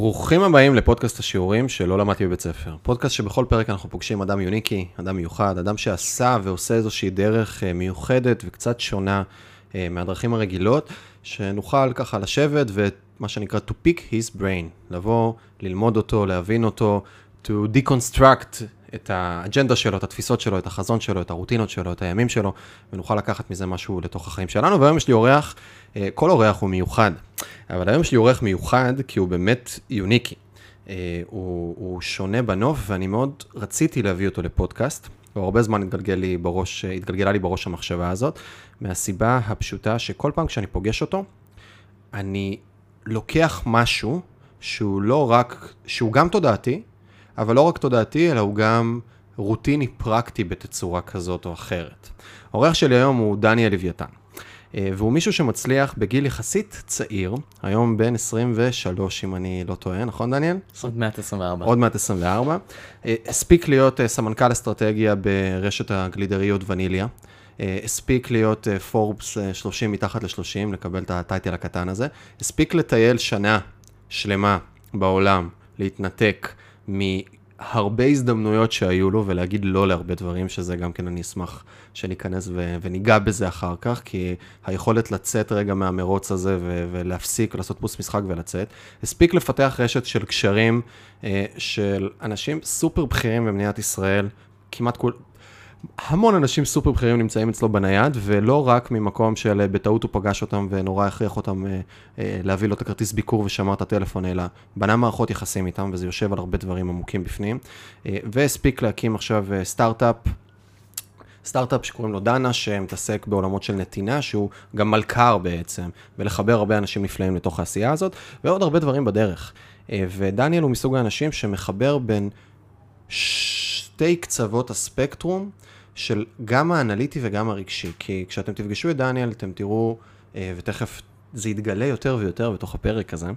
ברוכים הבאים לפודקאסט השיעורים שלא למדתי בבית ספר. פודקאסט שבכל פרק אנחנו פוגשים אדם יוניקי, אדם מיוחד, אדם שעשה ועושה איזושהי דרך מיוחדת וקצת שונה מהדרכים הרגילות, שנוכל ככה לשבת ומה שנקרא to pick his brain, לבוא, ללמוד אותו, להבין אותו, to deconstruct את האג'נדה שלו, את התפיסות שלו, את החזון שלו, את הרוטינות שלו, את הימים שלו, ונוכל לקחת מזה משהו לתוך החיים שלנו. והיום יש לי אורח, כל אורח הוא מיוחד, אבל היום יש לי אורח מיוחד כי הוא באמת יוניקי. הוא שונה בנוף, ואני מאוד רציתי להביא אותו לפודקאסט, והרבה זמן התגלגלה לי בראש המחשבה הזאת, מהסיבה הפשוטה שכל פעם כשאני פוגש אותו, אני לוקח משהו שהוא לא רק, שהוא גם תודעתי, אבל לא רק תודעתי, אלא הוא גם רוטיני פרקטי בתצורה כזאת או אחרת. האורח שלי היום הוא דניאל לויתן, והוא מישהו שמצליח בגיל יחסית צעיר, היום בן 23 אם אני לא טועה, נכון דניאל? עוד מעט 24. עוד מעט 24. הספיק להיות סמנכ"ל אסטרטגיה ברשת הגלידריות וניליה, הספיק להיות פורבס 30 מתחת ל-30, לקבל את הטייטל הקטן הזה, הספיק לטייל שנה שלמה בעולם, להתנתק מהרבה הזדמנויות שהיו לו, ולהגיד לא להרבה דברים, שזה גם כן אני אשמח שניכנס וניגע בזה אחר כך, כי היכולת לצאת רגע מהמרוץ הזה, ולהפסיק, ולעשות פוס משחק ולצאת, הספיק לפתח רשת של קשרים, של אנשים סופר בכירים במדינת ישראל, כמעט המון אנשים סופר בכירים נמצאים אצלו בנייד, ולא רק ממקום של בטעות הוא פגש אותם ונורא הכריח אותם להביא לו את הכרטיס ביקור ושמר את הטלפון, אלא בנה מערכות יחסים איתם, וזה יושב על הרבה דברים עמוקים בפנים, והספיק להקים עכשיו סטארט-אפ שקוראים לו דנה, שמתעסק בעולמות של נתינה, שהוא גם מלכר בעצם, ולחבר הרבה אנשים נפלאים לתוך העשייה הזאת, ועוד הרבה דברים בדרך. ודניאל הוא מסוג האנשים שמחבר בין שתי קצוות הספקטרום, של גם האנליטי וגם הרגשי, כי כשאתם תפגשו את דניאל, אתם תראו, ותכף זה יתגלה יותר ויותר בתוך הפרק הזה,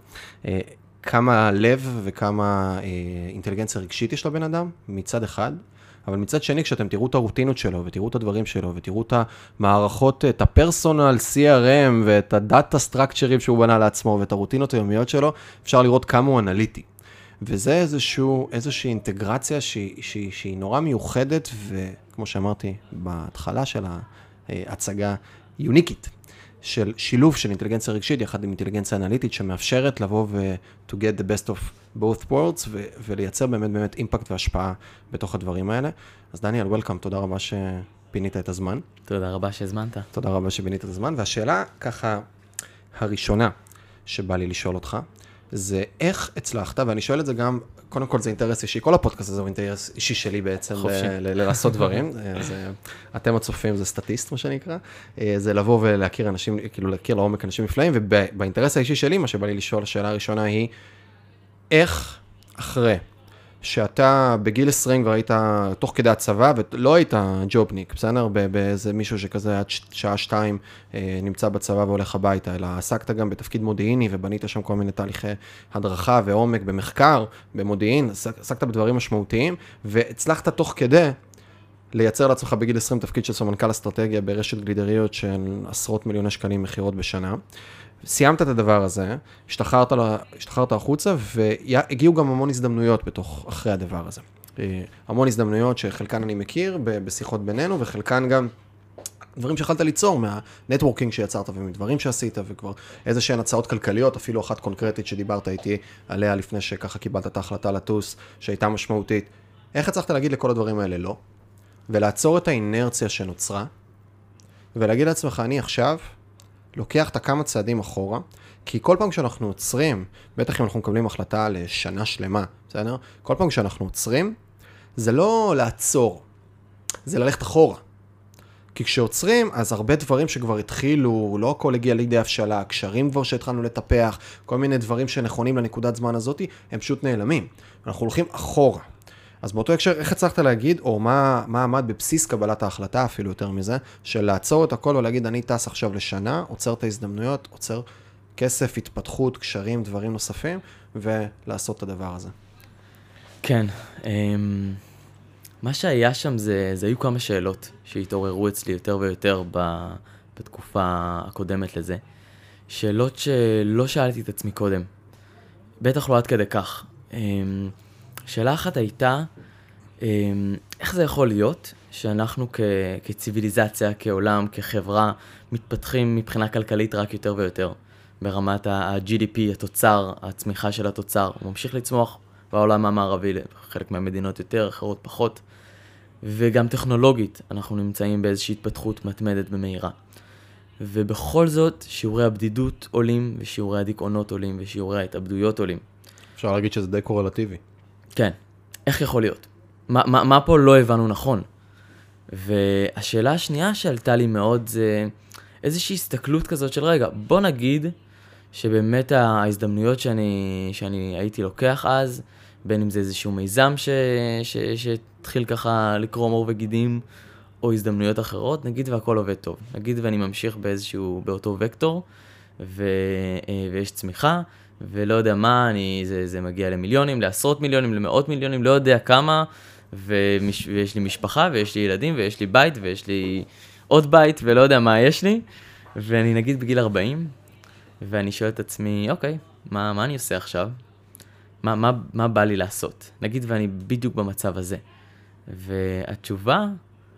כמה לב וכמה אינטליגנציה רגשית יש לבן אדם, מצד אחד, אבל מצד שני, כשאתם תראו את הרוטינות שלו, ותראו את הדברים שלו, ותראו את המערכות, את הפרסונל CRM, ואת הדאטה סטרקצ'רים שהוא בנה לעצמו, ואת הרוטינות היומיות שלו, אפשר לראות כמה הוא אנליטי. וזה איזושהי אינטגרציה שהיא נורא מיוחדת, וכמו שאמרתי בהתחלה של ההצגה, יוניקית, של שילוב של אינטליגנציה רגשית, יחד עם אינטליגנציה אנליטית, שמאפשרת לבוא to get the best of both worlds, ולייצר באמת אימפקט והשפעה בתוך הדברים האלה. אז דניאל, וולקאם, תודה רבה שפינית את הזמן. תודה רבה שהזמנת. תודה רבה שפינית את הזמן, והשאלה ככה הראשונה שבא לי לשאול אותך, זה איך הצלחת, ואני שואל את זה גם, קודם כל זה אינטרס אישי, כל הפודקאסט הזה הוא אינטרס אישי שלי בעצם, לעשות דברים, אתם הצופים זה סטטיסט מה שנקרא, זה לבוא ולהכיר אנשים, כאילו להכיר לעומק אנשים נפלאים, ובאינטרס האישי שלי, מה שבא לי לשאול, השאלה הראשונה היא, איך אחרי שאתה בגיל 20 כבר היית תוך כדי הצבא, ולא היית ג'ובניק, בסדר? באיזה מישהו שכזה עד שעה 2 נמצא בצבא והולך הביתה, אלא עסקת גם בתפקיד מודיעיני, ובנית שם כל מיני תהליכי הדרכה ועומק במחקר, במודיעין, עסקת בדברים משמעותיים, והצלחת תוך כדי לייצר לעצמך בגיל 20 תפקיד של סמנכ"ל אסטרטגיה ברשת גלידריות של עשרות מיליוני שקלים מחירות בשנה. סיימת את הדבר הזה, השתחררת החוצה, והגיעו גם המון הזדמנויות בתוך, אחרי הדבר הזה. המון הזדמנויות שחלקן אני מכיר בשיחות בינינו, וחלקן גם דברים שיכולת ליצור מהנטוורקינג שיצרת ומדברים שעשית, וכבר איזה שהן הצעות כלכליות, אפילו אחת קונקרטית שדיברת איתי עליה לפני שככה קיבלת את ההחלטה לטוס, שהייתה משמעותית. איך הצלחת להגיד לכל הדברים האלה לא? ולעצור את האינרציה שנוצרה, ולהגיד לעצמך, אני עכשיו לוקח את כמה צעדים אחורה, כי כל פעם כשאנחנו עוצרים, בטח אם אנחנו מקבלים החלטה לשנה שלמה, בסדר? כל פעם כשאנחנו עוצרים, זה לא לעצור, זה ללכת אחורה. כי כשעוצרים, אז הרבה דברים שכבר התחילו, לא הכל הגיע לידי הבשלה, קשרים כבר שהתחלנו לטפח, כל מיני דברים שנכונים לנקודת זמן הזאת, הם פשוט נעלמים. אנחנו הולכים אחורה. אז באותו הקשר, איך הצלחת להגיד, או מה עמד בבסיס קבלת ההחלטה, אפילו יותר מזה, של לעצור את הכל ולהגיד, אני טס עכשיו לשנה, עוצר את ההזדמנויות, עוצר כסף, התפתחות, קשרים, דברים נוספים, ולעשות את הדבר הזה. כן, מה שהיה שם זה היו כמה שאלות שהתעוררו אצלי יותר ויותר בתקופה הקודמת לזה. שאלות שלא שאלתי את עצמי קודם. בטח לא עד כדי כך. שאלה אחת הייתה, איך זה יכול להיות שאנחנו כציביליזציה, כעולם, כחברה, מתפתחים מבחינה כלכלית רק יותר ויותר, ברמת ה-GDP, התוצר, הצמיחה של התוצר, הוא ממשיך לצמוח בעולם המערבי, חלק מהמדינות יותר, אחרות פחות, וגם טכנולוגית, אנחנו נמצאים באיזושהי התפתחות מתמדת במהירה. ובכל זאת, שיעורי הבדידות עולים, ושיעורי הדיכאונות עולים, ושיעורי ההתאבדויות עולים. אפשר להגיד שזה די קורלטיבי. כן. איך יכול להיות? מה פה לא הבנו נכון? והשאלה השנייה שעלתה לי מאוד זה איזושהי הסתכלות כזאת של רגע, בוא נגיד שבאמת ההזדמנויות שאני הייתי לוקח אז, בין אם זה איזשהו מיזם שהתחיל ככה לקרוא מור וגידים, או הזדמנויות אחרות, נגיד והכל עובד טוב. נגיד ואני ממשיך באותו וקטור, ויש צמיחה, ולא יודע מה, זה מגיע למיליונים, לעשרות מיליונים, למאות מיליונים, לא יודע כמה, ויש לי משפחה, ויש לי ילדים, ויש לי בית, ויש לי עוד בית, ולא יודע מה יש לי, ואני נגיד בגיל 40, ואני שואל את עצמי, אוקיי, מה אני עושה עכשיו? מה בא לי לעשות? נגיד ואני בדיוק במצב הזה. והתשובה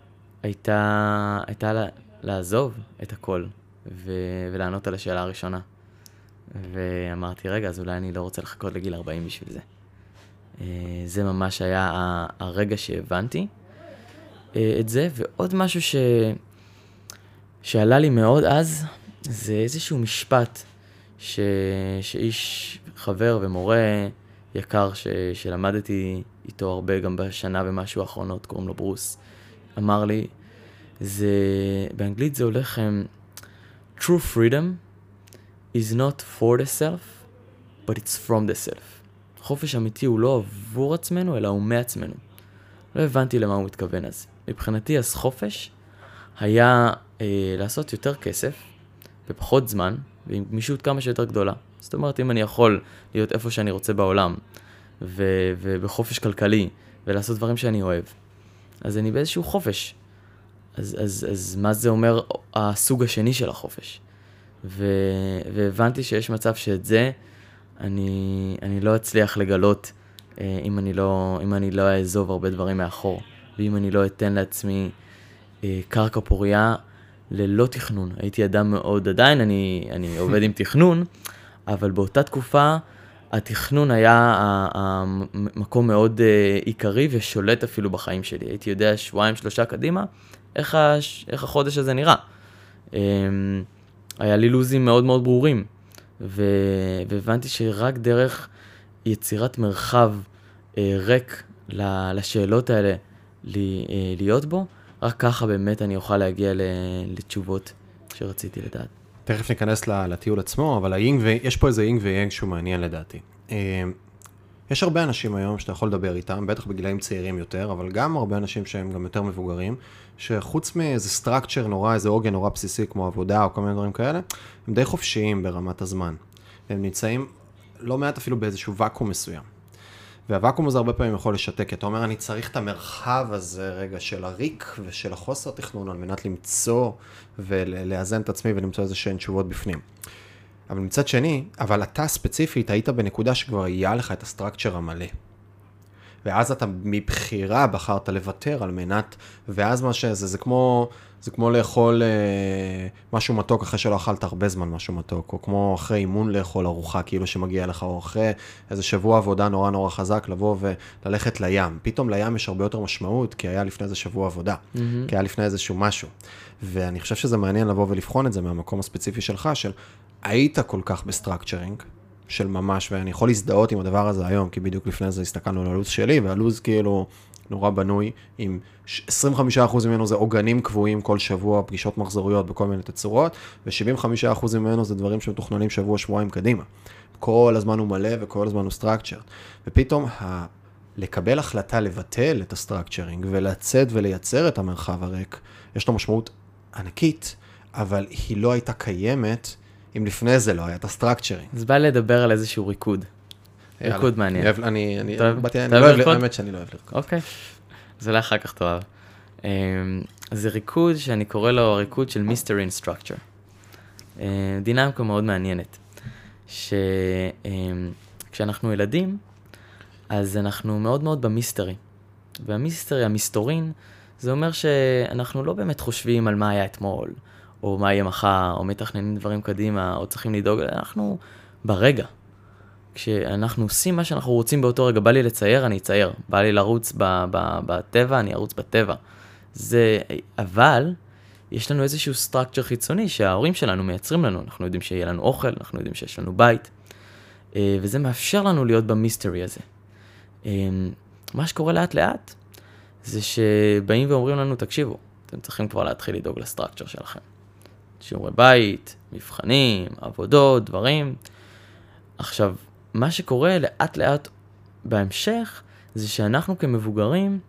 הייתה לעזוב את הכל, ולענות על השאלה הראשונה. ואמרתי, רגע, אז אולי אני לא רוצה לחכות לגיל 40 בשביל זה. זה ממש היה הרגע שהבנתי את זה, ועוד משהו שעלה לי מאוד אז, זה איזשהו משפט שאיש חבר ומורה יקר שלמדתי איתו הרבה גם בשנה ומשהו האחרונות, קוראים לו ברוס, אמר לי, באנגלית זה הולך, true freedom is not for the self, but it's from the self. חופש אמיתי הוא לא עבור עצמנו, אלא הוא מעצמנו. לא הבנתי למה הוא מתכוון אז. מבחינתי, אז חופש היה לעשות יותר כסף, בפחות זמן, ועם גמישות כמה שיותר גדולה. זאת אומרת, אם אני יכול להיות איפה שאני רוצה בעולם, ובחופש כלכלי, ולעשות דברים שאני אוהב, אז אני באיזשהו חופש. אז מה זה אומר הסוג השני של החופש? והבנתי שיש מצב שאת זה אני לא אצליח לגלות אם אני לא אעזוב הרבה דברים מאחור, ואם אני לא אתן לעצמי קרקע פוריה ללא תכנון. הייתי אדם מאוד, עדיין אני עובד עם תכנון, אבל באותה תקופה התכנון היה מקום מאוד עיקרי ושולט אפילו בחיים שלי. הייתי יודע 2-3 קדימה איך החודש הזה נראה. היה לי לוזים מאוד מאוד ברורים, והבנתי שרק דרך יצירת מרחב ריק לשאלות האלה להיות בו, רק ככה באמת אני אוכל להגיע לתשובות שרציתי לדעת. תכף ניכנס לטיול עצמו, אבל יש פה איזה יינג ויינג שהוא מעניין לדעתי. יש הרבה אנשים היום שאתה יכול לדבר איתם, בטח בגילאים צעירים יותר, אבל גם הרבה אנשים שהם גם יותר מבוגרים, שחוץ מאיזה סטרקצ'ר נורא, איזה עוגן נורא בסיסי כמו עבודה או כל מיני דברים כאלה, הם די חופשיים ברמת הזמן. הם נמצאים לא מעט אפילו באיזשהו ואקום מסוים. והוואקום הזה הרבה פעמים יכול לשתק. אתה אומר, אני צריך את המרחב הזה רגע של הריק ושל החוסר תכנון על מנת למצוא ולאזן את עצמי ולמצוא איזה שהן תשובות בפנים. אבל מצד שני, אבל אתה ספציפית היית בנקודה שכבר היה לך את הסטרקצ'ר המלא. ואז אתה מבחירה בחרת לוותר על מנת, ואז מה שזה, זה כמו לאכול משהו מתוק אחרי שלא אכלת הרבה זמן משהו מתוק, או כמו אחרי אימון לאכול ארוחה כאילו שמגיע לך, או אחרי איזה שבוע עבודה נורא נורא חזק לבוא וללכת לים. פתאום לים יש הרבה יותר משמעות, כי היה לפני איזה שבוע עבודה, כי היה לפני איזשהו משהו. ואני חושב שזה מעניין לבוא ולבחון את זה מהמקום הספציפי שלך, של היית כל כך בסטרקצ'רינג, של ממש, ואני יכול להזדהות עם הדבר הזה היום, כי בדיוק לפני זה הסתכלנו על הלוז שלי, והלוז כאילו נורא בנוי, עם 25% ממנו זה עוגנים קבועים כל שבוע, פגישות מחזוריות בכל מיני תצורות, ו75% ממנו זה דברים שמתוכננים שבוע, שבועיים קדימה. כל הזמן הוא מלא וכל הזמן הוא סטרקצ'ר. ופתאום לקבל החלטה לבטל את הסטרקצ'רינג, ולצאת ולייצר את המרחב הריק, יש לו משמעות ענקית, אבל היא לא הייתה קיימת, אם לפני זה לא היה את הסטרקצ'רינג. אז בא לדבר על איזשהו ריקוד. ריקוד מעניין. אני לא אוהב לרקוד? האמת שאני לא אוהב לרקוד. אוקיי. אז אולי אחר כך תאהב. זה ריקוד שאני קורא לו ריקוד של מיסטרי דינמיקה מאוד מעניינת. כשאתה כשאנחנו ילדים, אז אנחנו מאוד מאוד במיסטרי. והמיסטרי, המסתורין, זה אומר שאנחנו לא באמת חושבים על מה היה אתמול, או מה יהיה מחר, או מתכננים דברים קדימה, או צריכים לדאוג, אנחנו ברגע. כשאנחנו עושים מה שאנחנו רוצים באותו רגע, בא לי לצייר, אני אצייר. בא לי לרוץ בטבע, אני ארוץ בטבע. אבל יש לנו איזשהו סטרקצ'ר חיצוני שההורים שלנו מייצרים לנו. אנחנו יודעים שיהיה לנו אוכל, אנחנו יודעים שיש לנו בית, וזה מאפשר לנו להיות במיסטרי הזה. מה שקורה לאט לאט, זה שבאים ואומרים לנו, תקשיבו, אתם צריכים כבר להתחיל לדאוג לסטרקצ'ר שלכם. שיעורי בית, מבחנים, עבודות, דברים. עכשיו, מה שקורה לאט לאט בהמשך, זה שאנחנו כמבוגרים,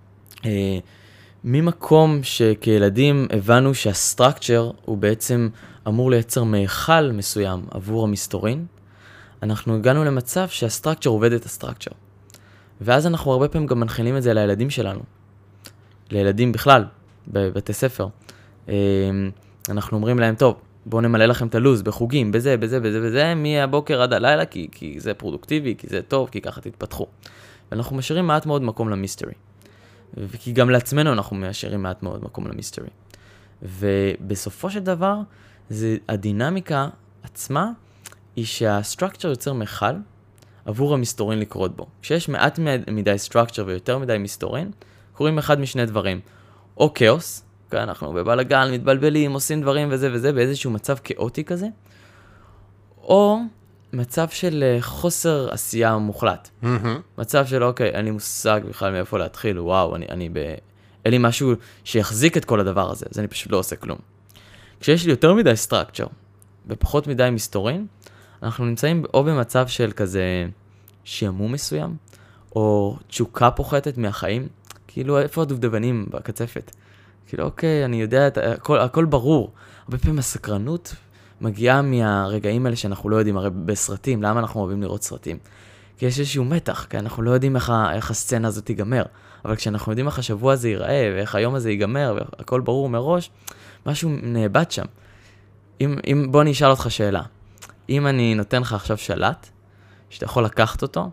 ממקום שכילדים הבנו שהסטרקצ'ר הוא בעצם אמור לייצר מיכל מסוים עבור המסתורין, אנחנו הגענו למצב שהסטרקצ'ר עובד את הסטרקצ'ר. ואז אנחנו הרבה פעמים גם מנחילים את זה לילדים שלנו. לילדים בכלל, בבתי ספר. אנחנו אומרים להם, טוב, בואו נמלא לכם את הלוז בחוגים, בזה, מהבוקר עד הלילה, כי זה פרודוקטיבי, כי זה טוב, כי ככה תתפתחו. ואנחנו משאירים מעט מאוד מקום למיסטרי. וכי גם לעצמנו אנחנו משאירים מעט מאוד מקום למיסטרי. ובסופו של דבר, הדינמיקה עצמה, היא שהסטרקצ'ר יוצר מיכל עבור המסתורין לקרות בו. כשיש מעט מדי סטרקצ'ר ויותר מדי מסתורין, קוראים אחד משני דברים. או כאוס, כי אנחנו בבלגן, מתבלבלים, עושים דברים וזה, באיזשהו מצב כאוטי כזה, או מצב של חוסר עשייה מוחלט. מצב של, אוקיי, אין לי מושג בכלל מאיפה להתחיל, וואו, אין לי משהו שיחזיק את כל הדבר הזה, אז אני פשוט לא עושה כלום. כשיש לי יותר מדי סטרקצ'ר ופחות מדי מסתורין, אנחנו נמצאים או במצב של כזה שעמום מסוים, או תשוקה פוחתת מהחיים, כאילו איפה הדובדבנים בקצפת? כאילו אוקיי, אני יודע, הכל ברור. הרבה פעמים הסקרנות מגיעה מהרגעים האלה שאנחנו לא יודעים, הרי בסרטים, למה אנחנו אוהבים לראות סרטים? כי יש איזשהו מתח, כי אנחנו לא יודעים איך הסצנה הזאת ייגמר, אבל כשאנחנו יודעים איך השבוע הזה ייראה, ואיך היום הזה ייגמר, והכל ברור מראש, משהו נאבד שם. בוא אני אשאל אותך שאלה. אם אני נותן לך עכשיו שלט, שאתה יכול לקחת אותו,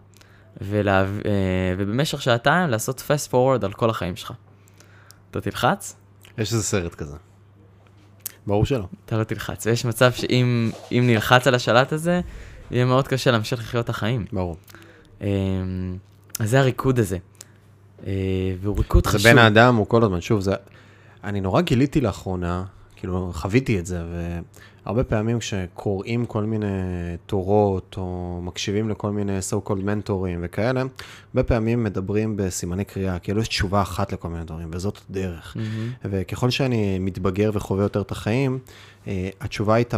ובמשך שעתיים לעשות fast forward על כל החיים שלך. אתה תלחץ? יש איזה סרט כזה. ברור שלא. אתה לא תלחץ. ויש מצב שאם נלחץ על השלט הזה, יהיה מאוד קשה להמשיך לחיות את החיים. ברור. אז זה הריקוד הזה. והוא ריקוד חשוב. זה בין האדם, הוא כל הזמן. שוב, אני נורא גיליתי לאחרונה, כאילו חוויתי את זה, והרבה פעמים כשקוראים כל מיני תורות, או מקשיבים לכל מיני so-called מנטורים וכאלה, הרבה פעמים מדברים בסימני קריאה, כאילו יש תשובה אחת לכל מיני דברים, וזאת הדרך. וככל שאני מתבגר וחווה יותר את החיים, התשובה היא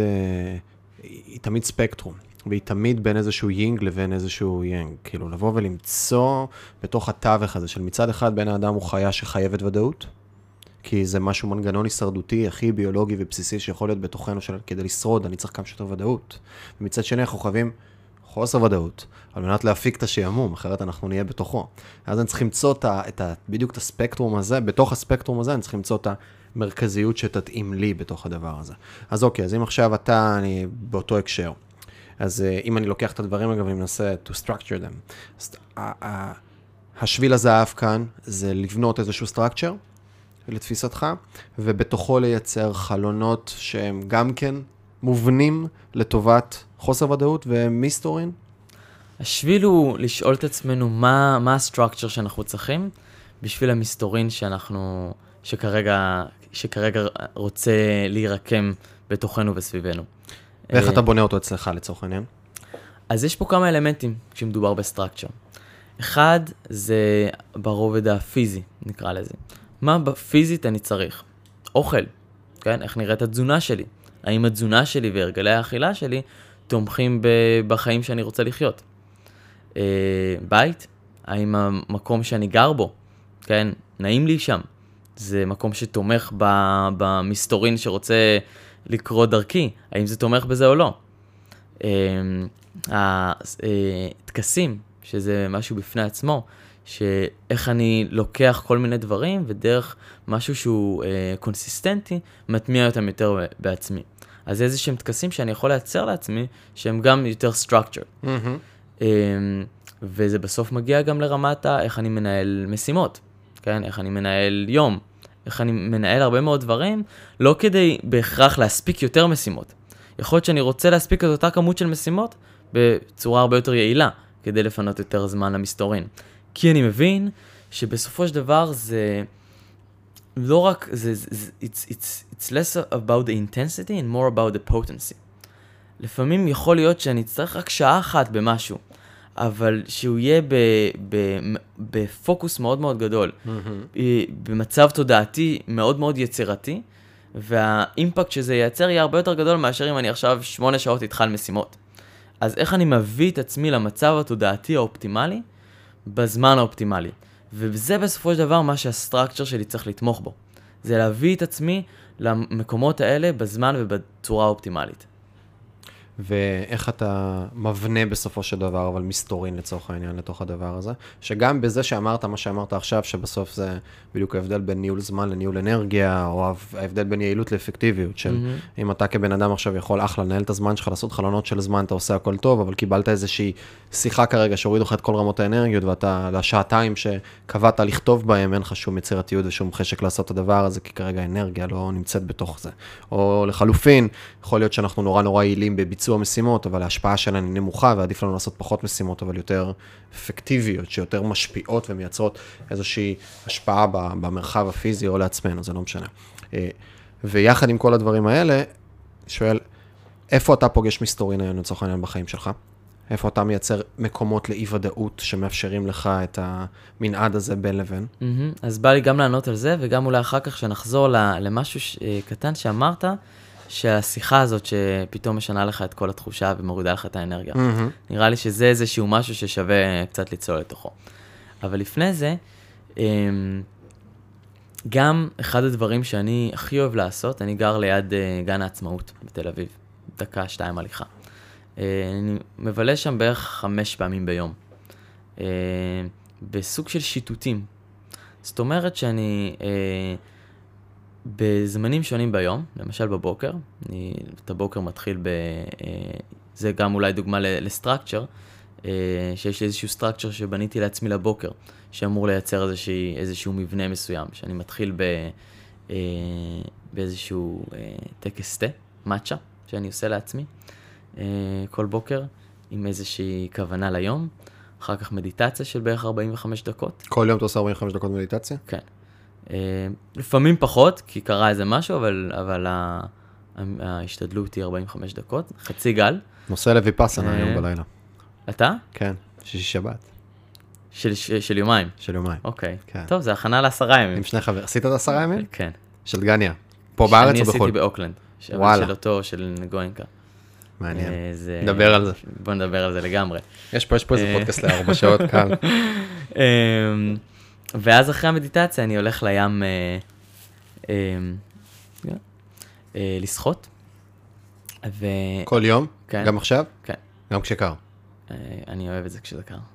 תמיד ספקטרום, והיא תמיד בין איזשהו יינג לבין איזשהו יינג. כאילו לבוא ולמצוא בתוך התווך הזה, של מצד אחד בין האדם הוא חיה שחייבת ודאות, כי זה משהו מנגנון הישרדותי, הכי ביולוגי ובסיסי שיכול להיות בתוכנו כדי לשרוד, אני צריך כמה שיותר ודאות. ומצד שני אנחנו חייבים חוסר ודאות, על מנת להפיק את השעמום, אחרת אנחנו נהיה בתוכו. אז אני צריך למצוא בדיוק את הספקטרום הזה, בתוך הספקטרום הזה אני צריך למצוא את המרכזיות שתתאים לי בתוך הדבר הזה. אז אוקיי, אז אם עכשיו אני באותו הקשר, אז אם אני לוקח את הדברים, אגב, אני מנסה to structure them. אז השביל הזהב כאן זה לבנות איזשהו structure, לתפיסתך, ובתוכו לייצר חלונות שהם גם כן מובנים לטובת חוסר ודאות ומיסטורין? השביל הוא לשאול את עצמנו מה הסטרקצ'ר שאנחנו צריכים בשביל המסתורין שכרגע רוצה להירקם בתוכנו וסביבנו. ואיך אתה בונה אותו אצלך לצורך העניין? אז יש פה כמה אלמנטים כשמדובר בסטרקצ'ר. אחד זה ברובד הפיזי, נקרא לזה. מה בפיזית אני צריך? אוכל, כן? איך נראית התזונה שלי? האם התזונה שלי והרגלי האכילה שלי תומכים בחיים שאני רוצה לחיות? בית? האם המקום שאני גר בו, כן? נעים לי שם? זה מקום שתומך במסתורין שרוצה לקרוא דרכי? האם זה תומך בזה או לא? התקסים, שזה משהו בפני עצמו, שאיך אני לוקח כל מיני דברים, ודרך משהו שהוא קונסיסטנטי, מטמיע אותם יותר בעצמי. אז איזה שהם תקסים שאני יכול לייצר לעצמי, שהם גם יותר structured. וזה בסוף מגיע גם לרמת איך אני מנהל משימות, כן? איך אני מנהל יום, איך אני מנהל הרבה מאוד דברים, לא כדי בהכרח להספיק יותר משימות. יכול להיות שאני רוצה להספיק את אותה כמות של משימות בצורה הרבה יותר יעילה, כדי לפנות יותר זמן למסתורין. כי אני מבין שבסופו של דבר זה לא רק, it's less about the intensity and more about the potency. לפעמים יכול להיות שאני אצטרך רק שעה אחת במשהו, אבל שהוא יהיה בפוקוס מאוד מאוד גדול, במצב תודעתי מאוד מאוד יצירתי, והאימפקט שזה ייצר יהיה הרבה יותר גדול מאשר אם אני עכשיו 8 שעות התחל משימות. אז איך אני מביא את עצמי למצב התודעתי האופטימלי, בזמן האופטימלי. וזה בסופו של דבר מה שהסטרקצ'ר שלי צריך לתמוך בו. זה להביא את עצמי למקומות האלה בזמן ובצורה האופטימלית. ואיך אתה מבנה בסופו של דבר, אבל מסתורין לצורך העניין לתוך הדבר הזה, שגם בזה שאמרת מה שאמרת עכשיו, שבסוף זה בדיוק ההבדל בין ניהול זמן לניהול אנרגיה, או ההבדל בין יעילות לאפקטיביות, של אם אתה כבן אדם עכשיו יכול אחלה לנהל את הזמן שלך, לעשות חלונות של זמן, אתה עושה הכל טוב, אבל קיבלת איזושהי שיחה כרגע שהורידו לך את כל רמות האנרגיות, ואתה לשעתיים שקבעת לכתוב בהם, אין לך שום יצירתיות ושום חשק לעשות את הדבר הזה, כי כרגע האנרגיה לא נמצאת בתוך זה. או לחלופין, יכול להיות שאנחנו נורא יעילים בביצוע משימות, אבל ההשפעה שלהן היא נמוכה, ועדיף לנו לעשות פחות משימות, אבל יותר אפקטיביות, שיותר משפיעות ומייצרות איזושהי השפעה במרחב הפיזי או לעצמנו, זה לא משנה. ויחד עם כל הדברים האלה, שואל, איפה אתה פוגש מסתורין היום לצורך העניין בחיים שלך? איפה אתה מייצר מקומות לאי-ודאות שמאפשרים לך את המנעד הזה בין לבין? אז בא לי גם לענות על זה, וגם אולי אחר כך שנחזור למשהו קטן שאמרת, שהשיחה הזאת שפתאום משנה לך את כל התחושה ומורידה לך את האנרגיה. נראה לי שזה איזשהו משהו ששווה קצת לצלול לתוכו. אבל לפני זה, גם אחד הדברים שאני הכי אוהב לעשות, אני גר ליד גן העצמאות בתל אביב, 1-2 הליכה. אני מבלה שם בערך 5 פעמים ביום, בסוג של שיטוטים. זאת אומרת שאני בזמנים שונים ביום, למשל בבוקר, את הבוקר מתחיל זה גם אולי דוגמה לסטרקצ'ר, שיש לי איזשהו סטרקצ'ר שבניתי לעצמי לבוקר, שאמור לייצר איזשהו מבנה מסוים, שאני מתחיל באיזשהו טקס תה, מאצ'ה, שאני עושה לעצמי, כל בוקר, עם איזושהי כוונה ליום, אחר כך מדיטציה של בערך 45 דקות. כל יום אתה עושה 45 דקות מדיטציה? כן. לפעמים פחות, כי קרה איזה משהו, אבל ההשתדלות היא 45 דקות, חצי גל. נוסע לויפאסנה היום בלילה. אתה? כן, שישי שבת. של יומיים? של יומיים. אוקיי. טוב, זה הכנה ל10 ימים. עם שני חברים. עשית את 10 ימים? כן. של דגניה. פה בארץ או בחול? אני עשיתי באוקלנד. וואלה. של אותו, של גוינקה. מעניין. נדבר על זה. בוא נדבר על זה לגמרי. יש פה איזה פודקאסט ל4 שעות כאן. ואז אחרי המדיטציה אני הולך לים לשחות. כל יום? כן. גם עכשיו? כן. גם כשקר? אני אוהב את זה כשזה קר.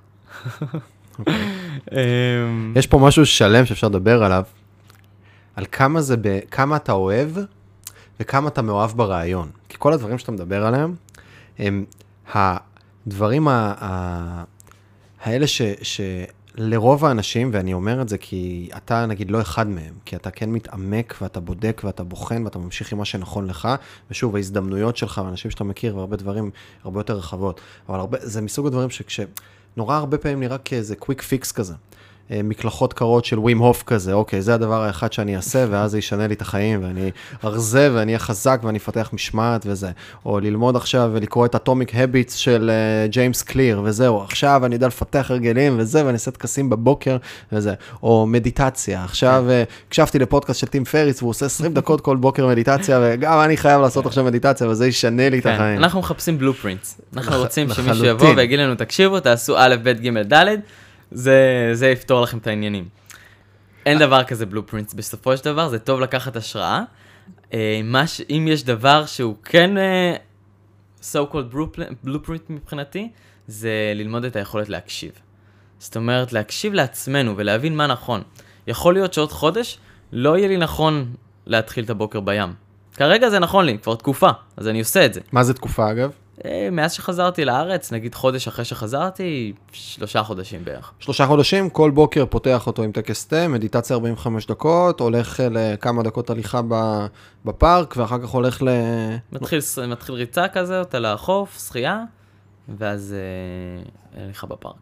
יש פה משהו שלם שאפשר לדבר עליו, על כמה אתה אוהב וכמה אתה מאוהב ברעיון. כי כל הדברים שאתה מדבר עליהם, הם הדברים האלה לרוב האנשים, ואני אומר את זה כי אתה נגיד לא אחד מהם, כי אתה כן מתעמק ואתה בודק ואתה בוחן ואתה ממשיך עם מה שנכון לך, ושוב, ההזדמנויות שלך ואנשים שאתה מכיר והרבה דברים הרבה יותר רחבות, אבל זה מסוג הדברים נורא הרבה פעמים נראה כאיזה קוויק פיקס כזה, מקלחות קרות של ווים הוף כזה, אוקיי, זה הדבר האחד שאני אעשה, ואז זה ישנה לי את החיים, ואני ארזה, ואני אהיה חזק, ואני אפתח משמעת וזה. או ללמוד עכשיו ולקרוא את אטומיק הביטס של ג'יימס קליר, וזהו. עכשיו אני יודע לפתח הרגלים וזה, ואני אעשה טקסים בבוקר וזה. או מדיטציה. עכשיו הקשבתי לפודקאסט של טים פריס, והוא עושה 20 דקות כל בוקר מדיטציה, וגם אני חייב לעשות עכשיו מדיטציה, וזה ישנה לי את החיים. אנחנו מחפשים בלופרינטס. אנחנו רוצים שמישהו יבוא ויגיד לנו, תקשיבו, תעשו א', ב', ג', ד', זה יפתור לכם את העניינים. אין דבר כזה בלופרינטס בסופו של דבר, זה טוב לקחת השראה. אם יש דבר שהוא כן so called blueprint מבחינתי, זה ללמוד את היכולת להקשיב. זאת אומרת, להקשיב לעצמנו ולהבין מה נכון. יכול להיות שעוד חודש לא יהיה לי נכון להתחיל את הבוקר בים. כרגע זה נכון לי, כבר תקופה, אז אני עושה את זה. מה זה תקופה אגב? מאז שחזרתי לארץ, נגיד חודש אחרי שחזרתי, 3 חודשים בערך. 3 חודשים, כל בוקר פותח אותו עם טקס תה, מדיטציה 45 דקות, הולך לכמה דקות הליכה בפארק, ואחר כך הולך מתחיל ריצה כזאת על החוף, שחייה, ואז הליכה בפארק.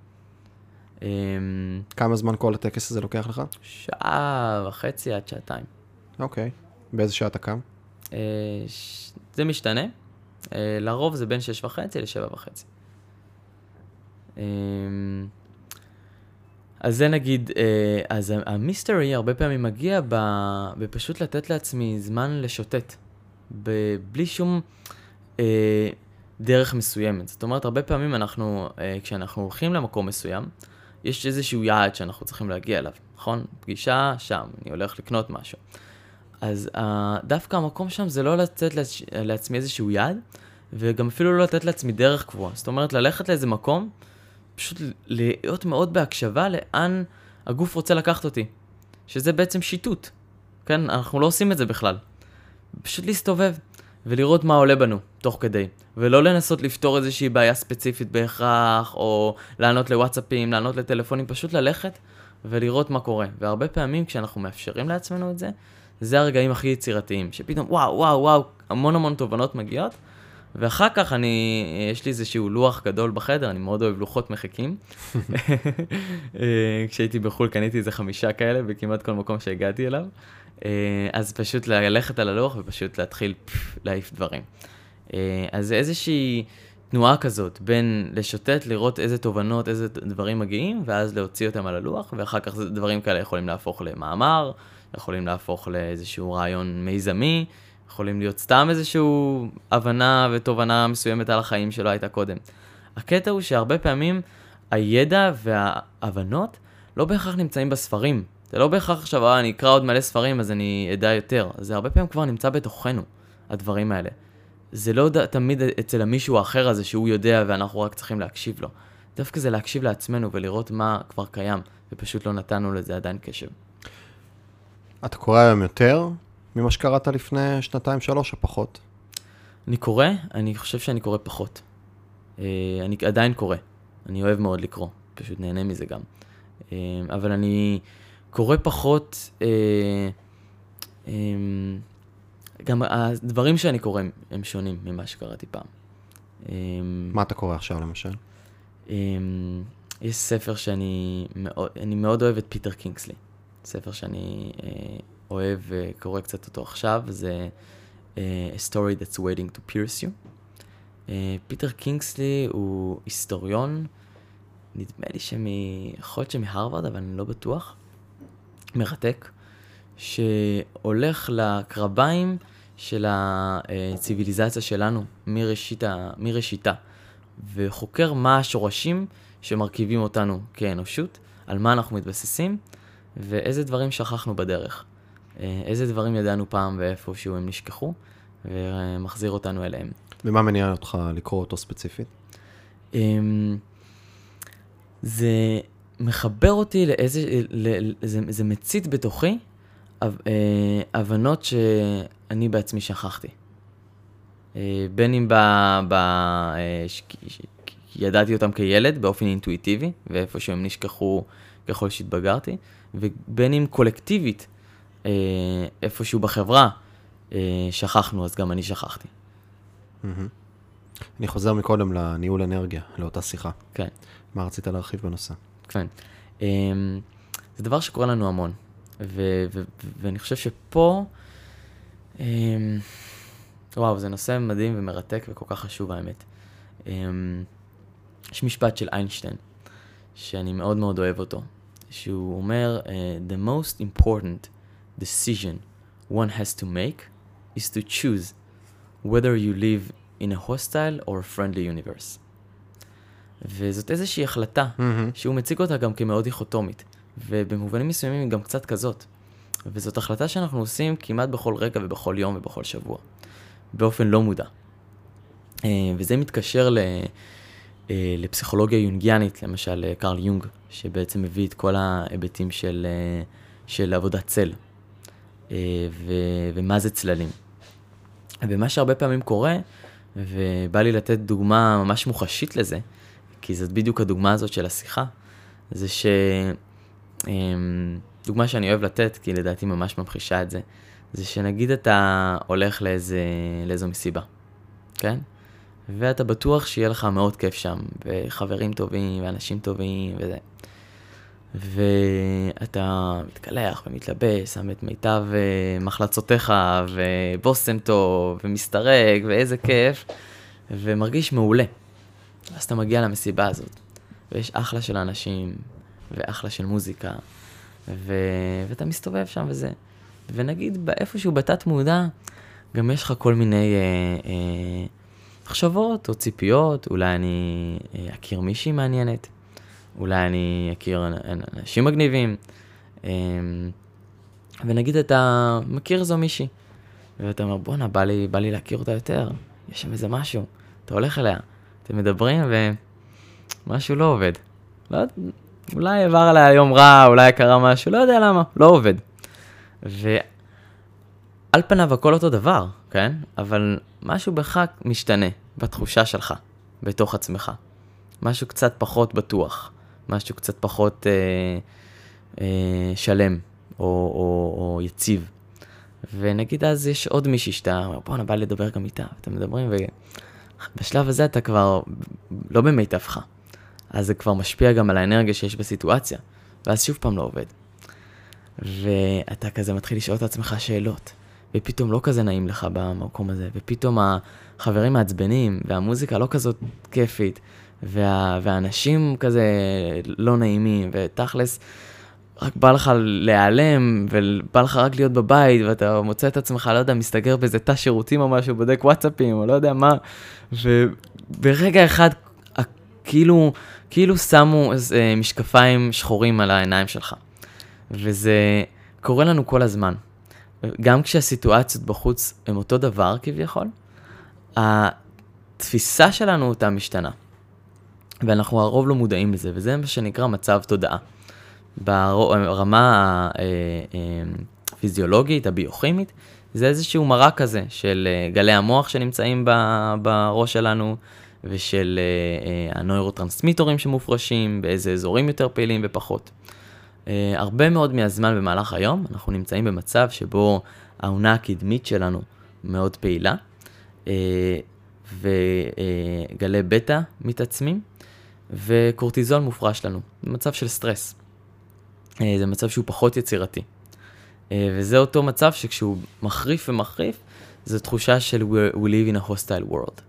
כמה זמן כל הטקס הזה לוקח לך? 1.5 שעה עד 2 שעות. אוקיי. באיזה שעה אתה קם? זה משתנה. לרוב זה בין 6:30 ל7:30. אז זה נגיד, אז המיסטרי הרבה פעמים מגיע בפשוט לתת לעצמי זמן לשוטט, בלי שום דרך מסוימת. זאת אומרת, הרבה פעמים כשאנחנו הולכים למקום מסוים, יש איזשהו יעד שאנחנו צריכים להגיע אליו, נכון? פגישה שם, אני הולך לקנות משהו. אז דווקא המקום שם זה לא לתת לעצמי איזשהו יעד, וגם אפילו לא לתת לעצמי דרך קבועה. זאת אומרת, ללכת לאיזה מקום, פשוט להיות מאוד בהקשבה לאן הגוף רוצה לקחת אותי. שזה בעצם שיטוט. כן? אנחנו לא עושים את זה בכלל. פשוט להסתובב ולראות מה עולה בנו, תוך כדי. ולא לנסות לפתור איזושהי בעיה ספציפית בהכרח, או לענות לוואטסאפים, לענות לטלפונים, פשוט ללכת ולראות מה קורה. והרבה פעמים כשאנחנו מאפשרים לעצמנו את זה, זה הרגעים הכי יצירתיים, שפתאום וואו, המון תובנות מגיעות, ואחר כך יש לי איזשהו לוח גדול בחדר, אני מאוד אוהב לוחות מחכים. כשהייתי בחול קניתי איזה 5 כאלה, בכמעט כל מקום שהגעתי אליו. אז פשוט ללכת על הלוח ופשוט להתחיל להעיף דברים. אז זה איזושהי תנועה כזאת, בין לשוטט, לראות איזה תובנות, איזה דברים מגיעים, ואז להוציא אותם על הלוח, ואחר כך דברים כאלה יכולים להפוך למאמר, יכולים להפוך לאיזשהו רעיון מיזמי, יכולים להיות סתם איזשהו הבנה ותובנה מסוימת על החיים שלא הייתה קודם. הקטע הוא שהרבה פעמים הידע וההבנות לא בהכרח נמצאים בספרים. זה לא בהכרח עכשיו, אני אקרא עוד מלא ספרים אז אני אדע יותר. זה הרבה פעמים כבר נמצא בתוכנו, הדברים האלה. זה לא תמיד אצל המישהו האחר הזה שהוא יודע ואנחנו רק צריכים להקשיב לו. דווקא זה להקשיב לעצמנו ולראות מה כבר קיים, ופשוט לא נתנו לזה עדיין קשב. אתה קורא היום יותר ממה שקראת לפני 2-3 או פחות? אני חושב שאני קורא פחות. אני עדיין קורא. אני אוהב מאוד לקרוא, פשוט נהנה מזה גם. אבל אני קורא פחות, גם הדברים שאני קורא הם שונים ממה שקראתי פעם. מה אתה קורא עכשיו למשל? יש ספר שאני מאוד אוהב את פיטר קינגסלי. ספר שאני אוהב וקורא קצת אותו עכשיו, זה A Story That's Waiting to Pierce You. פיטר קינגסלי הוא היסטוריון, נדמה לי יכול להיות שמהרווארד, אבל אני לא בטוח, מרתק, שהולך לקרביים של הציביליזציה שלנו מראשיתה, וחוקר מה השורשים שמרכיבים אותנו כאנושות, על מה אנחנו מתבססים, ואיזה דברים שכחנו בדרך. איזה דברים ידענו פעם ואיפשהו הם נשכחו, ומחזיר אותנו אליהם. ומה מניע אותך לקרוא אותו ספציפית? זה מחבר אותי זה מצית בתוכי, הבנות שאני בעצמי שכחתי. בין אם ידעתי אותם כילד באופן אינטואיטיבי, ואיפשהו הם נשכחו ככל שהתבגרתי, ובין אם קולקטיבית, איפשהו בחברה, שכחנו, אז גם אני שכחתי. אני חוזר מקודם לניהול אנרגיה, לאותה שיחה. כן. מה רצית להרחיב בנושא? כן. זה דבר שקורה לנו המון, ואני חושב שפה, וואו, זה נושא מדהים ומרתק וכל כך חשוב האמת. יש משפט של איינשטיין, שאני מאוד מאוד אוהב אותו, שהוא אומר, the most important decision one has to make is to choose whether you live in a hostile or a friendly universe. וזאת איזושהי החלטה, שהוא מציג אותה גם כמאוד דיכוטומית, ובמובנים מסוימים היא גם קצת כזאת. וזאת החלטה שאנחנו עושים כמעט בכל רגע ובכל יום ובכל שבוע, באופן לא מודע. וזה מתקשר לפסיכולוגיה יונגיאנית, למשל קרל יונג, שבעצם מביא את כל ההיבטים של עבודת צל, ומה זה צללים. ומה שהרבה פעמים קורה, ובא לי לתת דוגמה ממש מוחשית לזה, כי זאת בדיוק הדוגמה הזאת של השיחה, זה דוגמה שאני אוהב לתת, כי לדעתי ממש ממחישה את זה, זה שנגיד אתה הולך לאיזו מסיבה, כן? ואתה בטוח שיהיה לך מאוד כיף שם, וחברים טובים, ואנשים טובים, וזה. ואתה מתקלח ומתלבש, שם את מיטב מחלצותיך, ובוסם טוב, ומסתרק, ואיזה כיף, ומרגיש מעולה. אז אתה מגיע למסיבה הזאת, ויש אחלה של אנשים, ואחלה של מוזיקה, ואתה מסתובב שם וזה. ונגיד, איפשהו בתת מודע, גם יש לך כל מיני מחשבות או ציפיות, אולי אני אכיר מישהי מעניינת, אולי אני אכיר אנשים מגניבים, ונגיד אתה מכיר זו מישהי, ואתה אומר, בוא'נה, בא לי להכיר אותה יותר, יש שם איזה משהו, אתה הולך אליה, אתם מדברים ומשהו לא עובד. אולי עבר עליה יום רע, אולי קרה משהו, לא יודע למה, לא עובד. ועל פניו הכל אותו דבר, כן? אבל משהו בך משתנה בתחושה שלך, בתוך עצמך. משהו קצת פחות בטוח, משהו קצת פחות שלם או יציב. ונגיד אז יש עוד מישהי שאתה אומר, בוא נבא לדבר גם איתה, אתם מדברים ובשלב הזה אתה כבר לא במיטבך. אז זה כבר משפיע גם על האנרגיה שיש בסיטואציה, ואז שוב פעם לא עובד. ואתה כזה מתחיל לשאול את עצמך שאלות, ופתאום לא כזה נעים לך במקום הזה, ופתאום החברים מעצבנים, והמוזיקה לא כזאת כיפית, והאנשים כזה לא נעימים, ותכלס רק בא לך להיעלם, ובא לך רק להיות בבית, ואתה מוצא את עצמך, לא יודע, מסתגר באיזה תא שירותים או משהו, בודק וואטסאפים, או לא יודע מה, וברגע אחד, כאילו שמו משקפיים שחורים על העיניים שלך. וזה קורה לנו כל הזמן. גם כשהסיטואציות בחוץ הן אותו דבר כביכול, התפיסה שלנו אותה משתנה. ואנחנו הרוב לא מודעים לזה, וזה מה שנקרא מצב תודעה. ברמה הפיזיולוגית, הביוכימית, זה איזשהו מראה כזה של גלי המוח שנמצאים בראש שלנו, ושל הנוירוטרנסמיטורים שמופרשים, באיזה אזורים יותר פעילים ופחות. הרבה מאוד מהזמן במהלך היום, אנחנו נמצאים במצב שבו העונה הקדמית שלנו מאוד פעילה, וגלי בטא מתעצמים, וקורטיזול מופרש לנו. זה מצב של סטרס. זה מצב שהוא פחות יצירתי. וזה אותו מצב שכשהוא מחריף ומחריף, זו תחושה של we live in a hostile world.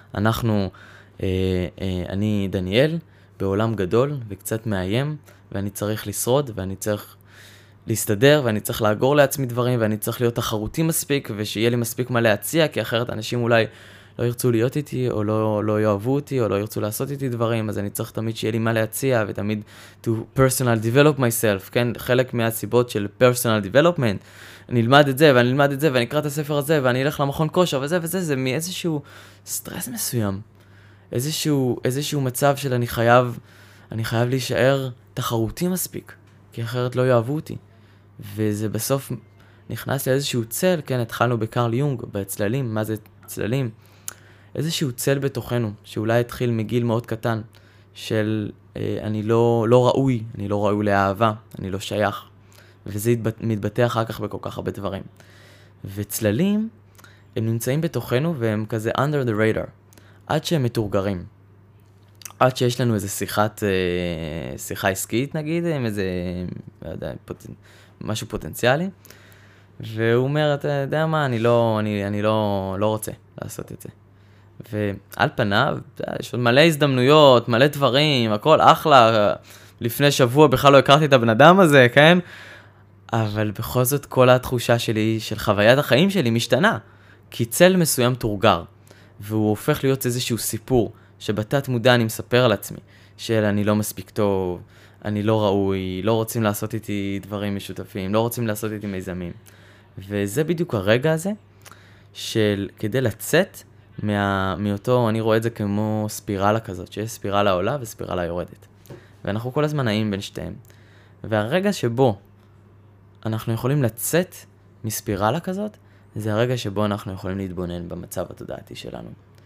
אני דניאל, בעולם גדול וקצת מאיים, ואני צריך לשרוד, ואני צריך להסתדר, ואני צריך לאגור לעצמי דברים, ואני צריך להיות תחרותי מספיק, ושיהיה לי מספיק מה להציע, כי אחרת אנשים אולי לא ירצו להיות איתי, או לא יאהבו אותי, או לא ירצו לעשות איתי דברים, אז אני צריך תמיד שיהיה לי מה להציע, ותמיד to personal develop myself, כן? חלק מהסיבות של personal development, אני אלמד את זה, ואני אלמד את זה, ואני אקרא את הספר הזה, ואני אלך למכון כושר, וזה וזה, זה מאיזשהו סטרס מסוים. איזשהו מצב של אני חייב להישאר תחרותי מספיק, כי אחרת לא יאהבו אותי. וזה בסוף נכנס לאיזשהו צל, כן, התחלנו בקרל יונג, בצללים, מה זה צללים? איזשהו צל בתוכנו, שאולי התחיל מגיל מאוד קטן, של אני לא ראוי לאהבה, אני לא שייך. וזה מתבטא אחר כך בכל כך הרבה דברים. וצללים, הם נמצאים בתוכנו, והם כזה under the radar, עד שהם מתורגרים. עד שיש לנו איזו שיחה עסקית, נגיד, עם איזה, לא יודע, משהו פוטנציאלי, והוא אומר, אתה יודע מה, אני לא רוצה לעשות את זה. ועל פניו, יש עוד מלא הזדמנויות, מלא דברים, הכל אחלה, לפני שבוע בכלל לא הכרתי את הבן אדם הזה, כן? אבל בכל זאת כל התחושה שלי, של חוויית החיים שלי, משתנה, כי צל מסוים תורגר, והוא הופך להיות איזשהו סיפור, שבתת מודע אני מספר על עצמי, של אני לא מספיק טוב, אני לא ראוי, לא רוצים לעשות איתי דברים משותפים, לא רוצים לעשות איתי מיזמים. וזה בדיוק הרגע הזה, של כדי לצאת מאותו, אני רואה את זה כמו ספירלה כזאת, שיש ספירלה עולה וספירלה יורדת. ואנחנו כל הזמן נעים בין שתיהם. והרגע שבו אנחנו יכולים לצאת מספירלה כזאת, זה הרגע שבו אנחנו יכולים להתבונן במצב התודעתי שלנו.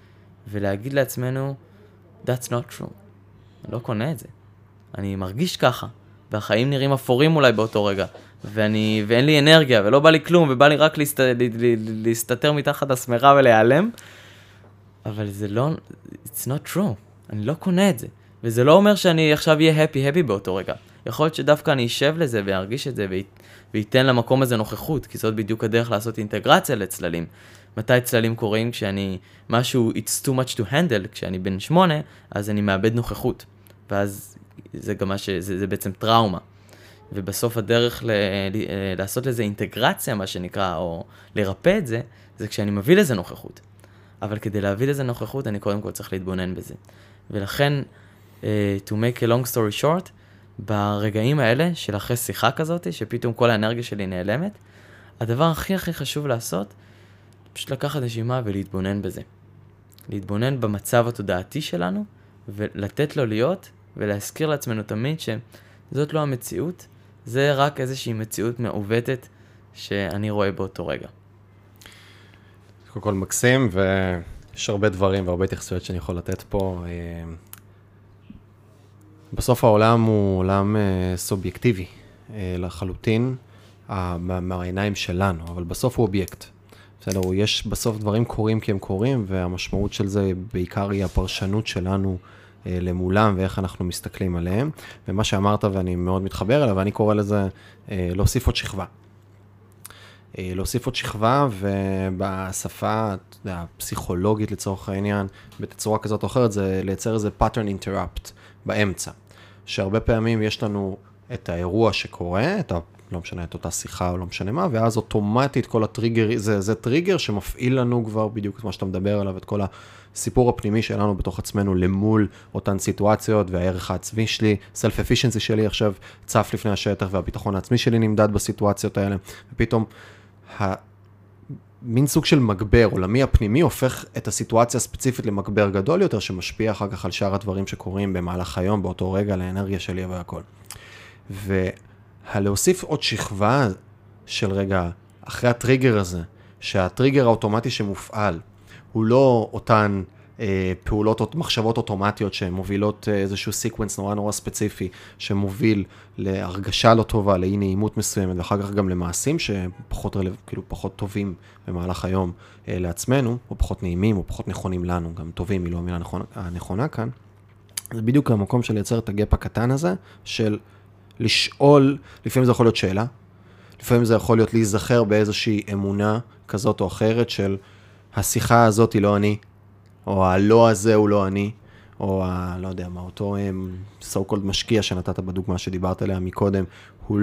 ולהגיד לעצמנו, that's not true. אני לא קונה את זה. אני מרגיש ככה, והחיים נראים אפורים אולי באותו רגע, ואין לי אנרגיה, ולא בא לי כלום, ובא לי רק להסתתר מתחת הסמרה ולהיעלם, אבל זה לא, it's not true. אני לא קונה את זה. וזה לא אומר שאני עכשיו אהיה happy באותו רגע. יכול להיות שדווקא אני אשב לזה וירגיש את זה, וייתן למקום הזה נוכחות, כי זאת בדיוק הדרך לעשות אינטגרציה לצללים. מתי צללים קוראים? כשאני, משהו, it's too much to handle, כשאני בן 8, אז אני מאבד נוכחות. ואז זה גם מה זה בעצם טראומה. ובסוף הדרך לעשות לזה אינטגרציה, מה שנקרא, או לרפא את זה, זה כשאני מביא לזה נוכחות. אבל כדי להביא לזה נוכחות, אני קודם כל צריך להתבונן בזה. ולכן, to make a long story short, ברגעים האלה של אחרי שיחה כזאת, שפתאום כל האנרגיה שלי נעלמת, הדבר הכי חשוב לעשות, פשוט לקחת נשימה ולהתבונן בזה. להתבונן במצב התודעתי שלנו, ולתת לו להיות, ולהזכיר לעצמנו תמיד שזאת לא המציאות, זה רק איזושהי מציאות מעוותת שאני רואה באותו רגע. קודם כל מקסים, ויש הרבה דברים והרבה התייחסויות שאני יכול לתת פה. בסוף העולם הוא עולם סובייקטיבי לחלוטין, מהעיניים שלנו, אבל בסוף הוא אובייקט. בסדר, יש בסוף דברים קורים כי הם קורים, והמשמעות של זה בעיקר היא הפרשנות שלנו למולם ואיך אנחנו מסתכלים עליהם. ומה שאמרת ואני מאוד מתחבר אליו, ואני קורא לזה להוסיף עוד שכבה. להוסיף עוד שכבה, ובשפה הפסיכולוגית לצורך העניין, בתצורה כזאת או אחרת, זה לייצר איזה pattern interrupt באמצע. שהרבה פעמים יש לנו את האירוע שקורה, לא משנה, את אותה שיחה או לא משנה מה, ואז אוטומטית כל הטריגר, זה טריגר שמפעיל לנו כבר בדיוק את מה שאתה מדבר עליו, את כל הסיפור הפנימי שלנו בתוך עצמנו למול אותן סיטואציות, והערך העצמי שלי, self-efficiency שלי עכשיו צף לפני השטח, והביטחון העצמי שלי נמדד בסיטואציות האלה, ופתאום מין סוג של מגבר, עולמי הפנימי, הופך את הסיטואציה הספציפית למגבר גדול יותר, שמשפיע אחר כך על שאר הדברים שקורים במהלך היום, באותו רגע, לאנרגיה שלי והכל. ולהוסיף עוד שכבה של רגע, אחרי הטריגר הזה, שהטריגר האוטומטי שמופעל, הוא לא אותן פעולות, מחשבות אוטומטיות שמובילות איזשהו סיקוונס נורא נורא ספציפי, שמוביל להרגשה לא טובה, לאי נעימות מסוימת, ואחר כך גם למעשים שפחות כאילו פחות טובים במהלך היום לעצמנו, או פחות נעימים, או פחות נכונים לנו, גם טובים, היא לא המילה הנכונה כאן. זה בדיוק המקום של לייצר את הגאפ הקטן הזה, של לשאול, לפעמים זה יכול להיות שאלה, לפעמים זה יכול להיות להיזכר באיזושהי אמונה כזאת או אחרת, של השיחה הזאת היא לא אני, או הלא הזה הוא לא אני, או לא יודע מה, אותו so called משקיע שנתת בדוגמה שדיברת עליה מקודם, הוא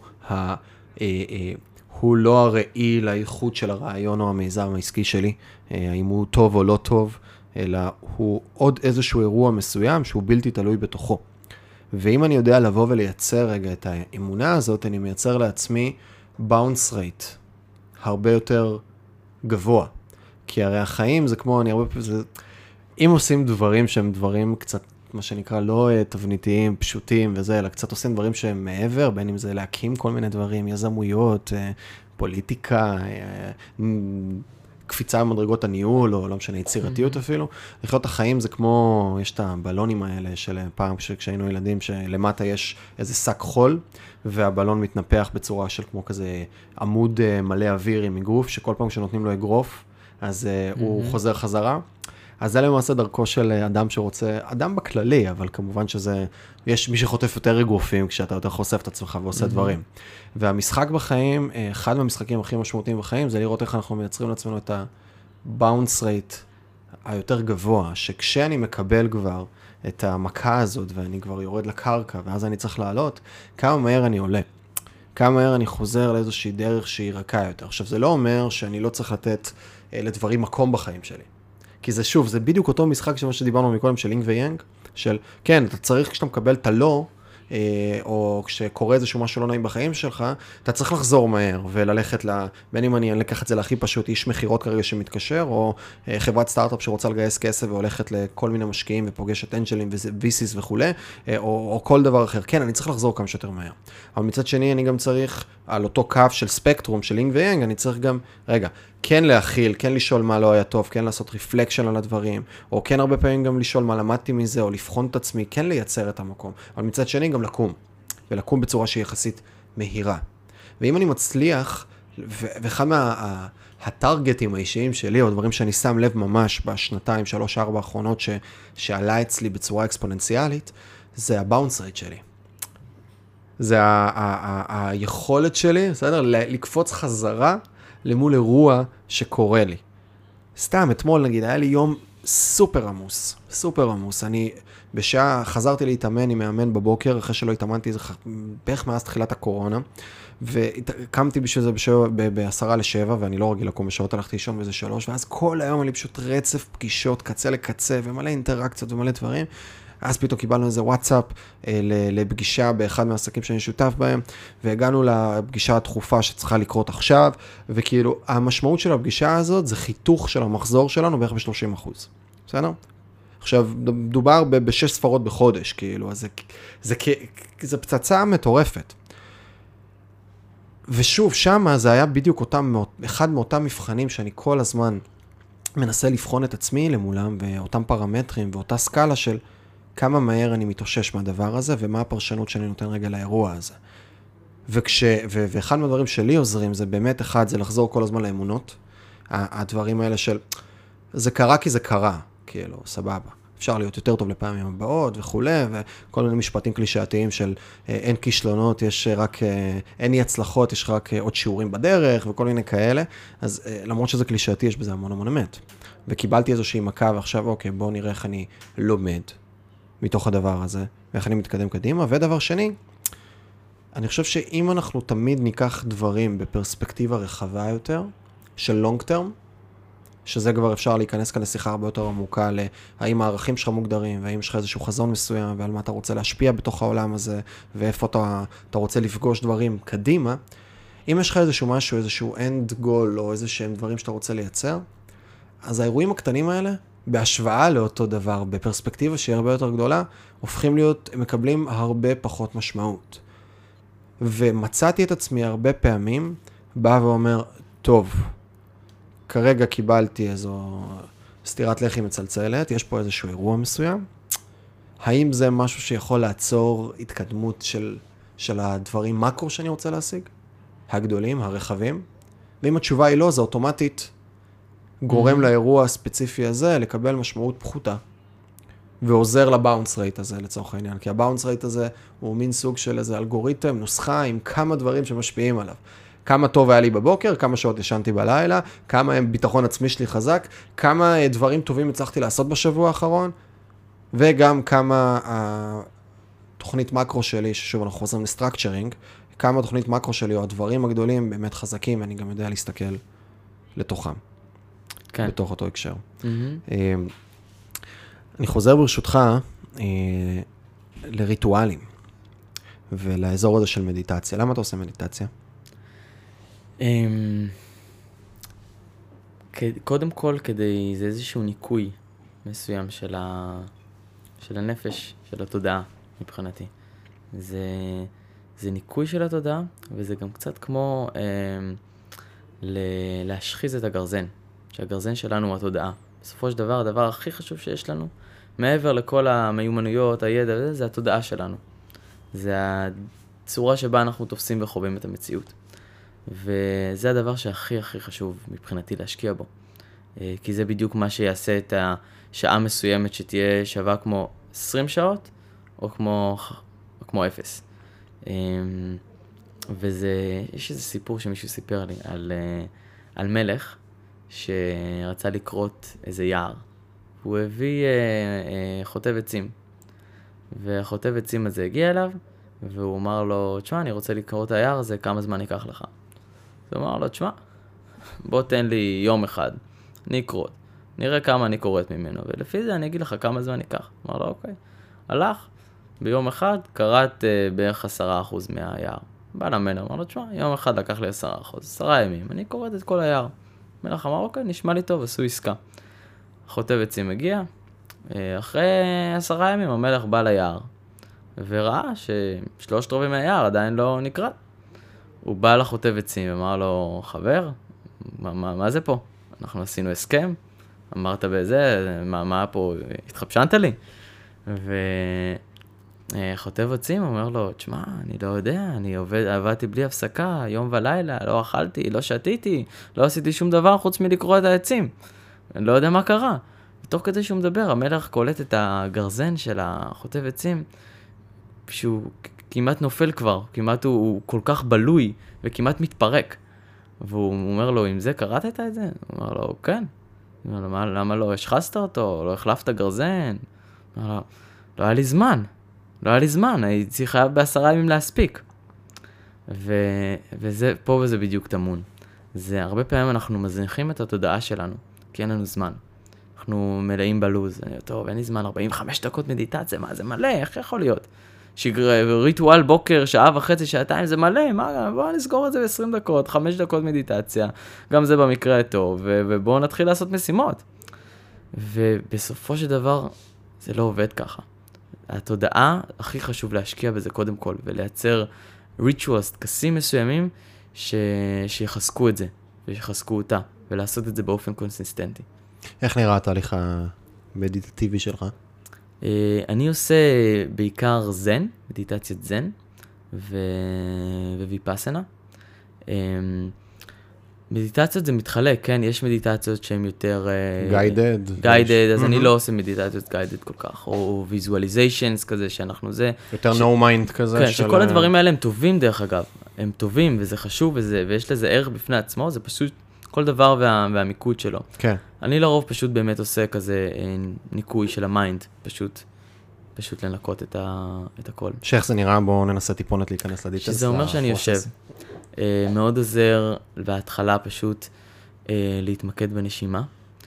לא הראי לאיכות של הרעיון או המיזם העסקי שלי, האם הוא טוב או לא טוב, אלא הוא עוד איזשהו אירוע מסוים שהוא בלתי תלוי בתוכו. ואם אני יודע לבוא ולייצר רגע את האמונה הזאת, אני מייצר לעצמי bounce rate הרבה יותר גבוה. כי הרי החיים זה כמו, אם עושים דברים שהם דברים קצת, מה שנקרא, לא תבניתיים, פשוטים וזה, אלא קצת עושים דברים שהם מעבר, בין אם זה להקים כל מיני דברים, יזמויות, פוליטיקה, קפיצה במדרגות הניהול, או לא משנה, יצירתיות אפילו. לחיות החיים זה כמו, יש את הבלונים האלה של פעם כשהיינו ילדים, שלמטה יש איזה שק חול, והבלון מתנפח בצורה של כמו כזה עמוד מלא אוויר עם אגרוף, שכל פעם שנותנים לו אגרוף, אז הוא חוזר חזרה. אז זה למעשה דרכו של אדם שרוצה, אדם בכללי, אבל כמובן שזה, יש מי שחוטף יותר אגרופים כשאתה יותר חושף את עצמך ועושה דברים. והמשחק בחיים, אחד מהמשחקים הכי משמעותיים בחיים, זה לראות איך אנחנו מייצרים לעצמנו את ה-bounce rate היותר גבוה, שכשאני מקבל כבר את המכה הזאת, ואני כבר יורד לקרקע, ואז אני צריך לעלות, כמה מהר אני עולה. כמה מהר אני חוזר לאיזושהי דרך שהיא רכה יותר. עכשיו, זה לא אומר שאני לא צריך לתת לדברים מקום בחיים שלי. כי זה שוב, זה בדיוק אותו משחק שמה שדיברנו מקודם של אינג ויאנג, של כן, אתה צריך כשאתה מקבל את הלא, או כשקורה איזשהו משהו לא נעים בחיים שלך, אתה צריך לחזור מהר וללכת בין אם אני לקח את זה להכי פשוט, איש מחירות כרגע שמתקשר, או חברת סטארט-אפ שרוצה לגייס כסף והולכת לכל מיני משקיעים ופוגשת אנג'לים וויסיס וכו', או כל דבר אחר. כן, אני צריך לחזור כמה שיותר מהר. אבל מצד שני, אני גם צריך, על אותו קו של ספקטרום של אינג ויאנג, אני צריך גם, רגע, כן להכיל, כן לשאול מה לא היה טוב, כן לעשות רפלקשן על הדברים, או כן הרבה פעמים גם לשאול מה למדתי מזה, או לבחון את עצמי, כן לייצר את המקום. אבל מצד שני גם לקום, ולקום בצורה שהיא יחסית מהירה. ואם אני מצליח, ואחד הטרגטים האישיים שלי, או דברים שאני שם לב ממש בשנתיים, 3-4 האחרונות שעלה אצלי בצורה אקספוננציאלית, זה הבאונס רייט שלי. זה היכולת שלי, בסדר? לקפוץ חזרה למול אירוע שקורה לי. סתם, אתמול נגיד, היה לי יום סופר עמוס, סופר עמוס. אני חזרתי להתאמן עם מאמן בבוקר, אחרי שלא התאמנתי, זה בערך מאז תחילת הקורונה, וקמתי בשביל זה ב6:50, ואני לא רגיל לקום בשעות, הלכתי לישון באיזה 3, ואז כל היום היה לי פשוט רצף פגישות, קצה לקצה, ומלא אינטראקציות ומלא דברים. אז פתאום קיבלנו איזה וואטסאפ לפגישה באחד מהעסקים שאני שותף בהם, והגענו לפגישה הדחופה שצריכה לקרות עכשיו, וכאילו המשמעות של הפגישה הזאת זה חיתוך של המחזור שלנו בערך ב-30%. בסדר? עכשיו, דובר ב6 ספרות בחודש, כאילו, אז זה פצצה מטורפת. ושוב, שמה זה היה בדיוק אחד מאותם מבחנים שאני כל הזמן מנסה לבחון את עצמי למולם, ואותם פרמטרים ואותה סקאלה של כמה מהר אני מתאושש מהדבר הזה, ומה הפרשנות שאני נותן רגע לאירוע הזה. ואחד מהדברים שלי עוזרים, זה באמת אחד, זה לחזור כל הזמן לאמונות. הדברים האלה של, זה קרה כי זה קרה, כאילו, סבבה. אפשר להיות יותר טוב לפעמים הבאות וכו', וכל מיני משפטים קלישאתיים של אין כישלונות, יש רק, אין אי הצלחות, יש רק עוד שיעורים בדרך, וכל מיני כאלה. אז למרות שזה קלישאתי, יש בזה המון אמת. וקיבלתי איזושהי מכה, ועכשיו, אוקיי, בואו נראה איך אני לומד מתוך הדבר הזה, ואיך אני מתקדם קדימה. ודבר שני, אני חושב שאם אנחנו תמיד ניקח דברים בפרספקטיבה רחבה יותר, של לונג טרם, שזה כבר אפשר להיכנס כאן לשיחה הרבה יותר עמוקה, להאם הערכים שלך מוגדרים, והאם יש לך איזשהו חזון מסוים, ועל מה אתה רוצה להשפיע בתוך העולם הזה, ואיפה אתה רוצה לפגוש דברים קדימה. אם יש לך איזשהו משהו, איזשהו end goal, או איזשהם דברים שאתה רוצה לייצר, אז האירועים הקטנים האלה, בהשוואה לאותו דבר, בפרספקטיבה שהיא הרבה יותר גדולה, הופכים להיות, הם מקבלים הרבה פחות משמעות. ומצאתי את עצמי הרבה פעמים, בא ואומר, טוב, כרגע קיבלתי איזו סתירת לחי מצלצלת, יש פה איזשהו אירוע מסוים. האם זה משהו שיכול לעצור התקדמות של הדברים מקרו שאני רוצה להשיג? הגדולים, הרחבים? ואם התשובה היא לא, זה אוטומטית גורם לאירוע הספציפי הזה לקבל משמעות פחותה. ועוזר לבאונס רייט הזה לצורך העניין. כי הבאונס רייט הזה הוא מין סוג של איזה אלגוריתם, נוסחה עם כמה דברים שמשפיעים עליו. כמה טוב היה לי בבוקר, כמה שעות ישנתי בלילה, כמה ביטחון עצמי שלי חזק, כמה דברים טובים הצלחתי לעשות בשבוע האחרון, וגם כמה התוכנית מקרו שלי, ששוב אנחנו חוזרים לסטרקצ'רינג, כמה תוכנית מקרו שלי או הדברים הגדולים באמת חזקים, ואני גם יודע להסתכל לתוכם, כן. בתוך אותו הקשר. אני חוזר ברשותך לריטואלים, ולאזור הזה של מדיטציה. למה אתה עושה מדיטציה? קודם כל, זה איזשהו ניקוי מסוים של הנפש, של התודעה, מבחינתי. זה ניקוי של התודעה, וזה גם קצת כמו להשחיז את הגרזן, שהגרזן שלנו הוא התודעה. בסופו של דבר, הדבר הכי חשוב שיש לנו, מעבר לכל המיומנויות, הידע, זה התודעה שלנו. זה הצורה שבה אנחנו תופסים וחווים את המציאות. וזה הדבר שהכי הכי חשוב מבחינתי להשקיע בו. כי זה בדיוק מה שיעשה את השעה מסוימת שתהיה שווה כמו 20 שעות, או כמו 0. יש איזה סיפור שמישהו סיפר לי על מלך שרצה לקרות איזה יער. הוא הביא חוטב עצים. והחוטב עצים הזה הגיע אליו, והוא אמר לו, תשמע, אני רוצה לקרוא את היער הזה, כמה זמן ייקח לך? הוא אמר לו, תשמע, בוא תן לי יום אחד, אני אקרות, נראה כמה אני קוראת ממנו, ולפי זה אני אגיד לך כמה זמן ייקח. אמר לו, אוקיי. הלך, ביום אחד קראת בערך 10% מהיער. בא למלך, אמר לו, תשמע, יום אחד לקח לי 10%, 10 ימים, אני קוראת את כל היער. המלך אמר, אוקיי, נשמע לי טוב, עשו עסקה. חוטב עצים הגיע, אחרי 10 ימים המלך בא ליער, וראה ש3/4 מהיער עדיין לא נקרא. הוא בא לחוטב עצים, אמר לו, חבר, מה זה פה? אנחנו עשינו הסכם, אמרת בזה, מה פה, התחפשנת לי? וחוטב עצים אומר לו, תשמע, אני לא יודע, אני עבדתי בלי הפסקה, יום ולילה, לא אכלתי, לא שתיתי, לא עשיתי שום דבר חוץ מלקרוא את העצים. אני לא יודע מה קרה. ותוך כדי שהוא מדבר, המלך קולט את הגרזן של החוטב עצים, שהוא כמעט נופל כבר, כמעט הוא כל כך בלוי, וכמעט מתפרק. והוא אומר לו, אם זה קראת את זה? הוא אומר לו, כן. הוא אומר לו, למה לא השחסת אותו? לא החלפת גרזן? הוא אומר לו, לא היה לי זמן, הייתי חייב ב10 ימים להספיק. וזה, פה וזה בדיוק תמון. זה הרבה פעמים אנחנו מזניחים את התודעה שלנו, כי אין לנו זמן. אנחנו מלאים בלוז, טוב, אין לי זמן, 45 דקות מדיטציה, מה זה מלא, איך יכול להיות? ריטואל בוקר, שעה וחצי, שעתיים, זה מלא, בואו נסגור את זה ב20 דקות, 5 דקות מדיטציה, גם זה במקרה טוב, ובואו נתחיל לעשות משימות. ובסופו של דבר, זה לא עובד ככה. התודעה, הכי חשוב להשקיע בזה קודם כל, ולייצר ריטואלס, טקסים מסוימים, שיחזקו את זה, ויחזקו אותה, ולעשות את זה באופן קונסיסטנטי. איך נראה התהליך המדיטטיבי שלך? אני עושה בעיקר זן, מדיטציית זן, וויפאסנה. מדיטציות זה מתחלק, כן? יש מדיטציות שהן יותר... גיידד, אז אני לא עושה מדיטציות גיידד כל כך, או ויזואליזיישנס כזה, שאנחנו זה... יותר no mind כזה. כן, שכל הדברים האלה הם טובים דרך אגב, הם טובים וזה חשוב ויש לזה ערך בפני עצמו, זה פשוט כל דבר והמיקוד שלו. כן. אני לרוב פשוט באמת עושה כזה ניקוי של המיינד, פשוט לנקות את הכל. שאיך זה נראה? בואו ננסה טיפונת להיכנס לדיטלס. שזה אומר שאני יושב. מאוד עוזר בהתחלה פשוט להתמקד בנשימה,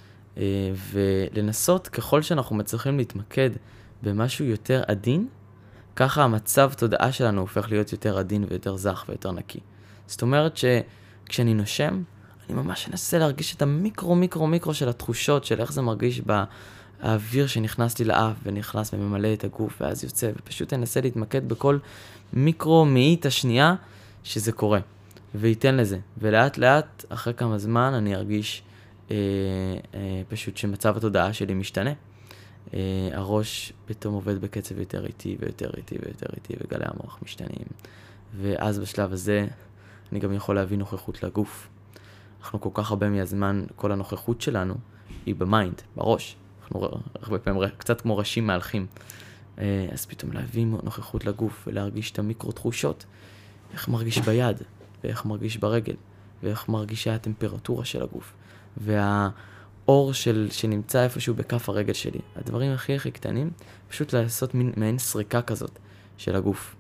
ולנסות ככל שאנחנו מצליחים להתמקד במשהו יותר עדין, ככה המצב תודעה שלנו הופך להיות יותר עדין ויותר זך ויותר נקי. זאת אומרת שכשאני נושם, אני ממש אנסה להרגיש את המיקרו של התחושות של איך זה מרגיש באוויר שנכנס לי לאף ונכנס וממלא את הגוף ואז יוצא, ופשוט אנסה להתמקד בכל מיקרו מאית השנייה שזה קורה, וייתן לזה. ולאט לאט, אחרי כמה זמן, אני ארגיש פשוט שמצב התודעה שלי משתנה. הראש פתאום עובד בקצב יותר איטי ויותר איטי ויותר איטי, וגלי המוח משתנים. ואז בשלב הזה, אני גם יכול להביא נוכחות לגוף. אנחנו כל כך הרבה מהזמן, כל הנוכחות שלנו היא במיינד, בראש. אנחנו הרבה פעמים קצת כמו ראשים מהלכים. אז פתאום להביא נוכחות לגוף ולהרגיש את המיקרו תחושות. איך מרגיש ביד, ואיך מרגיש ברגל, ואיך מרגישה הטמפרטורה של הגוף. והאור שנמצא איפשהו בכף הרגל שלי. הדברים הכי קטנים, פשוט לעשות מעין סריקה כזאת של הגוף.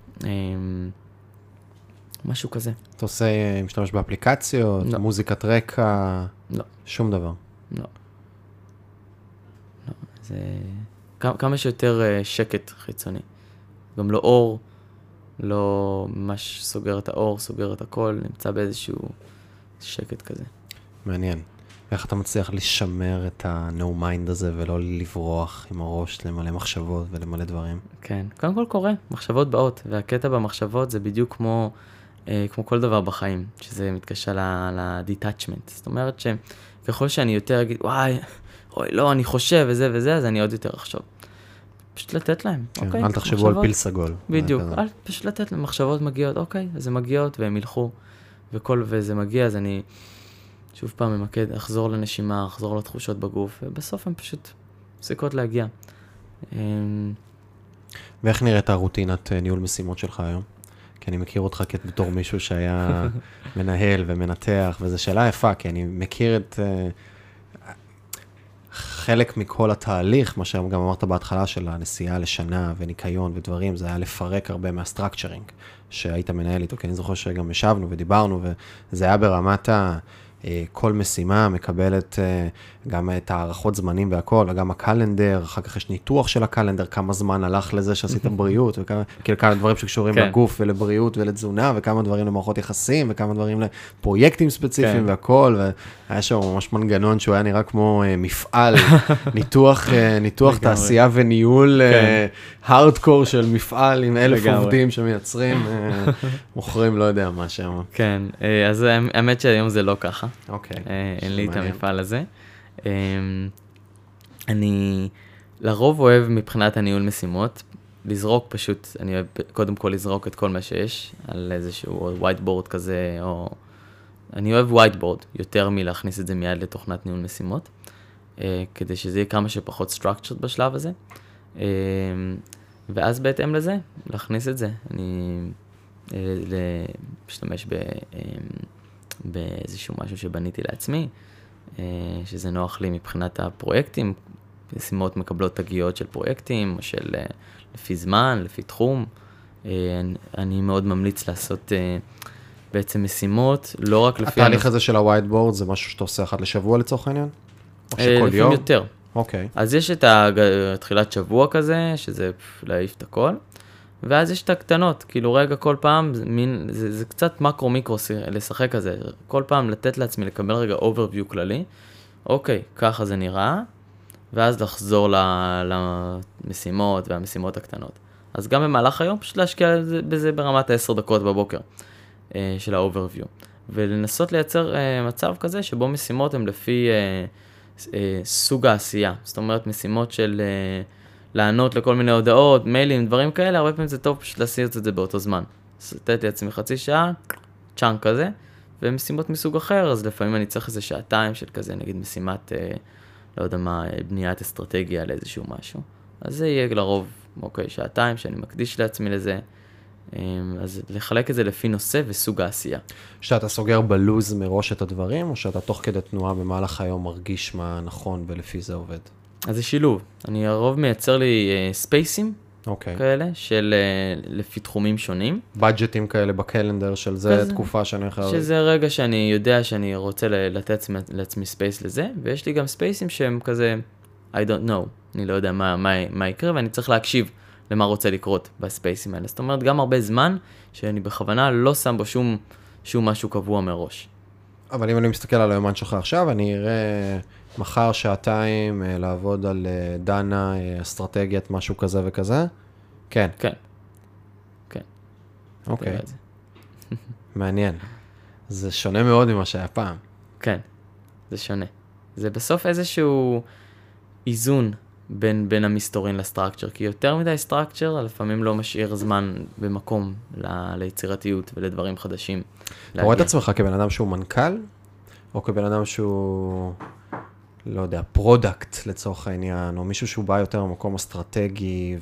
משהו כזה. אתה עושה, משתמש באפליקציות, לא. מוזיקת רקע? לא. שום דבר? לא. לא. זה כמה שיותר שקט חיצוני. גם לא אור, לא ממש סוגר את האור, סוגר את הכל, נמצא באיזשהו שקט כזה. מעניין. איך אתה מצליח לשמר את ה-no mind הזה ולא לברוח עם הראש, למלא מחשבות ולמלא דברים? כן, קודם כל קורה, מחשבות באות, והקטע במחשבות זה בדיוק כמו כל דבר בחיים, שזה מתקשר ל-detachment. זאת אומרת שככל שאני יותר אגיד, וואי, אוי, לא, אני חושב וזה וזה, אז אני עוד יותר אחשוב. פשוט לתת להם, כן, אוקיי? אל תחשבו על פיל סגול. בדיוק, פשוט לתת להם, מחשבות מגיעות, אוקיי, אז הן מגיעות והם ילכו, וזה מגיע, אז אני שוב פעם ממקד, אחזור לנשימה, אחזור לתחושות בגוף, ובסוף הן פשוט מפסיקות להגיע. ואיך נראית הרוטינת ניהול משימות שלך היום? כי אני מכיר אותך בתור מישהו שהיה מנהל ומנתח, וזו שאלה יפה, כי אני מכיר את חלק מכל התהליך, מה שגם אמרת בהתחלה של הנסיעה לשנה וניקיון ודברים, זה היה לפרק הרבה מהסטרקצ'רינג שהיית מנהל איתו, כי אני זוכר שגם ישבנו ודיברנו, וזה היה ברמת כל משימה מקבלת גם את הערכות זמנים והכל, וגם הקלנדר, אחר כך יש ניתוח של הקלנדר, כמה זמן הלך לזה שעשית בריאות, וכאילו כמה דברים שקשורים לגוף ולבריאות ולתזונה, וכמה דברים למערכות יחסים, וכמה דברים לפרויקטים ספציפיים והכל, והיה שם ממש מנגנון שהוא היה נראה כמו מפעל, ניתוח תעשייה וניהול הארדקור של מפעל עם 1,000 עובדים שמייצרים, מוכרים, לא יודע מה שם. כן, אז האמת שהיום זה לא ככה. אוקיי. אין לי את המפעל הזה. אני לרוב אוהב מבחינת הניהול משימות, לזרוק פשוט, אני אוהב קודם כל לזרוק את כל מה שיש, על איזשהו whiteboard כזה, או... אני אוהב whiteboard יותר מלהכניס את זה מיד לתוכנת ניהול משימות, כדי שזה יהיה כמה שפחות structured בשלב הזה, ואז בהתאם לזה, להכניס את זה. אני להשתמש באיזשהו משהו שבניתי לעצמי, שזה נוח לי מבחינת הפרויקטים, משימות מקבלות תגיות של פרויקטים, או של לפי זמן, לפי תחום. אני מאוד ממליץ לעשות בעצם משימות, לא רק לפי... התהליך הזה של ה-whiteboard זה משהו שאתה עושה אחת לשבוע לצורך העניין? או שכל יום? לפעמים יותר. אוקיי. אז יש את תחילת שבוע כזה, שזה להעיף את הכל, ואז יש את הקטנות, כאילו רגע כל פעם, זה קצת מקרו-מיקרו לשחק כזה, כל פעם לתת לעצמי לקבל רגע overview כללי, אוקיי, ככה זה נראה, ואז לחזור למשימות והמשימות הקטנות. אז גם במהלך היום פשוט להשקיע בזה ברמת 10 דקות בבוקר של ה-overview, ולנסות לייצר מצב כזה שבו משימות הן לפי סוג העשייה, זאת אומרת משימות של לענות לכל מיני הודעות, מיילים, דברים כאלה, הרבה פעמים זה טוב פשוט להסיע את זה באותו זמן. לתת לעצמי חצי שעה, צ'אנק כזה, ומשימות מסוג אחר, אז לפעמים אני צריך איזה שעתיים של כזה, נגיד משימת, לא יודע מה, בניית אסטרטגיה לאיזשהו משהו. אז זה יהיה לרוב, אוקיי, שעתיים שאני מקדיש לעצמי לזה, אז לחלק את זה לפי נושא וסוג העשייה. שאתה סוגר בלוז מראש את הדברים, או שאתה תוך כדי תנועה במהלך היום מרגיש מה נכון ולפי זה עובד? אז זה שילוב. אני הרוב מייצר לי ספייסים, אוקיי. כאלה, של לפי תחומים שונים. בדג'טים כאלה בקלנדר של זה, תקופה שאני יכול... שזה רגע שאני יודע שאני רוצה לתת לעצמי ספייס לזה, ויש לי גם ספייסים שהם כזה, I don't know, אני לא יודע מה יקרה, ואני צריך להקשיב למה רוצה לקרות בספייסים האלה. זאת אומרת, גם הרבה זמן שאני בכוונה לא שם בו שום משהו קבוע מראש. אבל אם אני מסתכל על היומן שלך עכשיו, אני אראה מחר שעתיים לעבוד על דנה, אסטרטגיית, משהו כזה וכזה? כן. כן. כן. אוקיי. מעניין. זה שונה מאוד ממה שהיה פעם. כן, זה שונה. זה בסוף איזשהו איזון בין המסתורין לסטרקצ'ר, כי יותר מדי סטרקצ'ר לפעמים לא משאיר זמן במקום ליצירתיות ולדברים חדשים. אתה רואה את עצמך כבן אדם שהוא מנכ"ל, או כבן אדם שהוא, לא יודע, פרודקט לצורך העניין, או מישהו שהוא בא יותר במקום אסטרטגי,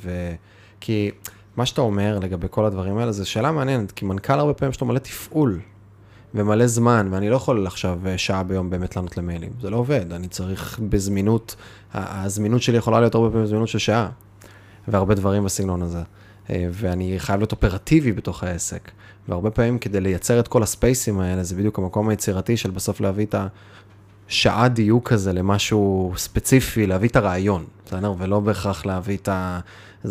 כי מה שאתה אומר לגבי כל הדברים האלה, זו שאלה מעניינת, כי מנכ"ל הרבה פעמים שאתה מלא תפעול, ומלא זמן, ואני לא יכול עכשיו שעה ביום באמת לענות למיילים. זה לא עובד, אני צריך בזמינות, הזמינות שלי יכולה להיות הרבה פעמים זמינות של שעה, והרבה דברים בסגנון הזה. ואני חייב להיות אופרטיבי בתוך העסק. והרבה פעמים כדי לייצר את כל הספייסים האלה, זה בדיוק המקום היצירתי של בסוף להביא את השעה דיוק הזה למשהו ספציפי, להביא את הרעיון, בסדר? ולא בהכרח להביא את ה...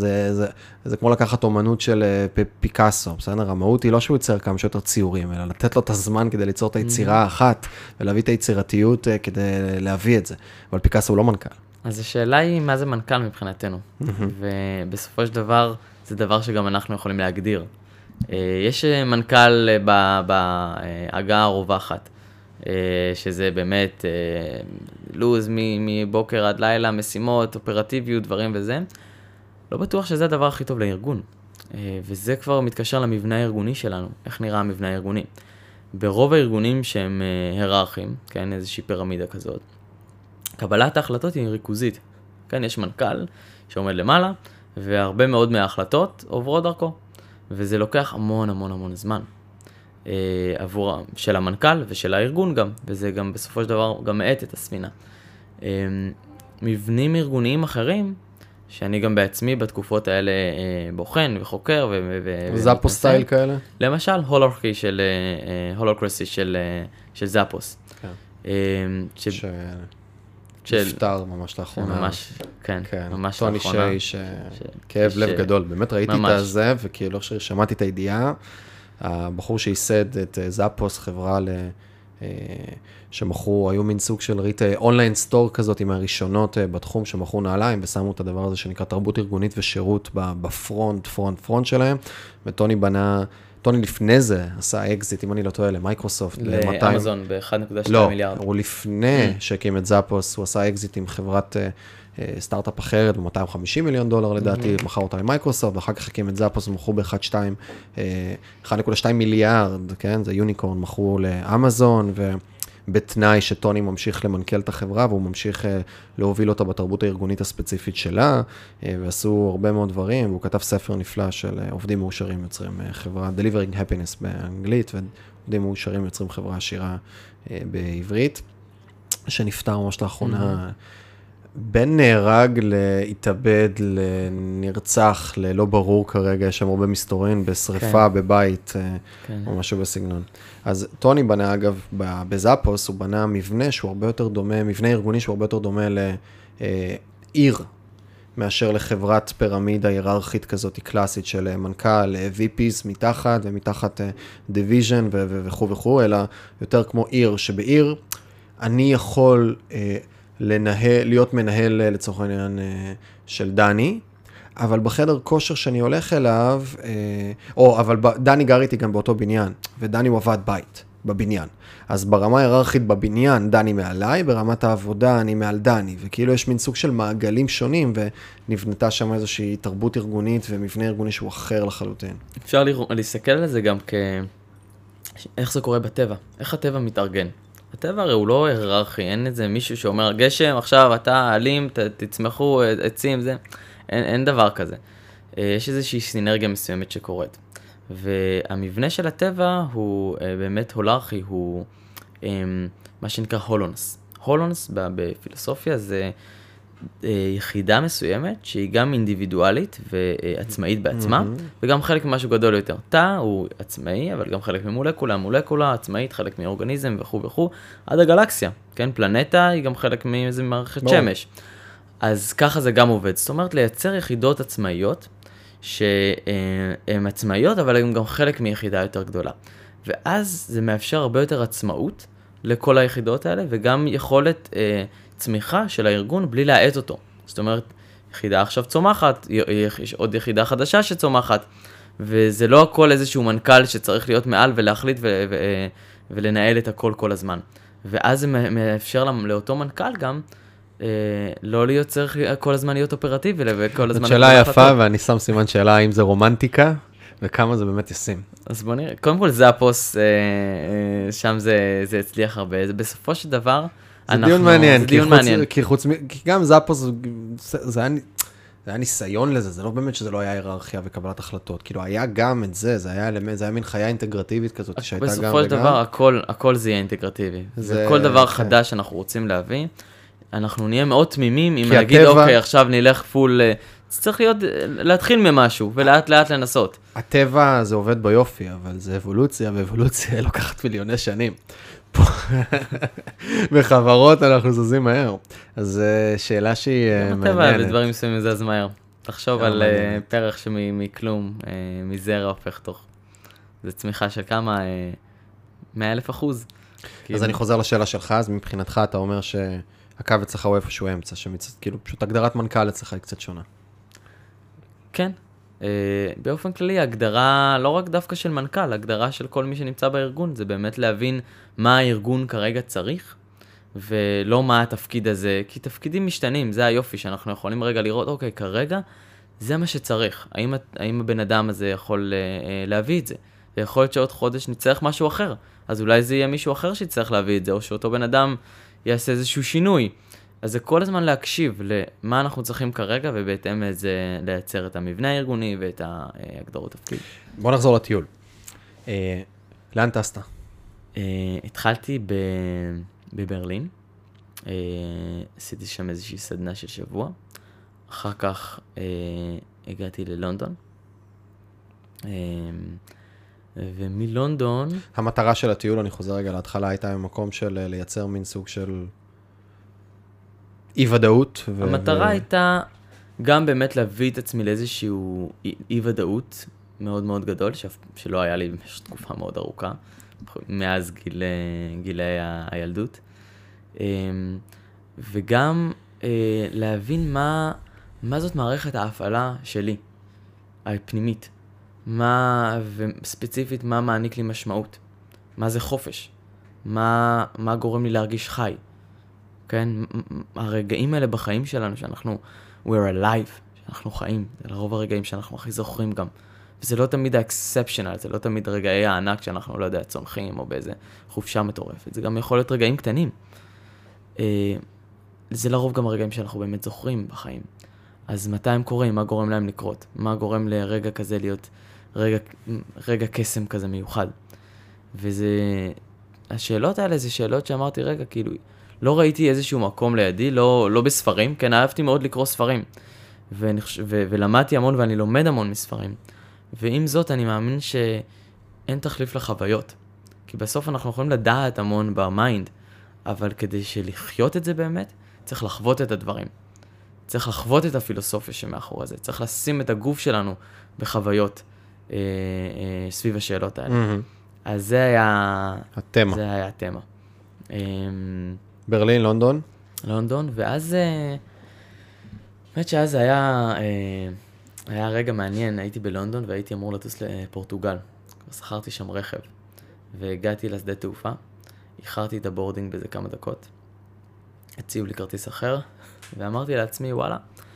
זה כמו לקחת אומנות של פיקאסו, בסדר? המהות היא לא שהוא ייצר כמה שיותר ציורים, אלא לתת לו את הזמן כדי ליצור את היצירה האחת, ולהביא את היצירתיות כדי להביא את זה. אבל פיקאסו הוא לא מנכ"ל. אז השאלה היא מה זה מנכ"ל מבחינתנו, ובסופו של דבר זה דבר שגם אנחנו יכולים להגדיר. יש מנכ"ל בהגה הרווחת, שזה באמת לוז מבוקר עד לילה, משימות, אופרטיביות, דברים וזה. לא בטוח שזה הדבר הכי טוב לארגון, וזה כבר מתקשר למבנה הארגוני שלנו, איך נראה המבנה הארגוני. ברוב הארגונים שהם היררכיים, כן, איזושהי פירמידה כזאת, קבלת ההחלטות היא ריכוזית. כן, יש מנכ"ל שעומד למעלה, והרבה מאוד מההחלטות עוברות דרכו, וזה לוקח המון המון המון זמן. עבור של המנכ"ל ושל הארגון גם, וזה גם בסופו של דבר גם מעט את הספינה. מבנים ארגוניים אחרים, שאני גם בעצמי בתקופות האלה בוחן וחוקר זאפוס סטייל כאלה? למשל, הולוקרסי של זאפוס. שנפטר ממש לאחרונה. ממש, כן, ממש לאחרונה. טוני שיי, כאב לב גדול. באמת ראיתי את זה, וכאילו שמעתי את הידיעה, הבחור שייסד את זאפוס, חברה שמכרו, היו מין סוג של אונליין סטור כזאת עם הראשונות בתחום שמכרו נעליים, ושמו את הדבר הזה שנקרא תרבות ארגונית ושירות בפרונט שלהם, וטוני בנה טוני לפני זה עשה אקזיט, אם אני לא טועה, למייקרוסופט, לאמזון ב-1.2 מיליארד. לא, הוא לפני שהקים את זאפוס, הוא עשה אקזיט עם חברת סטארט-אפ אחרת, ב-$250 מיליון לדעתי, מכר אותה למייקרוסופט, ואחר כך הקים את זאפוס, ומכרו ב-1.2 מיליארד, כן? זה יוניקורן, מכרו לאמזון, בתנאי שטוני ממשיך למנכ"ל את החברה, והוא ממשיך להוביל אותה בתרבות הארגונית הספציפית שלה, ועשו הרבה מאוד דברים, והוא כתב ספר נפלא של עובדים מאושרים יוצרים חברה, Delivering Happiness באנגלית, ועובדים מאושרים יוצרים חברה עשירה בעברית, שנפטר ממש לאחרונה, בין נהרג להתאבד, לנרצח, ללא ברור כרגע, יש שם הרבה מסתורין, בשריפה, בבית, או משהו בסגנון. אז טוני בנה, אגב, בזאפוס, הוא בנה מבנה שהוא הרבה יותר דומה, מבנה ארגוני שהוא הרבה יותר דומה לעיר, מאשר לחברת פירמידה היררכית כזאת קלאסית של מנכ"ל, VPs מתחת, ומתחת דיוויז'ן וכו', אלא יותר כמו עיר, שבעיר אני יכול להיות מנהל לצורך העניין של דני, אבל בחדר כושר שאני הולך אליו, אבל דני גר איתי גם באותו בניין, ודני הוא עבד בית בבניין. אז ברמה ההיררכית בבניין, דני מעליי, ברמת העבודה אני מעל דני, וכאילו יש מין סוג של מעגלים שונים, ונבנתה שם איזושהי תרבות ארגונית ומבנה ארגוני שהוא אחר לחלוטין. אפשר להסתכל על זה גם איך זה קורה בטבע, איך הטבע מתארגן. הטבע הרי הוא לא היררכי, אין איזה מישהו שאומר, גשם, עכשיו אתה אלים, תצמחו עצים, זה, אין דבר כזה. יש איזושהי סינרגיה מסוימת שקורית. והמבנה של הטבע הוא באמת הולרכי, הוא מה שנקרא הולונס. הולונס בפילוסופיה זה יחידה מסוימת שהיא גם אינדיבידואלית ועצמאית בעצמה, וגם חלק ממשהו גדול יותר. תא הוא עצמאי, אבל גם חלק ממולקולה, מולקולה עצמאית, חלק מאורגניזם וכו' וכו', עד הגלקסיה, כן? פלנטה היא גם חלק מאיזה מערכת שמש. אז ככה זה גם עובד. זאת אומרת, לייצר יחידות עצמאיות, שהן עצמאיות, אבל הן גם חלק מיחידה יותר גדולה. ואז זה מאפשר הרבה יותר עצמאות לכל היחידות האלה, וגם יכולת צמיחה של הארגון בלי להעט אותו. זאת אומרת, יחידה עכשיו צומחת, יש עוד יחידה חדשה שצומחת, וזה לא הכל איזשהו מנכ"ל שצריך להיות מעל ולהחליט ולנהל את הכל כל הזמן. ואז זה מאפשר לאותו מנכ"ל גם לא להיות צריך כל הזמן להיות אופרטיבי, וכל הזמן... זאת שאלה יפה, ואני שם סימן שאלה האם זה רומנטיקה, וכמה זה באמת ישים. אז בוא נראה, קודם כל זאפוס, שם זה הצליח הרבה, זה בסופו של דבר... זה דיון מעניין, כי גם זאפוס, זה היה ניסיון לזה, זה לא באמת שזה לא היה היררכיה וקבלת החלטות, כאילו היה גם את זה, זה היה מין חיה אינטגרטיבית כזאת, שהייתה גם וגם. בסופו של דבר, הכל זה יהיה אינטגרטיבי, וכל דבר חדש שאנחנו רוצים להביא, אנחנו נהיה מאוד תמימים, אם נגיד, אוקיי, עכשיו נלך פול, צריך להתחיל ממשהו, ולאט לאט לנסות. הטבע זה עובד ביופי, אבל זה אבולוציה, ואבולוציה לוקחת מיליוני שנים. בחברות אנחנו זזים מהר. אז שאלה שהיא מעניינת. הטבע בדברים מסוימים זז מהר. תחשוב על פרח שמכלום, מזרע הופך תוך. זה צמיחה של כמה? 100,000%. אז אני חוזר לשאלה שלך, אז מבחינתך אתה אומר שהקו אצלך הוא איפשהו אמצע, כאילו פשוט הגדרת מנכ"ל אצלך היא קצת שונה. כן. באופן כללי, הגדרה לא רק דווקא של מנכ"ל, הגדרה של כל מי שנמצא בארגון, זה באמת להבין מה הארגון כרגע צריך, ולא מה התפקיד הזה, כי תפקידים משתנים, זה היופי שאנחנו יכולים רגע לראות, אוקיי, כרגע זה מה שצריך, האם הבן אדם הזה יכול להביא את זה, ויכול להיות שעוד חודש נצטרך משהו אחר, אז אולי זה יהיה מישהו אחר שיצטרך להביא את זה, או שאותו בן אדם יעשה איזשהו שינוי, אז זה כל הזמן להקשיב למה אנחנו צריכים כרגע, ובהתאם לזה לייצר את המבנה הארגוני ואת ההגדרות תפקיד. בוא נחזור לטיול. לאן טסת? התחלתי בברלין, עשיתי שם איזושהי סדנה של שבוע, אחר כך הגעתי ללונדון, ומלונדון... המטרה של הטיול, אני חוזר רגע להתחלה, הייתה במקום של לייצר מין סוג של... אי-ודאות. המטרה הייתה גם באמת להביא את עצמי לאיזשהו אי-ודאות מאוד מאוד גדול, שלא היה לי במשך תקופה מאוד ארוכה, מאז גילי הילדות. וגם להבין מה זאת מערכת ההפעלה שלי, הפנימית. וספציפית מה מעניק לי משמעות, מה זה חופש, מה גורם לי להרגיש חי, כן? הרגעים האלה בחיים שלנו, שאנחנו, we're alive, שאנחנו חיים, זה לרוב הרגעים שאנחנו הכי זוכרים גם. וזה לא תמיד האקספשיונל, זה לא תמיד רגעי הענק שאנחנו, לא יודע, צונחים או באיזה חופשה מטורפת. זה גם יכול להיות רגעים קטנים. זה לרוב גם הרגעים שאנחנו באמת זוכרים בחיים. אז מתי הם קורים? מה גורם להם לקרות? מה גורם לרגע כזה להיות רגע קסם כזה מיוחד? וזה... השאלות האלה זה שאלות שאמרתי, רגע, כאילו, לא ראיתי איזשהו מקום לידי, לא בספרים, כן, אהבתי מאוד לקרוא ספרים. ולמדתי המון ואני לומד המון מספרים. ועם זאת אני מאמין שאין תחליף לחוויות. כי בסוף אנחנו יכולים לדעת המון במיינד, אבל כדי שלחיות את זה באמת, צריך לחוות את הדברים. צריך לחוות את הפילוסופיה שמאחורי זה. צריך לשים את הגוף שלנו בחוויות סביב השאלות האלה. אז זה היה... התמה. זה היה התמה. ברלין, לונדון? לונדון, ואז... באמת שאז היה רגע מעניין, הייתי בלונדון והייתי אמור לטוס לפורטוגל. שכרתי שם רכב, והגעתי לשדה תעופה, איחרתי את הבורדינג בזה כמה דקות, הציעו לי כרטיס אחר, ואמרתי לעצמי, וואלה,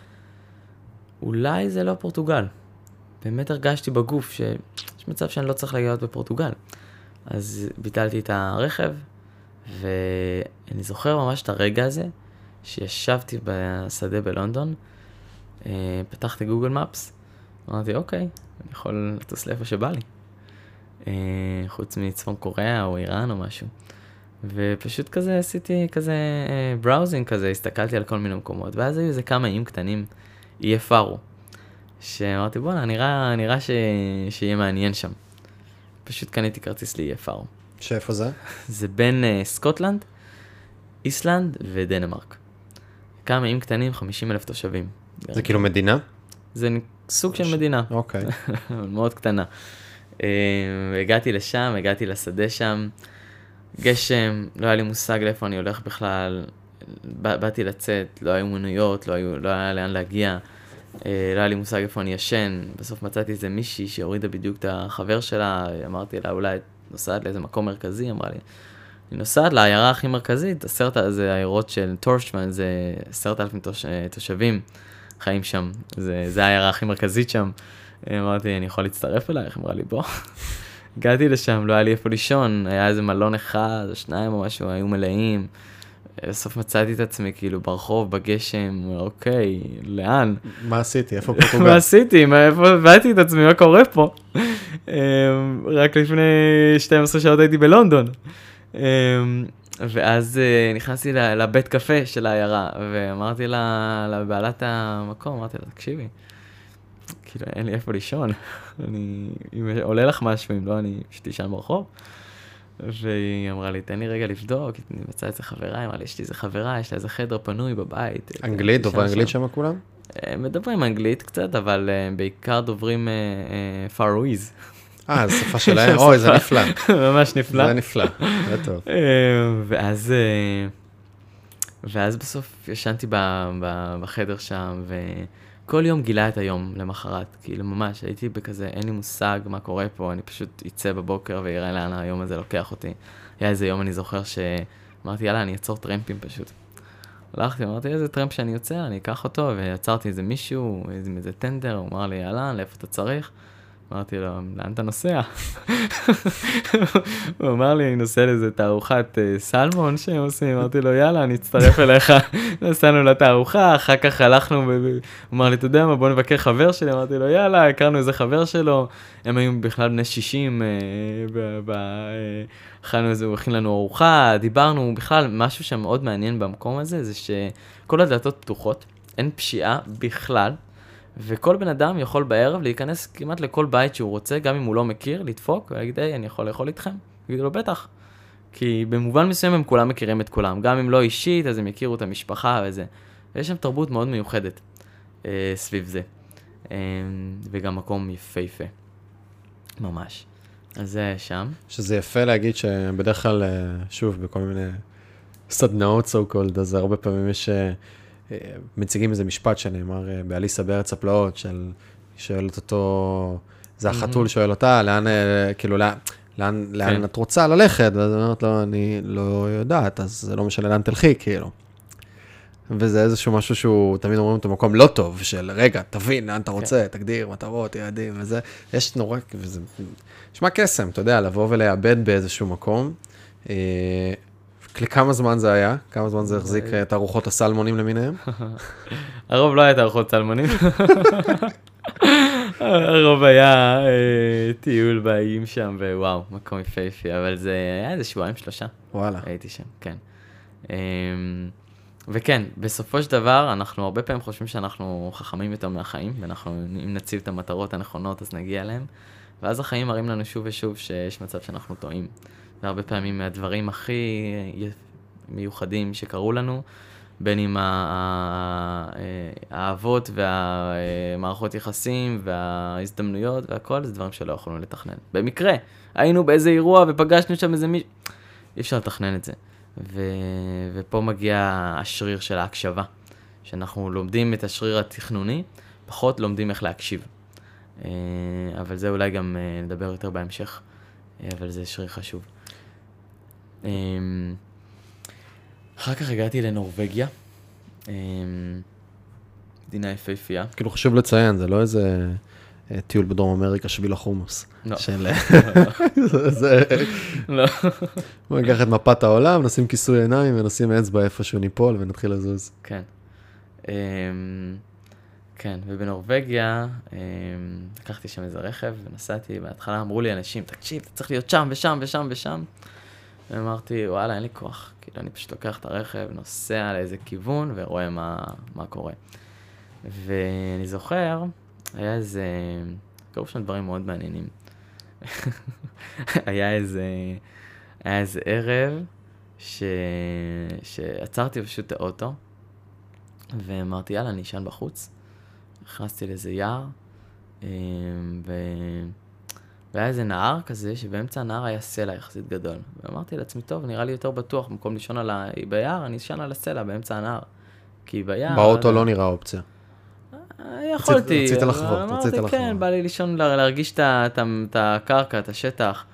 אולי זה לא פורטוגל. באמת הרגשתי בגוף שיש מצב שאני לא צריך להגיע בפורטוגל. אז ביטלתי את הרכב, ואני זוכר ממש את הרגע הזה, שישבתי בשדה בלונדון, פתחתי גוגל מפס, אמרתי, אוקיי, אני יכול לטוס לאיפה שבא לי. חוץ מצפון קוריאה או איראן או משהו. ופשוט כזה עשיתי כזה בראוזינג כזה, הסתכלתי על כל מיני מקומות, ואז היו איזה כמה איים קטנים, איי פארו, שאמרתי, בוא'נה, נראה שיהיה מעניין שם. פשוט קניתי כרטיס לאיי פארו. שאיפה זה? זה בין סקוטלנד, איסלנד ודנמרק. כמה איים קטנים, 50,000 תושבים. זה כאילו מדינה? זה סוג של מדינה. אוקיי. מאוד קטנה. הגעתי לשם, הגעתי לשדה שם, גשם, לא היה לי מושג לאיפה אני הולך בכלל, באתי לצאת, לא היו מנויות, לא היה לאן להגיע, לא היה לי מושג איפה אני ישן, בסוף מצאתי איזה מישהי שהורידה בדיוק את החבר שלה, אמרתי לה, אולי נוסעת לאיזה מקום מרכזי, אמרה לי, אני נוסעת לעיירה הכי מרכזית, זה העיירות של טורשמן, זה 10,000 תושבים חיים שם, זה העיירה הכי מרכזית שם. אמרתי, אני יכול להצטרף אלייך? אמרה לי, בוא. הגעתי לשם, לא היה לי איפה לישון, היה איזה מלון אחד או שניים או משהו, היו מלאים. בסוף מצאתי את עצמי, כאילו, ברחוב, בגשם, אוקיי, לאן? מה עשיתי? איפה פורטוגל? מה עשיתי? איפה באתי את עצמי? מה קורה פה? רק לפני 12 שעות הייתי בלונדון. ואז נכנסתי לבית קפה של העיירה, ואמרתי לבעלת המקום, אמרתי לה, תקשיבי, כאילו, אין לי איפה לישון, אם עולה לך משהו, אם לא, אני פשוט לישן ברחוב. והיא אמרה לי, תן לי רגע לבדוק, אני מצא איזה חברה, היא אמרה לי, יש לי איזה חברה, יש לה איזה חדר פנוי בבית. אנגלית? דובר אנגלית שם כולם? מדברים אנגלית קצת, אבל בעיקר דוברים פארוויז. זו שפה שלהם? אוי, זה נפלא. ממש נפלא. זה נפלא, זה טוב. ואז בסוף ישנתי בחדר שם, וכל יום גילה את היום למחרת, כאילו ממש, הייתי בכזה, אין לי מושג מה קורה פה, אני פשוט יצא בבוקר ויראה לאן היום הזה לוקח אותי. היה איזה יום, אני זוכר שאמרתי, יאללה, אני אעצור טרמפים פשוט. הלכתי, אמרתי, איזה טרמפ שאני יוצא, אני אקח אותו, ויצרתי איזה מישהו, איזה טנדר, הוא אמר לי, יאללה, לאיפה אתה צריך? אמרתי לו, לאן אתה נוסע? הוא אמר לי, אני נוסע לאיזה תערוכת סלמון שהם עושים, אמרתי לו, יאללה, אני אצטרף אליך. נסענו לתערוכה, אחר כך הלכנו, הוא אמר לי, אתה יודע מה, בוא נבקר חבר שלי, אמרתי לו, יאללה, הכרנו איזה חבר שלו, הם היו בכלל בני 60, אכלנו איזה, הוא הכין לנו ארוחה, דיברנו, בכלל, משהו שמאוד מעניין במקום הזה, זה שכל הדלתות פתוחות, אין פשיעה בכלל, וכל בן אדם יכול בערב להיכנס כמעט לכל בית שהוא רוצה, גם אם הוא לא מכיר, לדפוק ולהגיד, היי, אני יכול לאכול איתכם? יגידו לו, בטח. כי במובן מסוים הם כולם מכירים את כולם. גם אם לא אישית, אז הם יכירו את המשפחה וזה. ויש שם תרבות מאוד מיוחדת סביב זה. וגם מקום יפהפה. ממש. אז זה שם. שזה יפה להגיד שבדרך כלל, שוב, בכל מיני סדנאות so called, אז הרבה פעמים יש... מציגים איזה משפט שנאמר באליסה בארץ הפלאות, שואלת אותו זה החתול שואל אותה, לאן, כאילו, לאן את רוצה ללכת, ואז היא אומרת לו, אני לא יודעת, אז זה לא משנה לאן תלכי, כאילו. וזה איזשהו משהו שהוא, תמיד אומרים אותו מקום לא טוב, של רגע, תבין לאן אתה רוצה, תגדיר מטרות, יעדים, וזה, יש נורא, וזה, נשמע קסם, אתה יודע, לבוא ולאבד באיזשהו מקום. לכמה זמן זה היה? כמה זמן זה החזיק את ארוחות הסלמונים למיניהם? הרוב לא היה את ארוחות סלמונים. הרוב היה טיול באיים שם, ווואו, מקום יפהפי, אבל זה היה איזה 2-3. וואלה. הייתי שם, כן. וכן, בסופו של דבר, אנחנו הרבה פעמים חושבים שאנחנו חכמים יותר מהחיים, ואנחנו, אם נציב את המטרות הנכונות, אז נגיע אליהם, ואז החיים מראים לנו שוב ושוב שיש מצב שאנחנו טועים. והרבה פעמים מהדברים הכי מיוחדים שקרו לנו, בין עם האהבות והמערכות יחסים וההזדמנויות והכל, זה דברים שלא יכולנו לתכנן. במקרה, היינו באיזה אירוע ופגשנו שם איזה מישהו, אי אפשר לתכנן את זה. ופה מגיע השריר של ההקשבה, שאנחנו לומדים את השריר התכנוני, פחות לומדים איך להקשיב. אבל זה אולי גם נדבר יותר בהמשך, אבל זה שריר חשוב. אחר כך הגעתי לנורווגיה, מדינה יפהפייה. כאילו חשוב לציין, זה לא איזה טיול בדרום אמריקה שביל החומוס. לא. לא. בוא ניקח את מפת העולם, נשים כיסוי עיניים ונשים אצבע איפשהו ניפול ונתחיל לזוז. כן. כן, ובנורווגיה לקחתי שם איזה רכב ונסעתי, בהתחלה אמרו לי אנשים, תקשיב, אתה צריך להיות שם ושם ושם ושם. ואמרתי, וואלה, אין לי כוח. כאילו, אני פשוט לוקח את הרכב, נוסע לאיזה כיוון ורואה מה קורה. ואני זוכר, היה קרו שם דברים מאוד מעניינים. היה איזה ערב שעצרתי פשוט את האוטו, ואמרתי, יאללה, אני אשן בחוץ. נכנסתי לאיזה יער, והיה איזה נהר כזה, שבאמצע הנהר היה סלע יחסית גדול. ואמרתי לעצמי, טוב, נראה לי יותר בטוח, במקום לישון ביער, אני אשן על הסלע באמצע הנהר. כי ביער... באוטו לא נראה אופציה. יכולתי. רצית לחוות, אמרתי, כן, בא לי לישון, להרגיש את הקרקע, את השטח.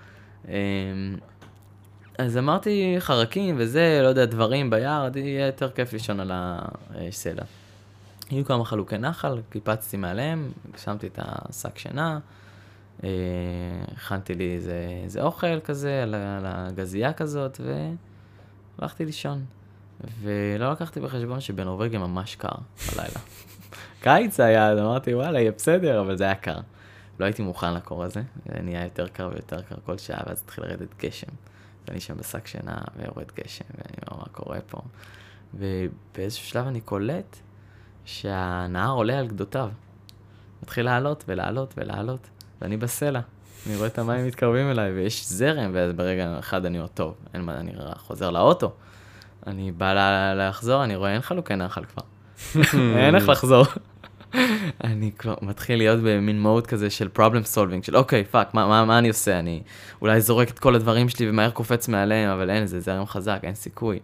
אז אמרתי, חרקים וזה, לא יודע, דברים ביער, יהיה יותר כיף לישון על הסלע. היו כמה חלוקי נחל, קיפצתי מעליהם, שמתי את השק שינה, הכנתי לי איזה אוכל כזה, על הגזייה כזאת, והלכתי לישון. ולא לקחתי בחשבון שבנורווגיה ממש קר בלילה. קיץ היה, אמרתי, וואלה, יהיה בסדר, אבל זה היה קר. לא הייתי מוכן לקור הזה, זה נהיה יותר קר ויותר קר כל שעה, ואז התחיל לרדת גשם. ואני שם בשק שינה, ויורד גשם, ואני אומר, מה קורה פה? ובאיזשהו שלב אני קולט שהנהר עולה על גדותיו. מתחיל לעלות ולעלות ולעלות, ואני בסלע. אני רואה את המים מתקרבים אליי, ויש זרם, ואז ברגע אחד אני אומר, טוב, אין מה, אני חוזר לאוטו. אני בא לחזור, אני רואה, אין חלוקי נחל כבר. אין איך לחזור. אני כבר מתחיל להיות במין מוד כזה של problem solving, של אוקיי, פאק, מה אני עושה? אני אולי זורק את כל הדברים שלי ומהר קופץ מעליהם, אבל אין, זה זרם חזק, אין סיכוי.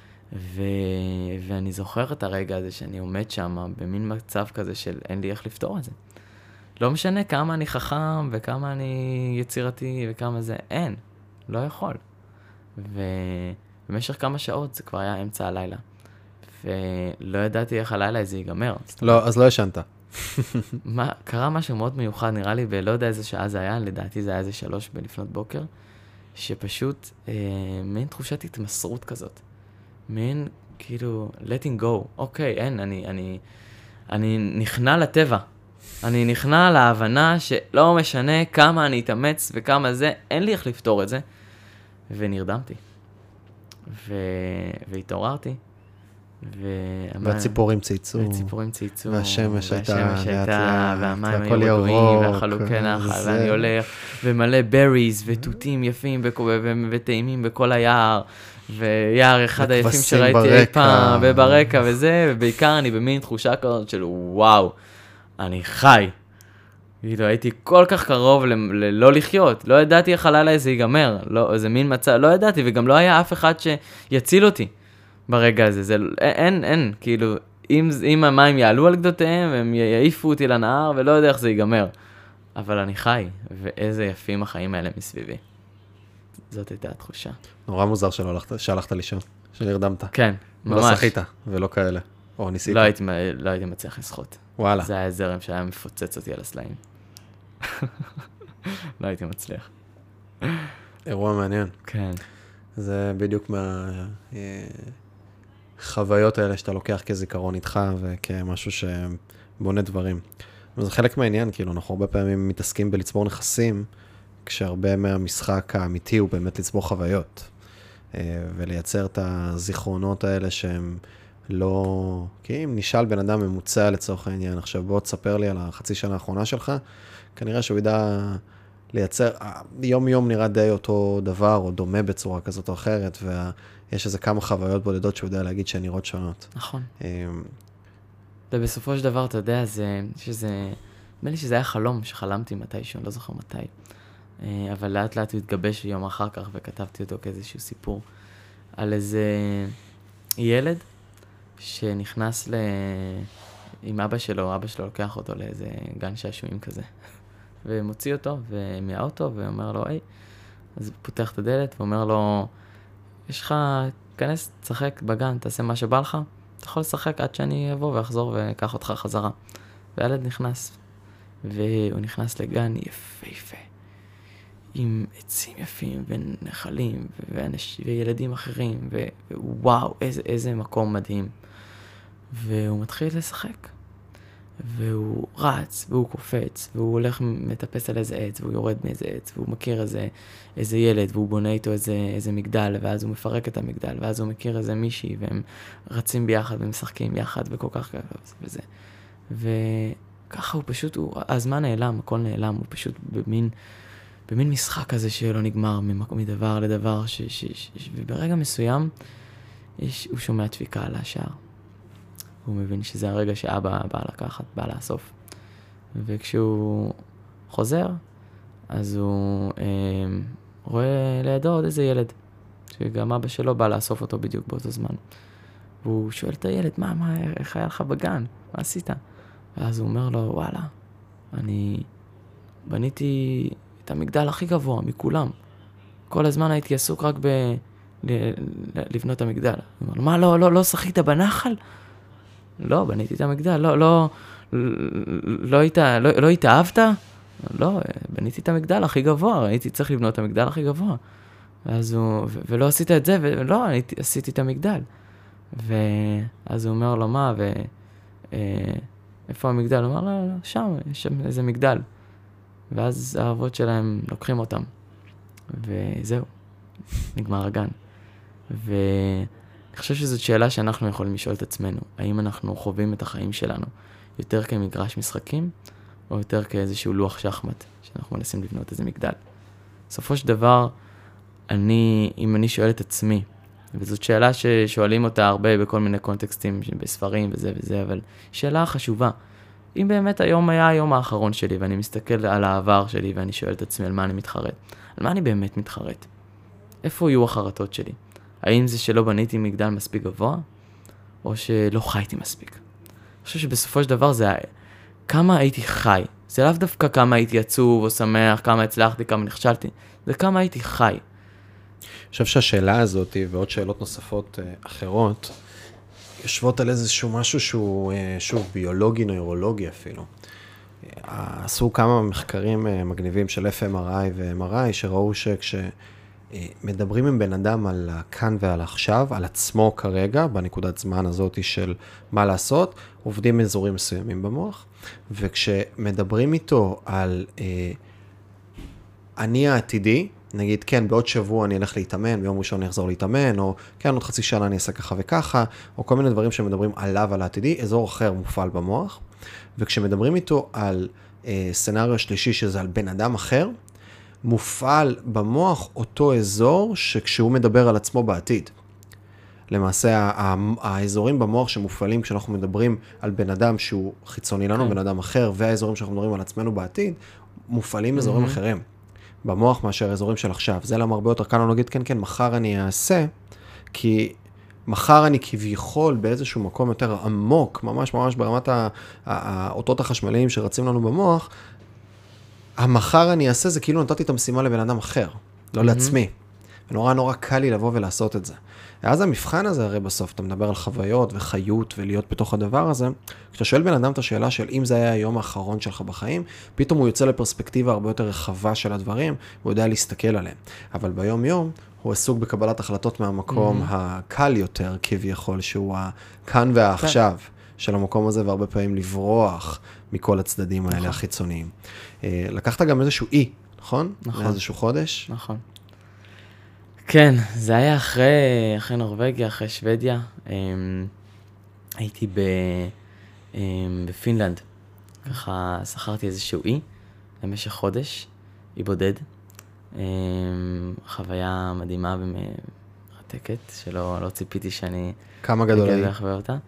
ואני זוכר את הרגע הזה שאני עומד שם במין מצב כזה של אין לי איך לפתור את זה. לא משנה כמה אני חכם וכמה אני יצירתי וכמה זה, אין, לא יכול. ובמשך כמה שעות זה כבר היה אמצע הלילה. ולא ידעתי איך הלילה הזה ייגמר. לא, אז לא ישנת. קרה משהו מאוד מיוחד, נראה לי, ולא יודע איזה שעה זה היה, לדעתי זה היה איזה 3 לפנות בוקר, שפשוט מעין תחושת התמסרות כזאת. מעין, כאילו, letting go. אוקיי, אין, אני נכנע לטבע. אני נכנע להבנה שלא משנה כמה אני אתאמץ וכמה זה, אין לי איך לפתור את זה. ונרדמתי. והתעוררתי. והציפורים צייצו. והשמש הייתה, והמים היו רגועים, והחלוקי נחל, ואני הולך, ומלא בריז, ותותים יפים, וטעימים בכל היער, ויער אחד היפים שראיתי אי פעם, וברקע וזה, ובעיקר אני במין תחושה כזאת של וואו, אני חי. הייתי כל כך קרוב לא לחיות, לא ידעתי איך הלילה הזה ייגמר, זה מין מצב, לא ידעתי, וגם לא היה אף אחד שיציל אותי. ברגע הזה, זה אין, כאילו, אם המים יעלו על גדותיהם, הם יעיפו אותי לנהר, ולא יודע איך זה ייגמר. אבל אני חי, ואיזה יפים החיים האלה מסביבי. זאת הייתה התחושה. נורא מוזר שהלכת לישון, שנרדמת. כן, ממש. לא שחית, ולא כאלה. או ניסית. לא הייתי מצליח לשחות. וואלה. זה היה זרם שהיה מפוצץ אותי על הסלעים. לא הייתי מצליח. אירוע מעניין. כן. זה בדיוק מהחוויות האלה שאתה לוקח כזיכרון איתך וכמשהו שבונה דברים. וזה חלק מהעניין, כאילו, אנחנו הרבה פעמים מתעסקים בלצבור נכסים, כשהרבה מהמשחק האמיתי הוא באמת לצבור חוויות, ולייצר את הזיכרונות האלה שהם לא... כי אם נשאל בן אדם ממוצע לצורך העניין, עכשיו בוא תספר לי על החצי שנה האחרונה שלך, כנראה שהוא ידע לייצר, יום נראה די אותו דבר, או דומה בצורה כזאת או אחרת, ויש איזה כמה חוויות בודדות שהוא יודע להגיד שהן נראות שונות. נכון. ובסופו של דבר, אתה יודע, נדמה לי שזה היה חלום שחלמתי מתישהו, אני לא זוכר מתי. אבל לאט לאט הוא התגבש יום אחר כך, וכתבתי אותו כאיזשהו סיפור על איזה ילד שנכנס עם אבא שלו לוקח אותו לאיזה גן שעשועים כזה. ומוציא אותו, ומיעה אותו, ואומר לו, היי, אז הוא פותח את הדלת, ואומר לו, יש לך, כנס, תשחק בגן, תעשה מה שבא לך, אתה יכול לשחק עד שאני אבוא ואחזור ואקח אותך חזרה. והילד נכנס, והוא נכנס לגן יפהפה, עם עצים יפים ונחלים וילדים אחרים, ווואו, איזה מקום מדהים. והוא מתחיל לשחק, והוא רץ, והוא קופץ, והוא הולך מטפס על איזה עץ, והוא יורד מאיזה עץ, והוא מכיר איזה ילד, והוא בונה איתו איזה מגדל, ואז הוא מפרק את המגדל, ואז הוא מכיר איזה מישהי, והם רצים ביחד ומשחקים יחד, וכל כך ככה וזה. וככה הוא פשוט, הזמן נעלם, הכל נעלם, הוא פשוט במין משחק הזה שלא נגמר מדבר לדבר, וברגע מסוים הוא שומע דפיקה על השער. הוא מבין שזה הרגע שאבא בא לקחת, בא לאסוף. וכשהוא חוזר, אז הוא רואה לידו עוד איזה ילד, שגם אבא שלו בא לאסוף אותו בדיוק באותו זמן. והוא שואל את הילד, איך היה לך בגן? מה עשית? ואז הוא אומר לו, וואלה, אני בניתי את המגדל הכי גבוה מכולם. כל הזמן הייתי עסוק רק לבנות את המגדל. הוא אומר, מה, לא שחית בנחל? לא, בניתי את המגדל, לא התאהבת? לא, בניתי את המגדל הכי גבוה, הייתי צריך לבנות את המגדל הכי גבוה. ולא עשית את זה, ולא, עשיתי את המגדל. ואז הוא אומר לו, מה, איפה המגדל? הוא אומר, לא, שם, יש שם איזה מגדל. ואז האבות שלהם לוקחים אותם. וזהו, נגמר הגן. אני חושב שזאת שאלה שאנחנו יכולים לשאול את עצמנו. האם אנחנו חווים את החיים שלנו יותר כמגרש משחקים, או יותר כאיזשהו לוח שחמט, שאנחנו מנסים לבנות איזה מגדל. בסופו של דבר, אם אני שואל את עצמי, וזאת שאלה ששואלים אותה הרבה בכל מיני קונטקסטים, בספרים וזה, אבל שאלה חשובה. אם באמת היום היה היום האחרון שלי, ואני מסתכל על העבר שלי, ואני שואל את עצמי על מה אני מתחרט, על מה אני באמת מתחרט? איפה יהיו החרטות שלי? האם זה שלא בניתי מגדל מספיק גבוה, או שלא חייתי מספיק? אני חושב שבסופו של דבר זה כמה הייתי חי. זה לאו דווקא כמה הייתי עצוב או שמח, כמה הצלחתי, כמה נכשלתי. זה כמה הייתי חי. אני חושב שהשאלה הזאת ועוד שאלות נוספות אחרות, יושבות על איזשהו משהו שהוא, שוב, ביולוגי, נוירולוגי אפילו. עשו כמה מחקרים מגניבים של FMRI ו-MRI, שראו מדברים עם בן אדם על כאן ועל עכשיו, על עצמו כרגע, בנקודת זמן הזאת של מה לעשות, עובדים אזורים מסוימים במוח, וכשמדברים איתו על אני העתידי, נגיד, כן, בעוד שבוע אני אלך להתאמן, ביום ראשון אני אחזור להתאמן, או כן, עוד חצי שנה אני אעשה ככה וככה, או כל מיני דברים שמדברים עליו, על העתידי, אזור אחר מופעל במוח, וכשמדברים איתו על סצנריו שלישי, שזה על בן אדם אחר, מופעל במוח אותו אזור שכשהוא מדבר על עצמו בעתיד. למעשה, האזורים במוח שמופעלים כשאנחנו מדברים על בן אדם שהוא חיצוני לנו, בן אדם אחר, והאזורים שאנחנו מדברים על עצמנו בעתיד, מופעלים אזורים אחרים במוח מאשר האזורים של עכשיו. זה למה הרבה יותר קל לנו להגיד, כן, מחר אני אעשה, כי מחר אני כביכול באיזשהו מקום יותר עמוק, ממש ברמת האותות החשמליים שרצים לנו במוח, המחר אני אעשה, זה כאילו נתתי את המשימה לבן אדם אחר, לא לעצמי. ונורא נורא קל לי לבוא ולעשות את זה. ואז המבחן הזה, הרי בסוף, אתה מדבר על חוויות וחיות ולהיות בתוך הדבר הזה, כשאתה שואל בן אדם את השאלה של אם זה היה היום האחרון שלך בחיים, פתאום הוא יוצא לפרספקטיבה הרבה יותר רחבה של הדברים, הוא יודע להסתכל עליהם. אבל ביום יום, הוא עסוק בקבלת החלטות מהמקום הקל יותר, כביכול, שהוא הכאן והעכשיו של המקום הזה, והרבה פעמים לברוח מכל הצדדים האלה החיצוניים. לקחת גם איזשהו אי, נכון? נכון. איזשהו חודש? נכון. כן, זה היה אחרי נורווגיה, אחרי שוודיה. הייתי בפינלנד. ככה שכרתי איזשהו אי למשך חודש, אי בודד. חוויה מדהימה ומרתקת, שלא ציפיתי שאני... כמה גדול אגיע לחווה אותה.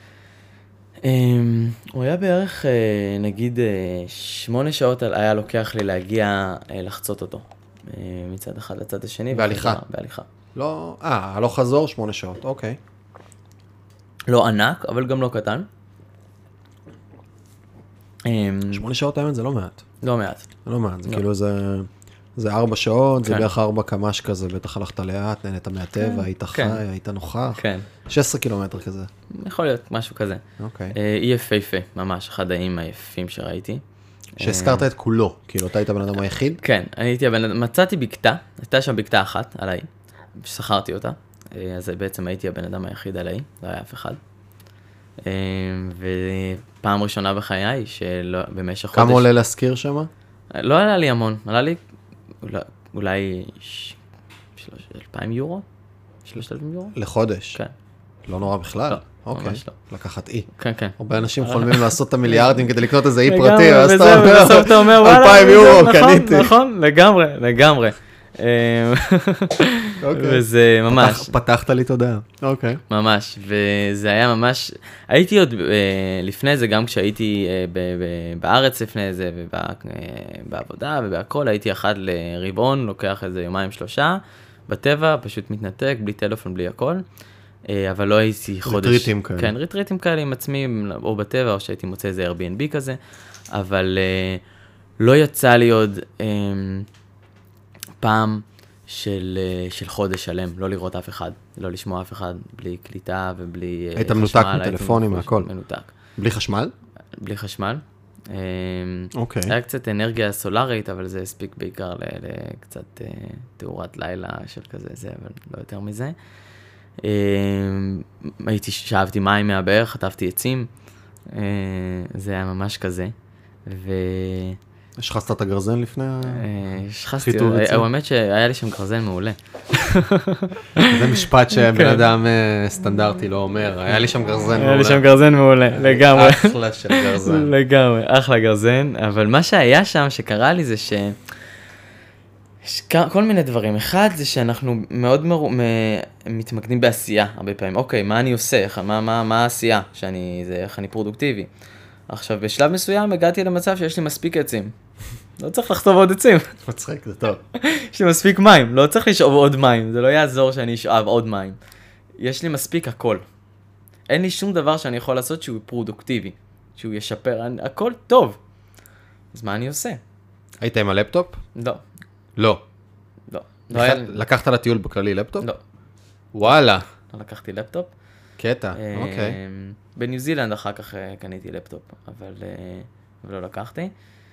הוא היה בערך, נגיד, 8 שעות היה לוקח לי להגיע לחצות אותו. מצד אחד לצד השני. בהליכה. בהליכה. לא, הלוך חזור 8 שעות, אוקיי. לא ענק, אבל גם לא קטן. 8 שעות האמת זה לא מעט. לא מעט. זה לא מעט, זה כאילו זה 4 שעות, זה כן. בערך 4 קמ"ש כזה, בטח הלכת לאט, נהנית מהטבע, היית חי, היית נוכח. כן. 16 קילומטר כזה. יכול להיות, משהו כזה. אוקיי. אי יפהפה, ממש, אחד האיים היפים שראיתי. שהזכרת את כולו, כאילו אתה היית בן אדם היחיד? כן, מצאתי בקתה, הייתה שם בקתה אחת על האי, שכרתי אותה, אז בעצם הייתי הבן אדם היחיד על האי, לא היה אף אחד. ופעם ראשונה בחיי, שבמשך חודש... כמה עולה להזכיר שם? לא עלה לי המון, עלה לי אולי 2,000 יורו? 3,000 יורו? לחודש? כן. לא נורא בכלל? לא, אוקיי. ממש לא. לקחת אי. כן, כן. הרבה אנשים חולמים לעשות את המיליארדים כדי לקנות איזה אי לגמרי, פרטי, ואז בסוף אתה אומר, וואלה, 2,000 יורו, נכון, קניתי. נכון, לגמרי. וזה ממש. פתחת לי תודעה. אוקיי. ממש, וזה היה ממש, הייתי עוד לפני זה, גם כשהייתי בארץ לפני זה, ובעבודה ובהכל, הייתי אחד לרבעון, לוקח איזה 2-3 בטבע, פשוט מתנתק, בלי טלפון, בלי הכל, אבל לא הייתי חודש. ריטריטים כאלה. כן, ריטריטים כאלה עם עצמי, או בטבע, או שהייתי מוצא איזה Airbnb כזה, אבל לא יצא לי עוד פעם של חודש שלם, לא לראות אף אחד, לא לשמוע אף אחד, בלי קליטה ובלי חשמל. היית מנותק מטלפונים והכל. מנותק. בלי חשמל? בלי חשמל. אוקיי. היה קצת אנרגיה סולארית, אבל זה הספיק בעיקר לקצת תאורת לילה של כזה, זה, אבל לא יותר מזה. שאבתי מים מהבאר, חטפתי עצים, זה היה ממש כזה. שחסת את הגרזן לפני שחסתי, האמת שהיה לי שם גרזן מעולה. זה משפט שבן אדם סטנדרטי לא אומר, היה לי שם גרזן מעולה. היה לי שם גרזן מעולה, לגמרי. אחלה של גרזן. לגמרי, אחלה גרזן, אבל מה שהיה שם שקרה לי זה כל מיני דברים. אחד זה שאנחנו מאוד מתמקדים בעשייה הרבה פעמים. אוקיי, מה אני עושה? מה העשייה? איך אני פרודוקטיבי? עכשיו, בשלב מסוים הגעתי למצב שיש לי מספיק עצים. לא צריך לחטוב עוד עצים. מצחיק, זה טוב. יש לי מספיק מים, לא צריך לשאוב עוד מים. זה לא יעזור שאני אשאב עוד מים. יש לי מספיק הכל. אין לי שום דבר שאני יכול לעשות שהוא פרודוקטיבי, שהוא ישפר, הכל טוב. אז מה אני עושה? היית עם הלפטופ? לא. לא. לא. לקחת לטיול בכללי לפטופ? לא. וואלה. לא לקחתי לפטופ. קטע, אוקיי. בניו זילנד אחר כך קניתי לפטופ, אבל לא לקחתי.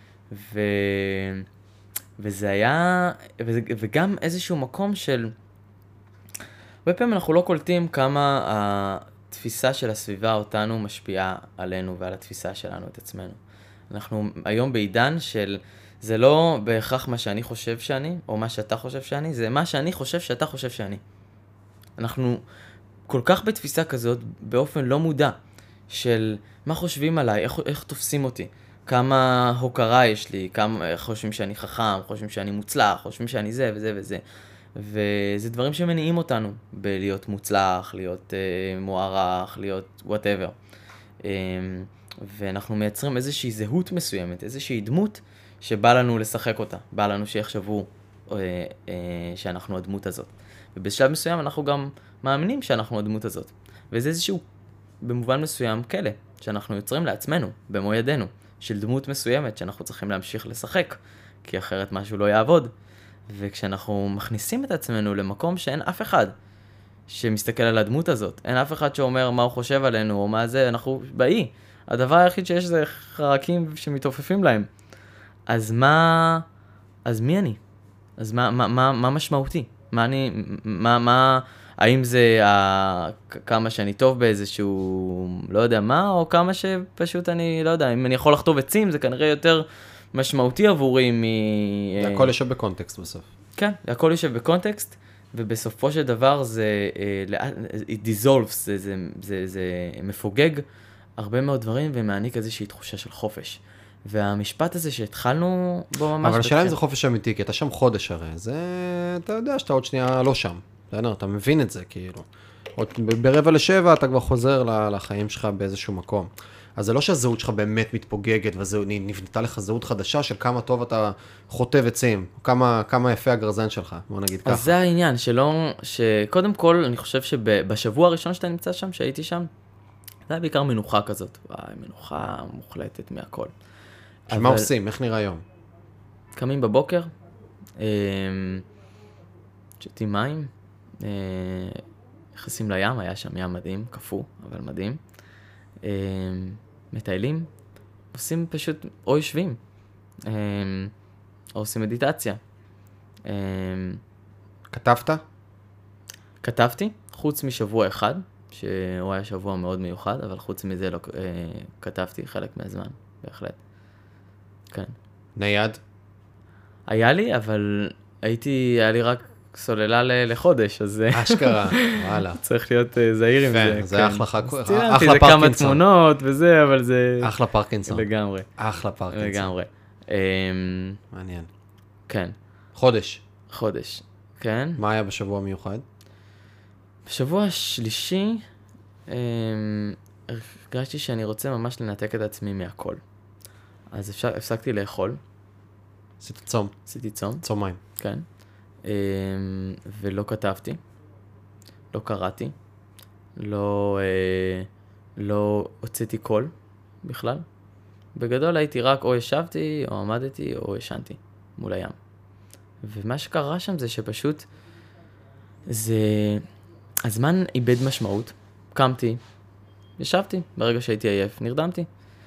וזה היה, וגם איזשהו מקום של, הרבה פעמים אנחנו לא קולטים כמה התפיסה של הסביבה אותנו משפיעה עלינו ועל התפיסה שלנו את עצמנו. אנחנו היום בעידן של, זה לא בהכרח מה שאני חושב שאני, או מה שאתה חושב שאני, זה מה שאני חושב שאתה חושב שאני. אנחנו כל כך בתפיסה כזאת, באופן לא מודע, של מה חושבים עליי, איך תופסים אותי, כמה הוקרה יש לי, כמה חושבים שאני חכם, חושבים שאני מוצלח, חושבים שאני זה וזה וזה. וזה דברים שמניעים אותנו בלהיות מוצלח, להיות מוערך, להיות whatever. ואנחנו מייצרים איזושהי זהות מסוימת, איזושהי דמות שבא לנו לשחק אותה, בא לנו שיחשבו שאנחנו הדמות הזאת. ובשלב מסוים אנחנו גם מאמינים שאנחנו הדמות הזאת. וזה איזשהו, במובן מסוים, כלא, שאנחנו יוצרים לעצמנו, במו ידינו, של דמות מסוימת שאנחנו צריכים להמשיך לשחק, כי אחרת משהו לא יעבוד. וכשאנחנו מכניסים את עצמנו למקום שאין אף אחד שמסתכל על הדמות הזאת, אין אף אחד שאומר מה הוא חושב עלינו או מה זה, אנחנו באי. הדבר היחיד שיש זה חרקים שמתעופפים להם. אז מי אני? אז מה משמעותי? האם זה כמה שאני טוב באיזשהו, לא יודע מה, או כמה שפשוט אני, לא יודע, אם אני יכול לכתוב עצים, זה כנראה יותר משמעותי עבורי זה הכל יושב בקונטקסט בסוף. כן, הכל יושב בקונטקסט, ובסופו של דבר זה, it dissolves, זה מפוגג הרבה מאוד דברים, ומעניק איזושהי תחושה של חופש. והמשפט הזה שהתחלנו בו ממש... אבל השאלה אם זה חופש אמיתי, כי אתה שם חודש הרי, זה, אתה יודע שאתה עוד שנייה לא שם. אתה מבין את זה, כאילו. עוד ב6:45 אתה כבר חוזר לחיים שלך באיזשהו מקום. אז זה לא שהזהות שלך באמת מתפוגגת, ונבנתה לך זהות חדשה של כמה טוב אתה חוטב עצים, או כמה יפה הגרזן שלך, בוא נגיד ככה. אז זה העניין, שקודם כל, אני חושב שבשבוע הראשון שאתה נמצא שם, שהייתי שם, זה היה בעיקר מנוחה כזאת. וואי, מנוחה מוחלטת מהכל. אז מה עושים? איך נראה היום? קמים בבוקר, שתים מים, נכנסים לים, היה שם ים מדהים, קפוא, אבל מדהים. מטיילים, עושים פשוט, או יושבים, או עושים מדיטציה. כתבת? כתבתי, חוץ משבוע אחד, שהוא היה שבוע מאוד מיוחד, אבל חוץ מזה לא כתבתי חלק מהזמן, בהחלט. כן. נייד? היה לי, אבל היה לי רק סוללה לחודש, אז... אשכרה, וואלה. צריך להיות זהיר עם זה. זה אחלה פרקינסון. זה כמה תמונות וזה, אבל זה... אחלה פרקינסון. לגמרי. אחלה פרקינסון. לגמרי. מעניין. כן. חודש. כן. מה היה בשבוע מיוחד? בשבוע השלישי, הרגשתי שאני רוצה ממש לנתק את עצמי מהכל. אז הפסקתי לאכול. עשיתי צום. צום מים. כן. ולא כתבתי, לא קראתי, לא הוצאתי קול בכלל. בגדול הייתי רק או ישבתי, או עמדתי, או ישנתי מול הים. ומה שקרה שם זה שפשוט, הזמן איבד משמעות, קמתי, ישבתי, ברגע שהייתי עייף, נרדמתי.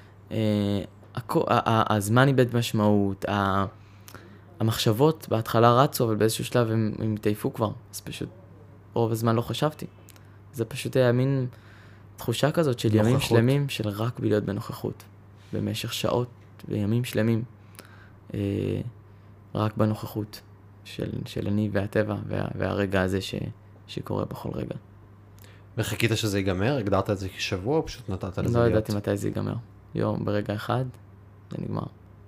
הזמן איבד משמעות, המחשבות בהתחלה רצו, אבל באיזשהו שלב הם התעייפו כבר, אז פשוט רוב הזמן לא חשבתי. זה פשוט היה מין תחושה כזאת של ימים שלמים, של רק להיות בנוכחות, במשך שעות וימים שלמים, רק בנוכחות של אני והטבע והרגע הזה שקורה בכל רגע. וחיכית שזה ייגמר? הגדרת את זה כשבוע או פשוט נתת לזה להיות? לא ידעתי מתי זה ייגמר. יום, ברגע אחד, זה נגמר.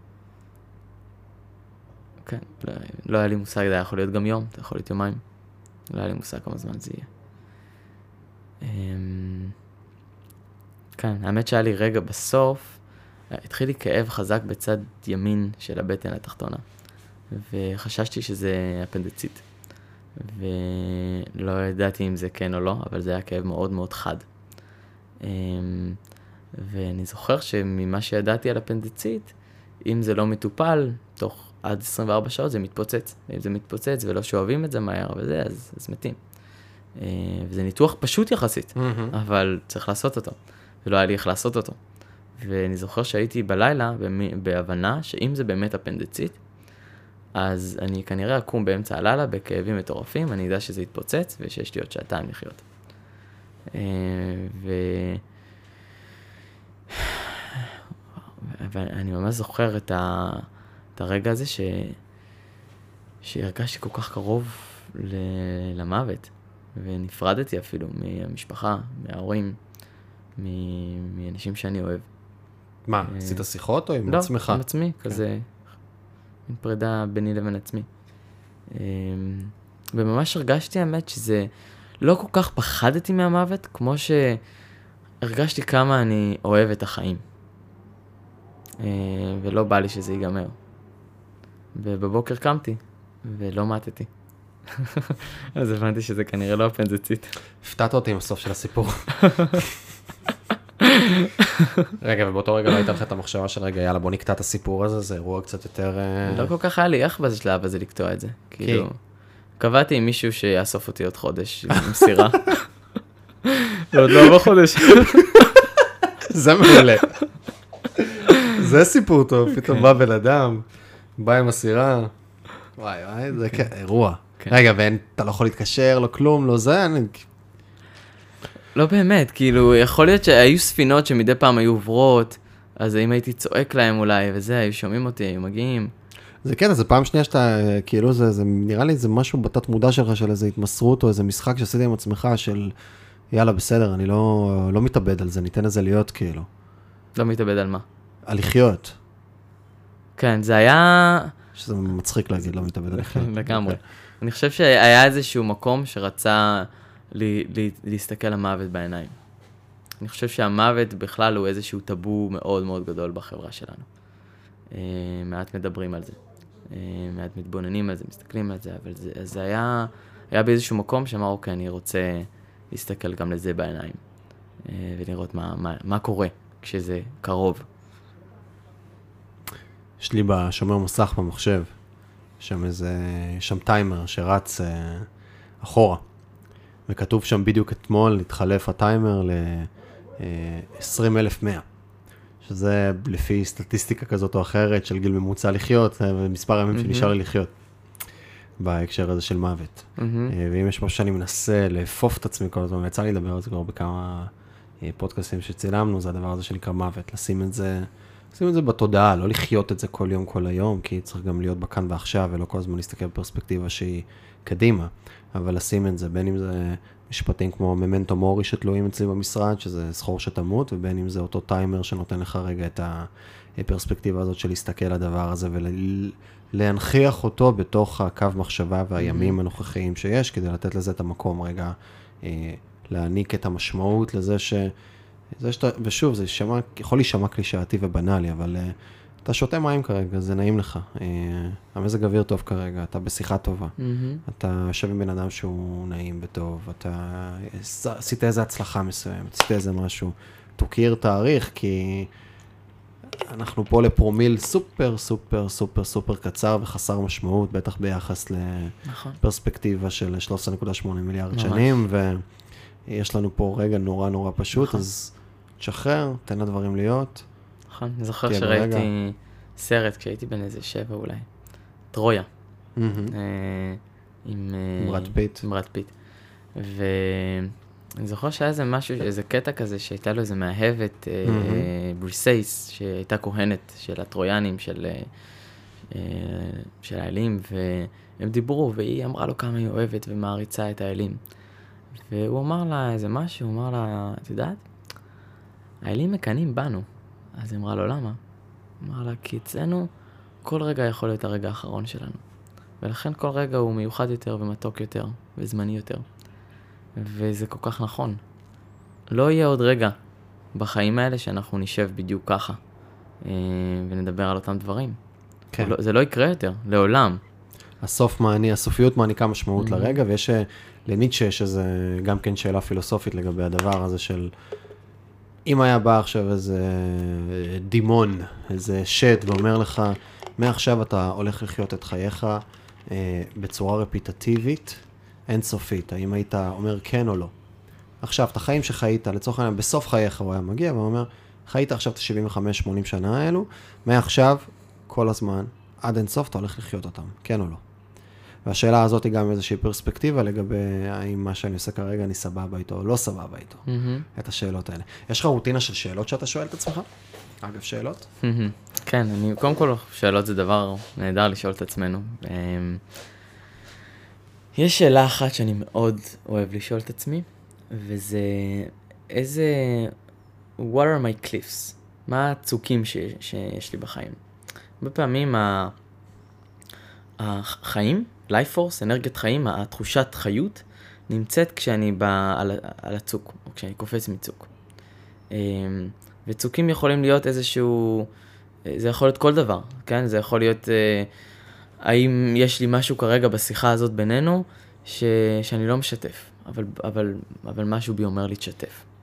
כן, לא היה לי מושג, זה היה יכול להיות גם יום, זה יכול להיות יומיים. לא היה לי מושג כמה זמן זה יהיה. כן, האמת שהיה לי רגע בסוף, התחיל לי כאב חזק בצד ימין של הבטן התחתונה, וחששתי שזה אפנדציט. ולא ידעתי אם זה כן או לא, אבל זה היה כאב מאוד מאוד חד. ואני זוכר שממה שידעתי על אפנדציט, אם זה לא מטופל, תוך עד 24 שעות זה מתפוצץ. אם זה מתפוצץ ולא שואבים את זה מהר וזה, אז מתים. וזה ניתוח פשוט יחסית, אבל צריך לעשות אותו. ולא היה לי איך לעשות אותו. ואני זוכר שהייתי בלילה בהבנה שאם זה באמת אפנדציט, אז אני כנראה אקום באמצע הלילה בכאבים מטורפים, אני יודע שזה יתפוצץ ושיש לי עוד 2 שעתיים לחיות. ואני ממש זוכר את הרגע הזה שהרגשתי כל כך קרוב למוות, ונפרדתי אפילו מהמשפחה, מההורים, מאנשים שאני אוהב. מה, עשית שיחות או עם עצמך? לא, עם עצמי, כזה, עם פרידה ביני לבין עצמי. וממש הרגשתי, האמת, שזה לא כל כך פחדתי מהמוות, כמו שהרגשתי כמה אני אוהב את החיים. ולא בא לי שזה ייגמר. ובבוקר קמתי, ולא מתתי. אז הבנתי שזה כנראה לא אפנדציט. הפתעת אותי עם הסוף של הסיפור. רגע, ובאותו רגע לא הייתה לך את המחשבה של רגע, יאללה, בוא נקטע את הסיפור הזה, זה אירוע קצת יותר... לא כל כך היה לי איך בשלב הזה לקטוע את זה. כאילו, קבעתי עם מישהו שיאסוף אותי עוד חודש עם סירה. ועוד לא עבר חודש. זה מעולה. זה סיפור טוב, פתאום בא בן אדם, בא עם הסירה. וואי, זה אירוע. רגע, ואתה לא יכול להתקשר, לא כלום, לא זה, לא באמת, כאילו, יכול להיות שהיו ספינות שמדי פעם היו עוברות, אז אם הייתי צועק להם אולי, וזה, היו שומעים אותי, היו מגיעים. זה כן, זה פעם שנייה שאתה, כאילו, זה נראה לי, זה משהו בתת מודע שלך, של איזו התמסרות, או איזה משחק שעשיתי עם עצמך, של, יאללה, בסדר, אני לא מתאבד על זה, ניתן לזה להיות, כאילו. לא מתאבד על מה? על לחיות. כן, זה היה... שזה מצחיק להגיד, לא מתאבד על לחיות. לגמרי. אני חושב שהיה איזשהו מקום שרצה להסתכל למוות בעיניים. אני חושב שהמוות בכלל הוא איזשהו טאבו מאוד מאוד גדול בחברה שלנו. מעט מדברים על זה. מעט מתבוננים על זה, מסתכלים על זה, אבל זה היה באיזשהו מקום שאמר, אוקיי, אני רוצה להסתכל גם לזה בעיניים. ולראות מה קורה כשזה קרוב. יש לי בשומר מסך במחשב, שם טיימר שרץ אחורה, וכתוב שם בדיוק אתמול, התחלף הטיימר ל-20,100, שזה לפי סטטיסטיקה כזאת או אחרת של גיל ממוצע לחיות, ומספר הימים שנשאר לי לחיות, בהקשר הזה של מוות. ואם יש משהו שאני מנסה לאפוף את עצמי כל הזמן, ויצא לי לדבר על זה כבר בכמה פודקאסטים שצילמנו, זה הדבר הזה שנקרא מוות, לשים את זה בתודעה, לא לחיות את זה כל יום, כל היום, כי צריך גם להיות בכאן ועכשיו, ולא כל הזמן להסתכל בפרספקטיבה שהיא קדימה, אבל לשים את זה, בין אם זה משפטים כמו ממנטו מורי שתלויים אצלי במשרד, שזה זכור שתמות, ובין אם זה אותו טיימר שנותן לך רגע את הפרספקטיבה הזאת של להסתכל על הדבר הזה, ולהנחיח אותו בתוך הקו מחשבה והימים הנוכחיים שיש, כדי לתת לזה את המקום רגע, להעניק את המשמעות לזה ושוב, זה יכול להישמע קלישאתי ובנאלי, אבל אתה שותה מים כרגע, זה נעים לך. המזג אוויר טוב כרגע, אתה בשיחה טובה. אתה יושב עם בן אדם שהוא נעים וטוב, אתה עשית איזו הצלחה מסוימת, עשית איזה משהו. תוכיר תאריך, כי אנחנו פה לפרומיל סופר, סופר, סופר, סופר קצר וחסר משמעות, בטח ביחס לפרספקטיבה של 13.8 מיליארד שנים, ויש לנו פה רגע נורא נורא פשוט, אז תשחרר, תן לדברים להיות. נכון, אני זוכר שראיתי סרט כשהייתי בן איזה 7 אולי, טרויה, עם ברד פיט, ואני זוכר שהיה איזה משהו, איזה קטע כזה שהייתה לו איזה מאהבת, בריסייס, שהייתה כהנת של הטרויאנים, של האלים, והם דיברו, והיא אמרה לו כמה היא אוהבת ומעריצה את האלים. והוא אמר לה איזה משהו, הוא אמר לה, את יודעת? האלים מקנים בנו. אז היא אמרה לו, למה? הוא אמר לה, כי אצלנו כל רגע יכול להיות הרגע האחרון שלנו. ולכן כל רגע הוא מיוחד יותר ומתוק יותר וזמני יותר. וזה כל כך נכון. לא יהיה עוד רגע בחיים האלה שאנחנו נשב בדיוק ככה ונדבר על אותם דברים. כן. זה לא יקרה יותר, לעולם. הסופיות מעניקה משמעות לרגע, ויש לניטשה יש איזה גם כן שאלה פילוסופית לגבי הדבר הזה של אם היה בא עכשיו איזה דימון, איזה שד, ואומר לך, מעכשיו אתה הולך לחיות את חייך בצורה רפיטטיבית, אינסופית, האם היית אומר כן או לא? עכשיו, את החיים שחיית, לצורך העניין, בסוף חייך הוא היה מגיע, ואומר, חיית עכשיו את ה-75-80 שנה האלו, מעכשיו, כל הזמן, עד אינסוף, אתה הולך לחיות אותם, כן או לא? והשאלה הזאת היא גם איזושהי פרספקטיבה לגבי האם מה שאני עושה כרגע אני סבבה איתו או לא סבבה איתו. את השאלות האלה. יש לך רוטינה של שאלות שאתה שואל את עצמך? אגב, שאלות? כן, קודם כל, שאלות זה דבר נהדר לשאול את עצמנו. יש שאלה אחת שאני מאוד אוהב לשאול את עצמי, וזה איזה... What are my cliffs? מה הצוקים שיש לי בחיים? בפעמים החיים, life force, אנרגיית חיים, התחושת חיות, נמצאת כשאני בא על הצוק, או כשאני קופץ מצוק. וצוקים יכולים להיות איזשהו, זה יכול להיות כל דבר, כן? זה יכול להיות, האם יש לי משהו כרגע בשיחה הזאת בינינו, שאני לא משתף, אבל משהו בי אומר לי תשתף.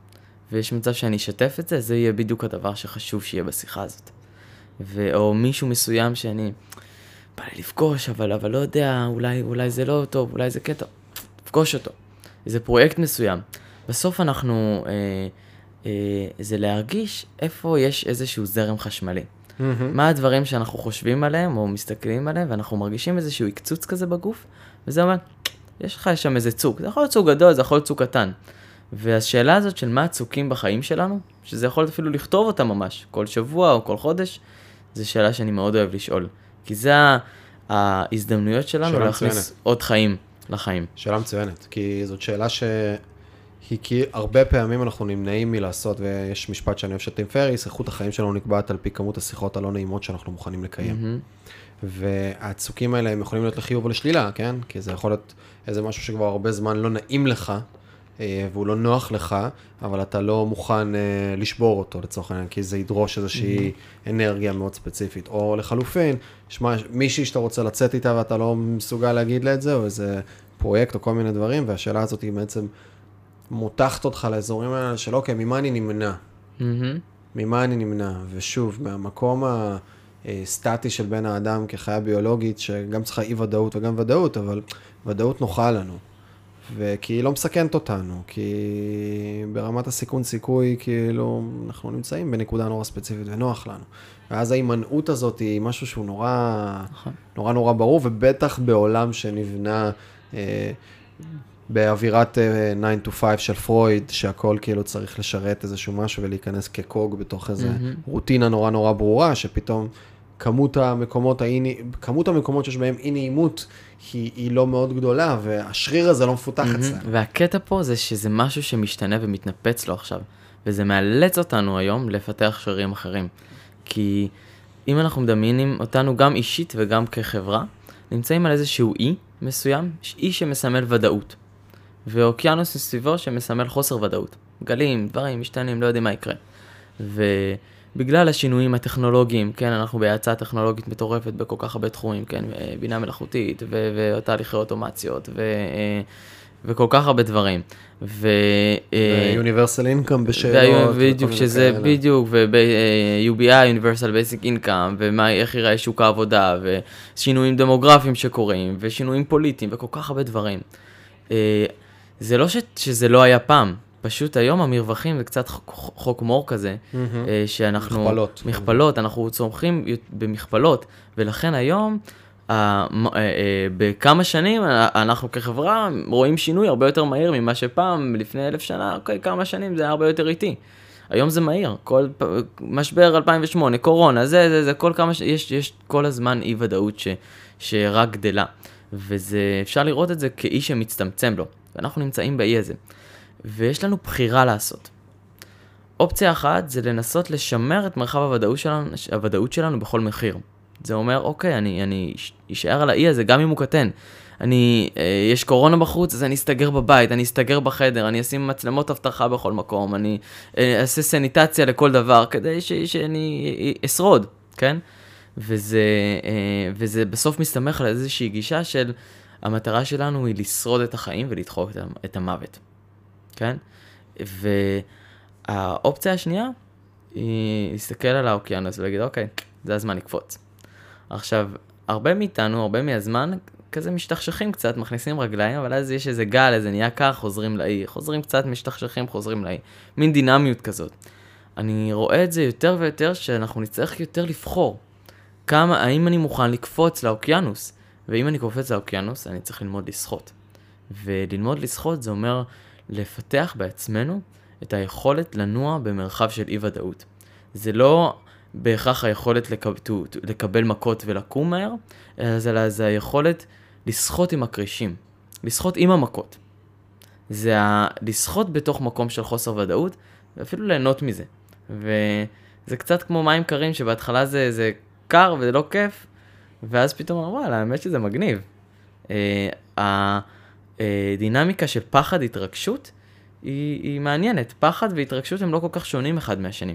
ויש מצב שאני אשתף את זה, זה יהיה בדיוק הדבר שחשוב שיהיה בשיחה הזאת. או מישהו מסוים שאני בא לי לפגוש, אבל לא יודע, אולי זה לא טוב, אולי זה כן טוב, לפגוש אותו. זה פרויקט מסוים. בסוף אנחנו, זה להרגיש איפה יש איזשהו זרם חשמלי. מה הדברים שאנחנו חושבים עליהם או מסתכלים עליהם, ואנחנו מרגישים איזשהו הקצוץ כזה בגוף, וזה אומר, יש לך שם איזה צוק, זה יכול להיות צוק גדול, זה יכול להיות צוק קטן. והשאלה הזאת של מה הצוקים בחיים שלנו, שזה יכול להיות אפילו לכתוב אותה ממש, כל שבוע או כל חודש, זו שאלה שאני מאוד אוהב לשאול. כי זה ההזדמנויות שלנו להכניס עוד חיים לחיים. שאלה מצוינת, כי זאת שאלה כי הרבה פעמים אנחנו נמנעים מלעשות, ויש משפט שאני אוהב שטים פריס, איכות החיים שלנו נקבעת על פי כמות השיחות הלא נעימות שאנחנו מוכנים לקיים. והצוקים האלה הם יכולים להיות לחיוב או לשלילה, כן? כי זה יכול להיות איזה משהו שכבר הרבה זמן לא נעים לך, והוא לא נוח לך, אבל אתה לא מוכן לשבור אותו לצורך העניין, כי זה ידרוש איזושהי אנרגיה מאוד ספציפית. או לחלופין, מישהי שאתה רוצה לצאת איתה ואתה לא מסוגל להגיד לה את זה, או איזה פרויקט או כל מיני דברים, והשאלה הזאת היא בעצם מותחת אותך לאזורים האלה של אוקיי, ממה אני נמנע? ממה אני נמנע? ושוב, מהמקום הסטטי של בן האדם כחיה ביולוגית, שגם צריכה אי ודאות וגם ודאות, אבל ודאות נוחה לנו. וכי היא לא מסכנת אותנו, כי ברמת הסיכון סיכוי, כאילו, אנחנו נמצאים בנקודה נורא ספציפית ונוח לנו. ואז ההימנעות הזאת היא משהו שהוא נורא ברור, ובטח בעולם שנבנה באווירת 9 to 5 של פרויד, שהכל כאילו צריך לשרת איזשהו משהו ולהיכנס כקוג בתוך איזו רוטינה נורא ברורה, שפתאום כמות המקומות שיש בהם אי נעימות היא לא מאוד גדולה, והשריר הזה לא מפותח אצלנו. והקטע פה זה שזה משהו שמשתנה ומתנפץ לו עכשיו, וזה מאלץ אותנו היום לפתח שרירים אחרים. כי אם אנחנו מדמיינים אותנו גם אישית וגם כחברה, נמצאים על איזשהו אי מסוים, אי שמסמל ודאות, ואוקיינוס מסביבו שמסמל חוסר ודאות. גלים, דברים, משתנים, לא יודעים מה יקרה. בגלל השינויים הטכנולוגיים, כן, אנחנו בהאצה טכנולוגית מטורפת בכל כך הרבה תחומים, כן, בינה מלאכותית, ותהליכי אוטומציות, וכל כך הרבה דברים. ו-Universal Income בשאלות. בדיוק, שזה בדיוק, וב-UBI, Universal Basic Income, ואיך ייראה שוק העבודה, ושינויים דמוגרפיים שקורים, ושינויים פוליטיים, וכל כך הרבה דברים. זה לא שזה לא היה פעם. פשוט היום המרווחים זה קצת חוק מור כזה, שאנחנו... מכפלות, אנחנו צומחים במכפלות, ולכן היום, בכמה שנים, אנחנו כחברה רואים שינוי הרבה יותר מהיר ממה שפעם, לפני 1000 שנה, אוקיי, כמה שנים זה היה הרבה יותר איטי. היום זה מהיר, כל משבר 2008, קורונה, זה כל כמה... יש כל הזמן אי ודאות שרק גדלה, וזה, אפשר לראות את זה כאי שמצטמצם לו, ואנחנו נמצאים באי הזה. ויש לנו בחירה לעשות. אופציה אחת זה לנסות לשמר את מרחב הוודאות שלנו בכל מחיר. זה אומר, אוקיי, אני אשאר על האי הזה גם אם הוא קטן. יש קורונה בחוץ, אז אני אסתגר בבית, אני אסתגר בחדר, אני אשים מצלמות אבטחה בכל מקום, אני אעשה סניטציה לכל דבר, כדי שאני אשרוד, כן? וזה בסוף מסתמך על איזושהי גישה של המטרה שלנו היא לשרוד את החיים ולדחוק את המוות. כן? והאופציה השנייה היא להסתכל על האוקיינוס ולהגיד, אוקיי, זה הזמן לקפוץ. עכשיו, הרבה מאיתנו, הרבה מהזמן, כזה משתכשכים קצת, מכניסים רגליים, אבל אז יש איזה גל, איזה נהיה קר, חוזרים לאי, חוזרים קצת, משתכשכים, חוזרים לאי. מין דינמיות כזאת. אני רואה את זה יותר ויותר, שאנחנו נצטרך יותר לבחור. האם אני מוכן לקפוץ לאוקיינוס? ואם אני קופץ לאוקיינוס, אני צריך ללמוד לשחות. וללמוד לשחות זה אומר לפתח בעצמנו את היכולת לנוע במרחב של אי-ודאות. זה לא בהכרח היכולת לקבל מכות ולקום מהר, אלא זה היכולת לשחות עם הקרישים, לשחות עם המכות. זה לשחות בתוך מקום של חוסר ודאות, ואפילו ליהנות מזה. וזה קצת כמו מים קרים, שבהתחלה זה קר וזה לא כיף, ואז פתאום וואלה, האמת שזה מגניב. הדינמיקה של פחד התרגשות היא מעניינת. פחד והתרגשות הם לא כל כך שונים אחד מהשני.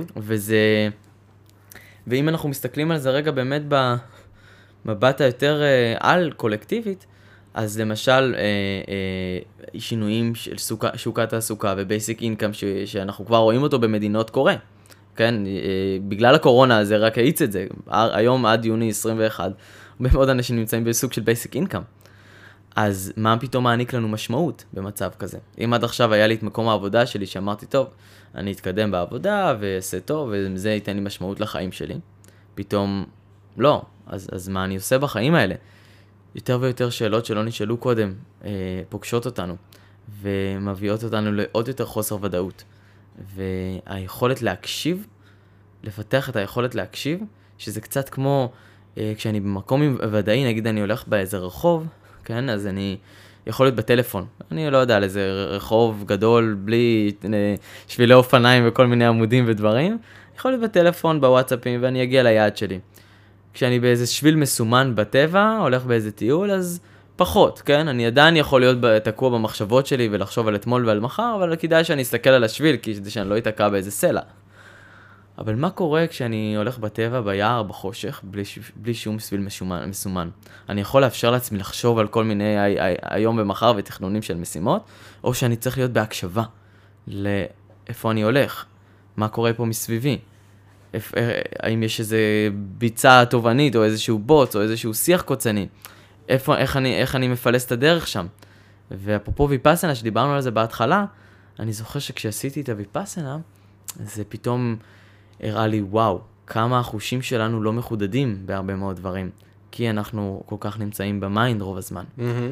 ואם אנחנו מסתכלים על זה רגע באמת במבט היותר על קולקטיבית, אז למשל, שינויים של שוק התעסוקה ובייסיק אינקאם שאנחנו כבר רואים אותו במדינות קורה. כן, בגלל הקורונה זה רק האיץ את זה. היום עד יוני 21, הרבה מאוד אנשים נמצאים בסוג של בייסיק אינקאם. אז מה פתאום מעניק לנו משמעות במצב כזה? אם עד עכשיו היה לי את מקום העבודה שלי שאמרתי, טוב, אני אתקדם בעבודה ועשה טוב, וזה ייתן לי משמעות לחיים שלי. פתאום, לא. אז מה אני עושה בחיים האלה? יותר ויותר שאלות שלא נשאלו קודם, פוגשות אותנו, ומביאות אותנו לעוד יותר חוסר ודאות. והיכולת להקשיב, לפתח את היכולת להקשיב, שזה קצת כמו, כשאני במקום ודאי, נגיד אני הולך באיזה רחוב, כן, אז אני יכול להיות בטלפון. אני לא יודע על איזה רחוב גדול, בלי שבילי אופניים וכל מיני עמודים ודברים. יכול להיות בטלפון, בוואטסאפים, ואני אגיע ליעד שלי. כשאני באיזה שביל מסומן בטבע, הולך באיזה טיול, אז פחות, כן? אני עדיין יכול להיות תקוע במחשבות שלי ולחשוב על אתמול ועל מחר, אבל כדאי שאני אסתכל על השביל, כדי שאני לא אתקע באיזה סלע. אבל מה קורה כשאני הולך בטבע, ביער, בחושך, בלי שום שביל מסומן? אני יכול לאפשר לעצמי לחשוב על כל מיני היום ומחר ותכנונים של משימות, או שאני צריך להיות בהקשבה לאיפה אני הולך, מה קורה פה מסביבי, האם יש איזה ביצה תובענית, או איזשהו בוץ, או איזשהו שיח קוצני, איך אני מפלס את הדרך שם. ואפרופו ויפאסנה, שדיברנו על זה בהתחלה, אני זוכר שכשעשיתי את הויפאסנה, זה פתאום הראה לי, וואו, כמה החושים שלנו לא מחודדים בהרבה מאוד דברים, כי אנחנו כל כך נמצאים במיינד רוב הזמן.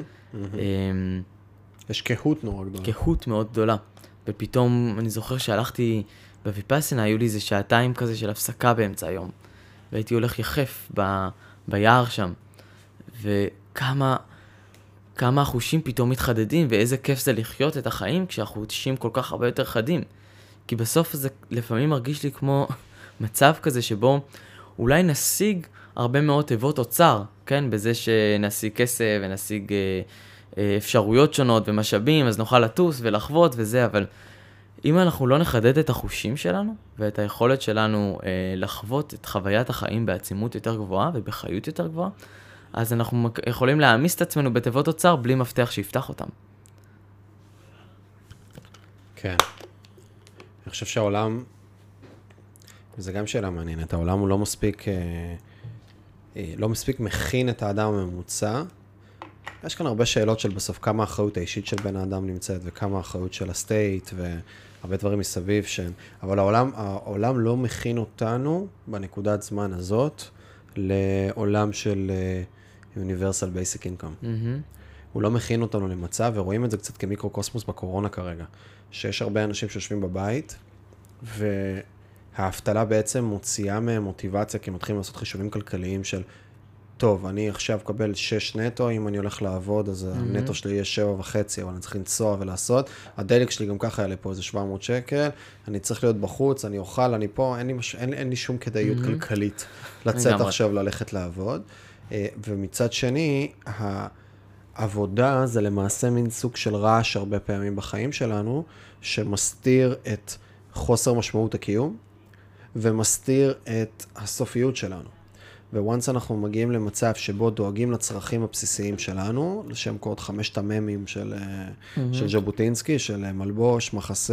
יש קהות נורא גדולה. קהות מאוד גדולה. ופתאום אני זוכר שהלכתי בויפאסנה, היו לי איזה שעתיים כזה של הפסקה באמצע היום. והייתי הולך יחף ביער שם. וכמה החושים פתאום מתחדדים, ואיזה כיף זה לחיות את החיים כשהחושים כל כך הרבה יותר חדים. כי בסוף זה לפעמים מרגיש לי כמו מצב כזה שבו אולי נשיג הרבה מאוד תיבות אוצר, כן? בזה שנשיג כסף ונשיג אפשרויות שונות ומשאבים, אז נוכל לטוס ולחוות וזה, אבל אם אנחנו לא נחדד את החושים שלנו ואת היכולת שלנו לחוות את חוויית החיים בעצימות יותר גבוהה ובחיות יותר גבוהה, אז אנחנו יכולים להעמיס את עצמנו בתיבות אוצר בלי מפתח שיפתח אותם. כן. אני חושב שהעולם, וזה גם שאלה מעניינת, העולם הוא לא מספיק מכין את האדם הממוצע. יש כאן הרבה שאלות של בסוף כמה האחריות האישית של בן האדם נמצאת, וכמה האחריות של הסטייט, והרבה דברים מסביב אבל העולם לא מכין אותנו בנקודת זמן הזאת, לעולם של Universal Basic Income. הוא לא מכין אותנו למצב, ורואים את זה קצת כמיקרוקוסמוס בקורונה כרגע, שיש הרבה אנשים שיושבים בבית, והאבטלה בעצם מוציאה מהם מוטיבציה, כי הם מתחילים לעשות חישובים כלכליים של, טוב, אני עכשיו אקבל 6 נטו, אם אני הולך לעבוד, אז הנטו שלי יהיה 7.5, אבל אני צריך לנסוע ולעשות. הדלק שלי גם ככה יעלה פה איזה 700 שקל, אני צריך להיות בחוץ, אני אוכל, אני פה, אין לי שום כדאיות כלכלית לצאת עכשיו ללכת לעבוד. ומצד שני, העבודה זה למעשה מין סוג של רעש הרבה פעמים בחיים שלנו, שמסתיר את חוסר משמעות הקיום, ומסתיר את הסופיות שלנו. וואנס אנחנו מגיעים למצב שבו דואגים לצרכים הבסיסיים שלנו, לשם קוד 5 הממים של ז'בוטינסקי, של מלבוש, מחסה,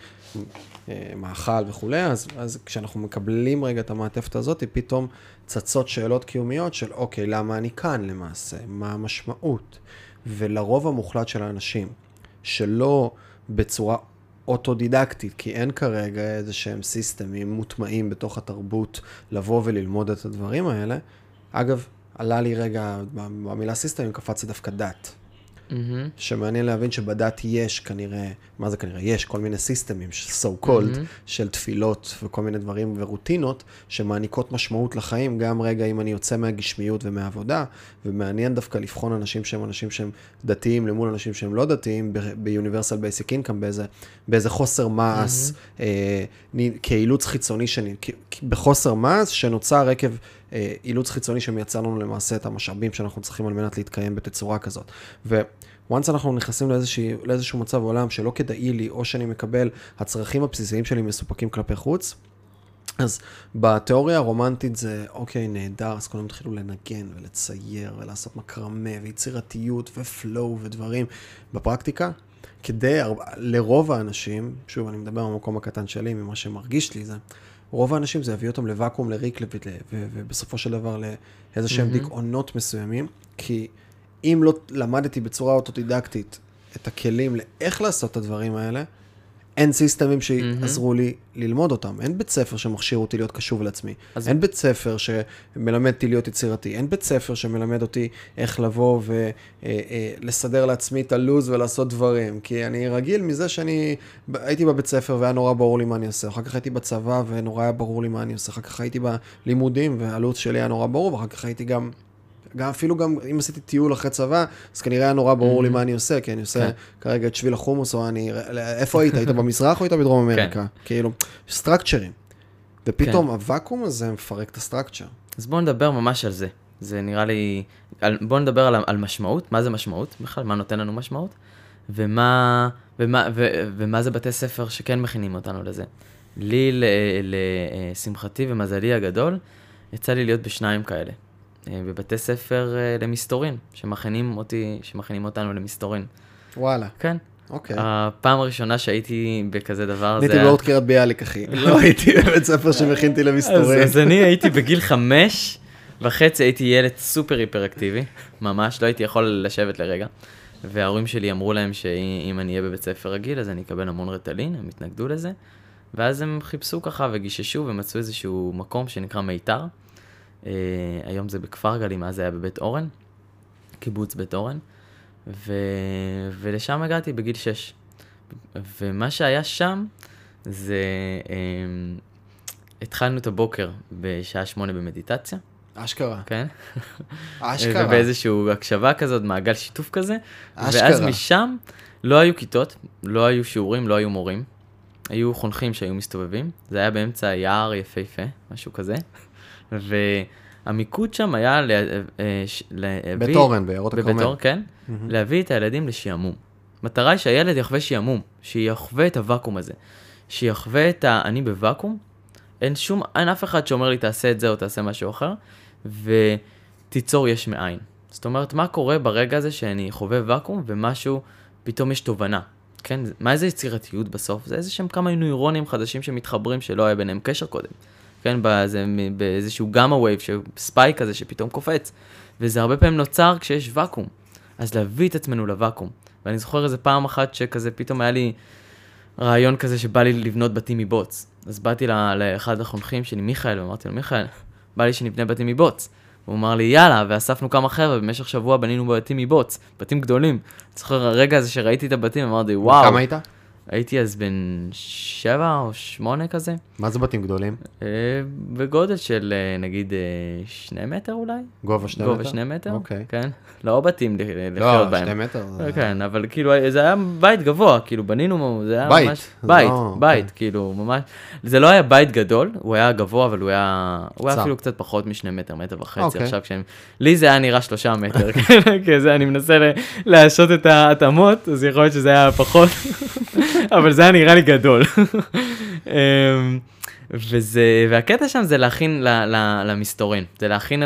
מאכל וכו'. אז כשאנחנו מקבלים רגע את המעטפת הזאת, פתאום צצות שאלות קיומיות של אוקיי, למה אני כאן למעשה? מה המשמעות? ולרוב המוחלט של האנשים, שלא בצורה אוטודידקטית, כי אין כרגע איזה שהם סיסטמים מוטמעים בתוך התרבות לבוא וללמוד את הדברים האלה. אגב, עלה לי רגע, במילה סיסטמים קפץ דווקא דת. שמעניין להבין שבדת יש כנראה, מה זה כנראה? יש כל מיני סיסטמים, so called, של תפילות וכל מיני דברים ורוטינות, שמעניקות משמעות לחיים, גם רגע אם אני יוצא מהגשמיות ומהעבודה, ומעניין דווקא לבחון אנשים שהם דתיים למול אנשים שהם לא דתיים, ב-Universal Basic Income, באיזה חוסר מעש, כאילוץ חיצוני, בחוסר מעש שנוצר עקב אילוץ חיצוני שמייצר לנו למעשה את המשאבים שאנחנו צריכים על מנת להתקיים בתצורה כזאת. וואנס אנחנו נכנסים לאיזשהו מצב עולם שלא כדאי לי, או שאני מקבל הצרכים הבסיסיים שלי מסופקים כלפי חוץ, אז בתיאוריה הרומנטית זה, אוקיי, נהדר, אז כולם התחילו לנגן ולצייר ולעשות מקרמה ויצירתיות ופלואו ודברים. בפרקטיקה, לרוב האנשים, שוב, אני מדבר במקום הקטן שלי, ממה שמרגיש לי זה, רוב האנשים זה יביא אותם לוואקום, לריק, ובסופו של דבר לאיזה שהם דיכאונות מסוימים, כי אם לא למדתי בצורה אוטודידקטית את הכלים לאיך לעשות את הדברים האלה, אין סיסטמים שעזרו לי ללמוד אותם. אין בית ספר שמכשיר אותי להיות קשוב לעצמי. אין בית ספר שמלמד אותי להיות יצירתי. אין בית ספר שמלמד אותי איך לבוא ולסדר לעצמי את הלוז ולעשות דברים. כי אני רגיל מזה שאני הייתי בבית ספר והיה נורא ברור לי מה אני עושה. אחר כך הייתי בצבא ונורא היה ברור לי מה אני עושה. אחר כך הייתי בלימודים והלו"ז שלי היה נורא ברור. ואחר כך הייתי גם אפילו גם אם עשיתי טיול אחרי צבא, אז כנראה היה נורא ברור לי מה אני עושה, כי אני עושה כרגע את שביל החומוס, או איפה היית? היית במזרח או היית בדרום אמריקה? כאילו, סטרקצ'רים. ופתאום הוואקום הזה מפרק את הסטרקצ'ר. אז בואו נדבר ממש על זה. זה נראה לי, בואו נדבר על משמעות, מה זה משמעות בכלל, מה נותן לנו משמעות, ומה זה בתי ספר שכן מכינים אותנו לזה. לי, לשמחתי ומזלי הגדול, יצא לי להיות בשניים כאלה. בבתי ספר למסתורין, שמכינים אותנו למסתורין. וואלה. כן. אוקיי. הפעם הראשונה שהייתי בכזה דבר זה... הייתי בעוד קריית ביאליק, אחי. לא הייתי בבית ספר שמכינתי למסתורין. אז אני הייתי בגיל 5.5, הייתי ילד סופר היפראקטיבי, ממש, לא הייתי יכול לשבת לרגע. וההורים שלי אמרו להם שאם אני אהיה בבית ספר רגיל, אז אני אקבל המון רטלין, הם התנגדו לזה. ואז הם חיפשו ככה וגיששו ומצאו איזשהו מקום שנקרא מיתר. היום זה בכפר גלים, אז זה היה בבית אורן, קיבוץ בית אורן, ולשם הגעתי בגיל 6. ומה שהיה שם, זה התחלנו את הבוקר בשעה 8 במדיטציה. אשכרה. כן. אשכרה. ובאיזשהו הקשבה כזאת, מעגל שיתוף כזה. אשכרה. ואז משם לא היו כיתות, לא היו שיעורים, לא היו מורים. היו חונכים שהיו מסתובבים. זה היה באמצע יער יפהפה, משהו כזה. והמיקוד שם היה בית אורן, ביערות הכרמל. בבית אורן, כן. להביא את הילדים לשעמום. מטרה היא שהילד יחווה שעמום, שיחווה את הוואקום הזה, שיחווה את אני בוואקום, אין אף אחד שאומר לי תעשה את זה או תעשה משהו אחר, ותיצור יש מאין. זאת אומרת, מה קורה ברגע הזה שאני חווה וואקום ומשהו, פתאום יש תובנה. כן? מה זה יצירתיות בסוף? זה איזה שהם כמה נוירונים חדשים שמתחברים שלא היה ביניהם קשר קודם. כן? באיזשהו גאמה ווייב, ספייק כזה שפתאום קופץ. וזה הרבה פעמים נוצר כשיש וואקום. אז להביא את עצמנו לוואקום. ואני זוכר איזה פעם אחת שכזה פתאום היה לי רעיון כזה שבא לי לבנות בתים מבוץ. אז באתי לאחד החונכים שלי, מיכאל, ואמרתי לו, מיכאל, בא לי שנבנה בתים מבוץ. הוא אמר לי, יאללה, ואספנו כמה חבר'ה, במשך שבוע בנינו בתים מבוץ, בתים גדולים. אני זוכר הרגע הזה שראיתי את הבתים, אמרתי, וואו. כמה היית? הייתי אז בן 7 או 8 כזה. מה זה בתים גדולים? בגודל של נגיד 2 מטר אולי. גובה 2 מטר? גובה 2 מטר, אוקיי. כן. לא בתים לחיות בהם. 2 מטר. כן, אבל כאילו זה היה בית גבוה, כאילו בנינו, זה היה ממש... בית, כאילו ממש... זה לא היה בית גדול, הוא היה גבוה, אבל הוא היה אפילו קצת פחות מ2 מטר, 1.5 מטר. עכשיו לי זה היה נראה 3 מטר, כי זה אני מנסה להשעות את ההתאמות, אז יכול להיות שזה היה פחות. אבל זה היה נראה לי גדול. והקטע שם זה להכין למסתורין, זה להכין,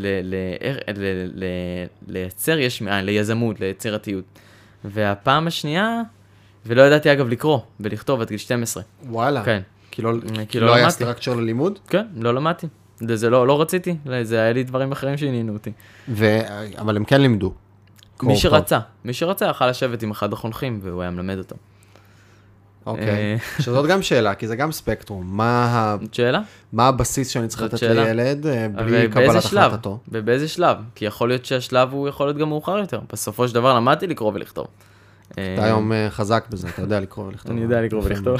לייצר יש מאין, ליזמות, ליצירתיות. והפעם השנייה, ולא ידעתי אגב לקרוא ולכתוב עד גיל 12. וואלה. כן. כי לא היה סטרקצ'ר ללימוד? כן, לא למדתי. זה לא רציתי, זה היה לי דברים אחרים שעניינו אותי. אבל הם כן לימדו. מי שרצה יכול לשבת עם אחד החונכים והוא היה מלמד אותו. אוקיי, שזאת גם שאלה, כי זה גם ספקטרום. שאלה? מה הבסיס שאני צריך לתת לילד בלי קבלת החלטתו? ובאיזה שלב? כי יכול להיות שהשלב הוא יכול להיות גם מאוחר יותר. בסופו של דבר למדתי לקרוא ולכתוב. אתה היום חזק בזה, אתה יודע לקרוא ולכתוב. אני יודע לקרוא ולכתוב.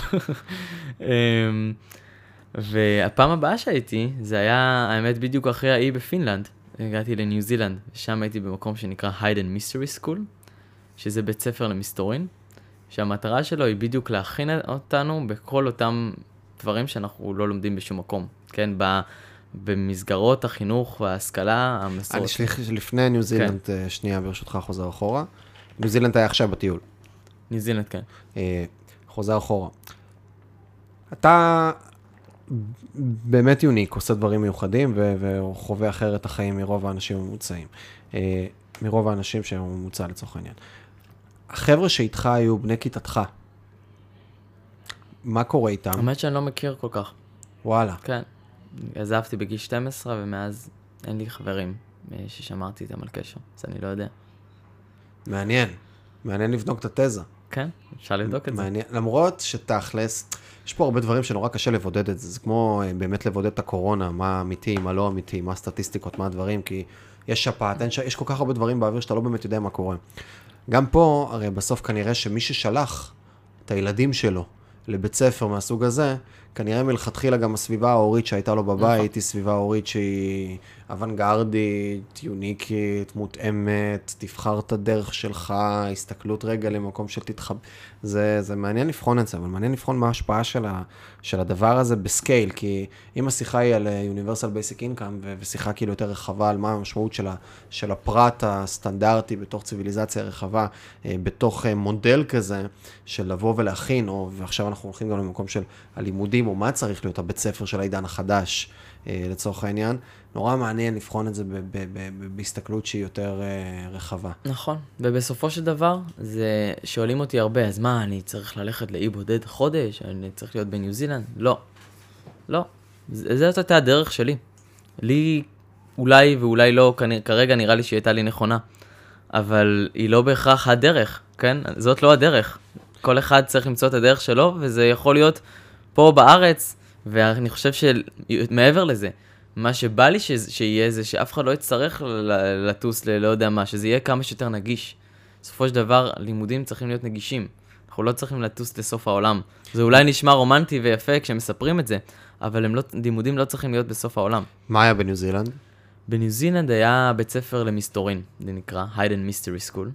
והפעם הבאה שהייתי, זה היה האמת בדיוק אחרי האי בפינלנד. הגעתי לניו זילנד, ושם הייתי במקום שנקרא היידן מיסטרי סקול, שזה בית ספר למסתורין. שהמטרה שלו היא בדיוק להכין אותנו בכל אותם דברים שאנחנו לא לומדים בשום מקום, כן? במסגרות החינוך וההשכלה המסורת. אני לפני ניו זילנד, שנייה ברשותך חוזר אחורה. ניו זילנד היה עכשיו בטיול. ניו זילנד, כן. חוזר אחורה. אתה באמת יוניק, עושה דברים מיוחדים, וחווה אחרת את החיים מרוב האנשים הממוצעים. מרוב האנשים שהם ממוצע לצורך העניין. החבר'ה שאיתך היו בני כיתתך, מה קורה איתם? האמת שאני לא מכיר כל כך. וואלה. כן. עזבתי בגיל 12, ומאז אין לי חברים ששמרתי איתם על קשר, אז אני לא יודע. מעניין. מעניין לבדוק את התזה. כן, אפשר לבדוק את זה. מעניין. למרות שתכלס, יש פה הרבה דברים שנורא קשה לבודד את זה. זה כמו באמת לבודד את הקורונה, מה אמיתי, מה לא אמיתי, מה הסטטיסטיקות, מה הדברים, כי יש שפעת, יש כל כך הרבה דברים באוויר שאתה לא באמת יודע מה קורה. גם פה, הרי בסוף כנראה שמי ששלח את הילדים שלו לבית ספר מהסוג הזה, כנראה מלכתחילה גם הסביבה ההורית שהייתה לו בבית, היא סביבה הורית שהיא אוונגרדית, יוניקית, מותאמת, תבחר את הדרך שלך, הסתכלות רגע למקום של תתחב... זה מעניין לבחון את זה, אבל מעניין לבחון מה ההשפעה של הדבר הזה בסקייל, כי אם השיחה היא על Universal Basic Income, ושיחה כאילו יותר רחבה על מה המשמעות של הפרט הסטנדרטי בתוך ציוויליזציה רחבה, בתוך מודל כזה של לבוא ולהכין, ועכשיו אנחנו הולכים גם למקום של הלימודים, או מה צריך להיות הבית ספר של העידן החדש, לצורך העניין. נורא מעניין לבחון את זה בהסתכלות שהיא יותר רחבה. נכון, ובסופו של דבר, זה שואלים אותי הרבה, אז מה, אני צריך ללכת לאי בודד חודש? אני צריך להיות בניו זילנד? לא. לא. זאת הייתה הדרך שלי. לי אולי ואולי לא, כרגע נראה לי שהיא הייתה לי נכונה, אבל היא לא בהכרח הדרך, כן? זאת לא הדרך. כל אחד צריך למצוא את הדרך שלו, וזה יכול להיות פה בארץ, ואני חושב שמעבר לזה, מה שבא לי שיהיה זה שאף אחד לא יצטרך לטוס ללא יודע מה, שזה יהיה כמה שיותר נגיש. בסופו של דבר, לימודים צריכים להיות נגישים. אנחנו לא צריכים לטוס לסוף העולם. זה אולי נשמע רומנטי ויפה כשמספרים את זה, אבל לימודים לא צריכים להיות בסוף העולם. מה היה בניו זילנד? בניו זילנד היה בית ספר למסתורין, זה נקרא היידן מיסטרי סקול,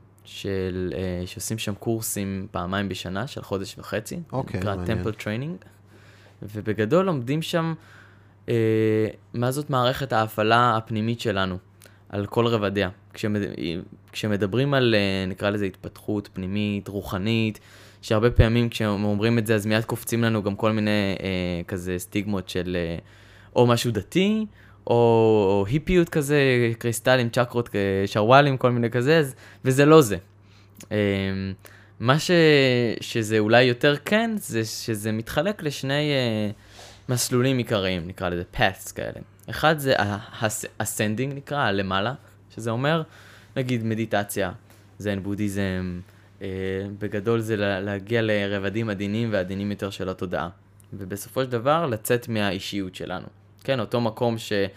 שעושים שם קורסים פעמיים בשנה של חודש וחצי. אוקיי, נקרא מעניין. טמפל טריינינג, ובגדול לומדים שם מה זאת מערכת ההפעלה הפנימית שלנו, על כל רבדיה. כשמדברים על, נקרא לזה, התפתחות פנימית, רוחנית, שהרבה פעמים כשהם אומרים את זה, אז מיד קופצים לנו גם כל מיני כזה סטיגמות של או משהו דתי, או היפיות כזה, קריסטלים, צ'קרות, שרוואלים, כל מיני כזה, וזה לא זה. מה שזה אולי יותר כן, זה שזה מתחלק לשני מסלולים עיקריים, נקרא לזה paths כאלה. אחד זה ascending נקרא, למעלה, שזה אומר, נגיד מדיטציה, זן בודהיזם, בגדול זה להגיע לרבדים עדינים ועדינים יותר של התודעה. ובסופו של דבר לצאת מהאישיות שלנו. כן, אותו מקום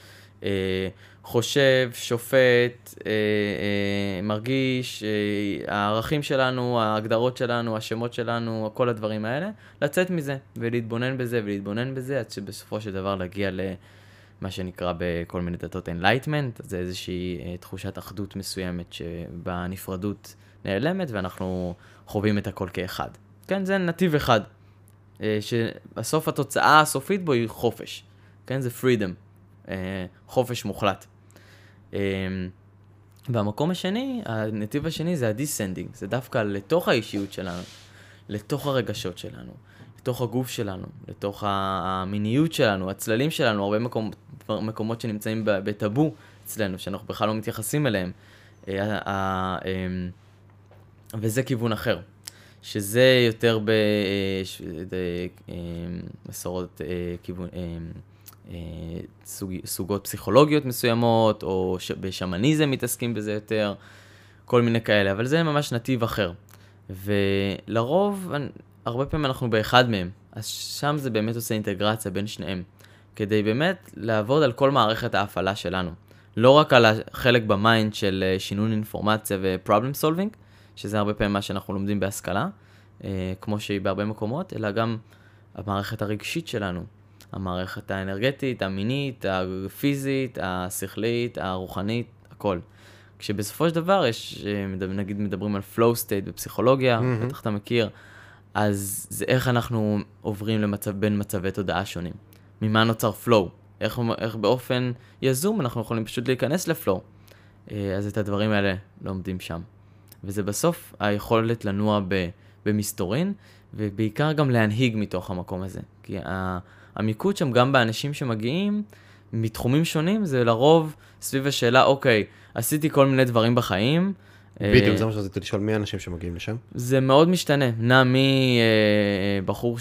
שחושב, שופט, מרגיש, הערכים שלנו, ההגדרות שלנו, השמות שלנו, כל הדברים האלה, לצאת מזה ולהתבונן בזה ולהתבונן בזה, עד שבסופו של דבר להגיע למה שנקרא בכל מיני דתות enlightenment, זה איזושהי תחושת אחדות מסוימת שבה נפרדות נעלמת ואנחנו חווים את הכל כאחד. כן, זה נתיב אחד, שבסוף התוצאה הסופית בו היא חופש. כן, זה freedom, חופש מוחלט. והמקום השני, הנתיב השני זה ה-descending, זה דווקא לתוך האישיות שלנו, לתוך הרגשות שלנו, לתוך הגוף שלנו, לתוך המיניות שלנו, הצללים שלנו, הרבה מקומות שנמצאים בטאבו אצלנו, שאנחנו בכלל לא מתייחסים אליהם, וזה כיוון אחר. שזה יותר במסורות סוגות פסיכולוגיות מסוימות, או בשמניזם מתעסקים בזה יותר, כל מיני כאלה, אבל זה ממש נתיב אחר. ולרוב, הרבה פעמים אנחנו באחד מהם, אז שם זה באמת עושה אינטגרציה בין שניהם, כדי באמת לעבוד על כל מערכת ההפעלה שלנו. לא רק על החלק במיינד של שינון אינפורמציה ו-problem solving, שזה הרבה פעמים מה שאנחנו לומדים בהשכלה, כמו שהיא בהרבה מקומות, אלא גם המערכת הרגשית שלנו, המערכת האנרגטית, המינית, הפיזית, השכלית, הרוחנית, הכל. כשבסופו של דבר יש, נגיד מדברים על flow state בפסיכולוגיה, בטח אתה מכיר, אז זה איך אנחנו עוברים בין מצבי תודעה שונים. ממה נוצר flow? איך באופן יזום אנחנו יכולים פשוט להיכנס לפלואו. אז את הדברים האלה לומדים שם. וזה בסוף היכולת לנוע במסתורין, ובעיקר גם להנהיג מתוך המקום הזה. כי המיקוד שם גם באנשים שמגיעים מתחומים שונים, זה לרוב סביב השאלה, אוקיי, עשיתי כל מיני דברים בחיים. בדיוק, זה מה שרציתי לשאול, מי האנשים שמגיעים לשם? זה מאוד משתנה. נע מבחור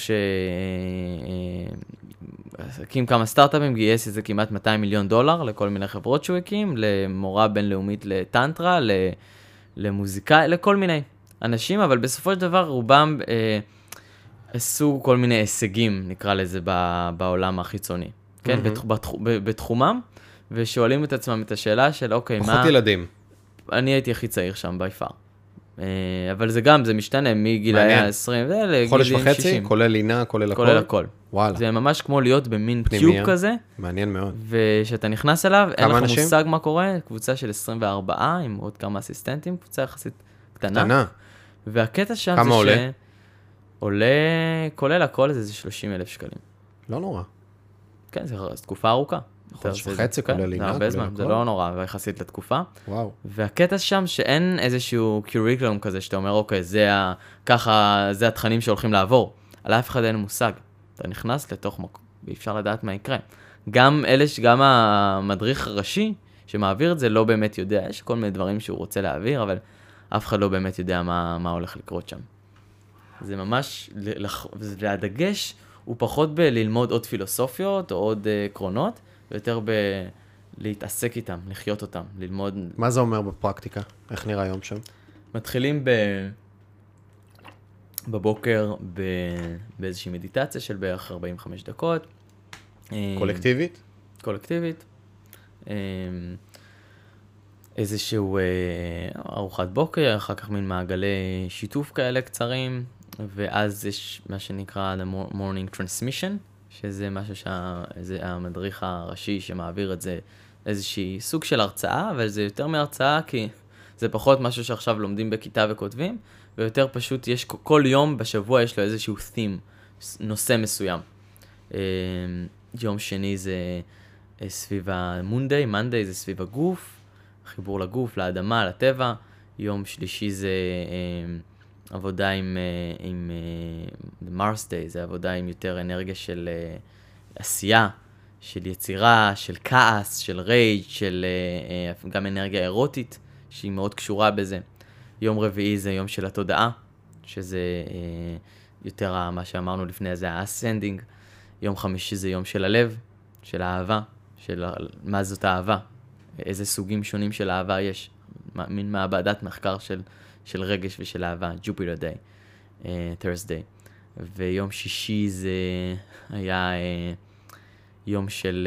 הקים כמה סטארט-אפים, גייס איזה כמעט $200 מיליון לכל מיני חברות שהוא הקים, למורה בינלאומית לטנטרה, למוזיקה, לכל מיני אנשים, אבל בסופו של דבר רובם עשו כל מיני הישגים, נקרא לזה, בעולם החיצוני, כן? בתחומם, ושואלים את עצמם את השאלה של, אוקיי, מה... פחות ילדים. אני הייתי הכי צעיר שם, ביפר. אבל זה גם, זה משתנה מגילאי ה-20, חודש וחצי, כולל לינה, כולל הכל? כולל הכל. וואלה. זה ממש כמו להיות במין טיוב כזה. מעניין מאוד. ושאתה נכנס אליו, אין לך אנשים? מושג מה קורה, קבוצה של 24, עם עוד כמה אסיסטנטים, קבוצה יחסית קטנה. קטנה. והקטע שם כמה זה עולה? עולה, כולל הכל, זה 30,000 שקלים. לא נורא. כן, זו תקופה ארוכה. חודש וחצי, כולל לינה, זה הרבה זמן, זה לא נורא, ויחסית לתקופה. וואו. והקטע שם שאין איזשהו קוריקולום כזה, שאתה אומר, אוקיי, ככה, זה התכנים שהולכים לעבור. על אף אחד אין מושג. אתה נכנס לתוך מקום, ואי אפשר לדעת מה יקרה. גם המדריך הראשי שמעביר את זה לא באמת יודע, יש כל מיני דברים שהוא רוצה להעביר, אבל אף אחד לא באמת יודע מה הולך לקרות שם. זה ממש, והדגש הוא פחות בללמוד עוד פילוסופיות או עוד עקרונות, ויותר להתעסק איתם, לחיות אותם, ללמוד... מה זה אומר בפרקטיקה? איך נראה היום שם? מתחילים בבוקר באיזושהי מדיטציה של בערך 45 דקות. קולקטיבית? קולקטיבית. איזשהו ארוחת בוקר, אחר כך מין מעגלי שיתוף כאלה קצרים, ואז יש מה שנקרא the morning transmission, שזה משהו שהמדריך הראשי שמעביר את זה איזושהי סוג של הרצאה, אבל זה יותר מהרצאה כי זה פחות משהו שעכשיו לומדים בכיתה וכותבים, ויותר פשוט יש כל יום בשבוע יש לו איזשהו theme, נושא מסוים. יום שני זה סביב Monday זה סביב הגוף, חיבור לגוף, לאדמה, לטבע. יום שלישי זה עבודה עם Mars Day, זה עבודה עם יותר אנרגיה של עשייה, של יצירה, של כעס, של רייג', של גם אנרגיה אירוטית, שהיא מאוד קשורה בזה. יום רביעי זה יום של התודעה, שזה יותר מה שאמרנו לפני זה, ה-ascending. יום חמישי זה יום של הלב, של האהבה, של מה זאת האהבה, איזה סוגים שונים של אהבה יש, מין מעבדת מחקר של רגש ושל אהבה, Jupiter Day, Thursday. ויום שישי זה היה יום של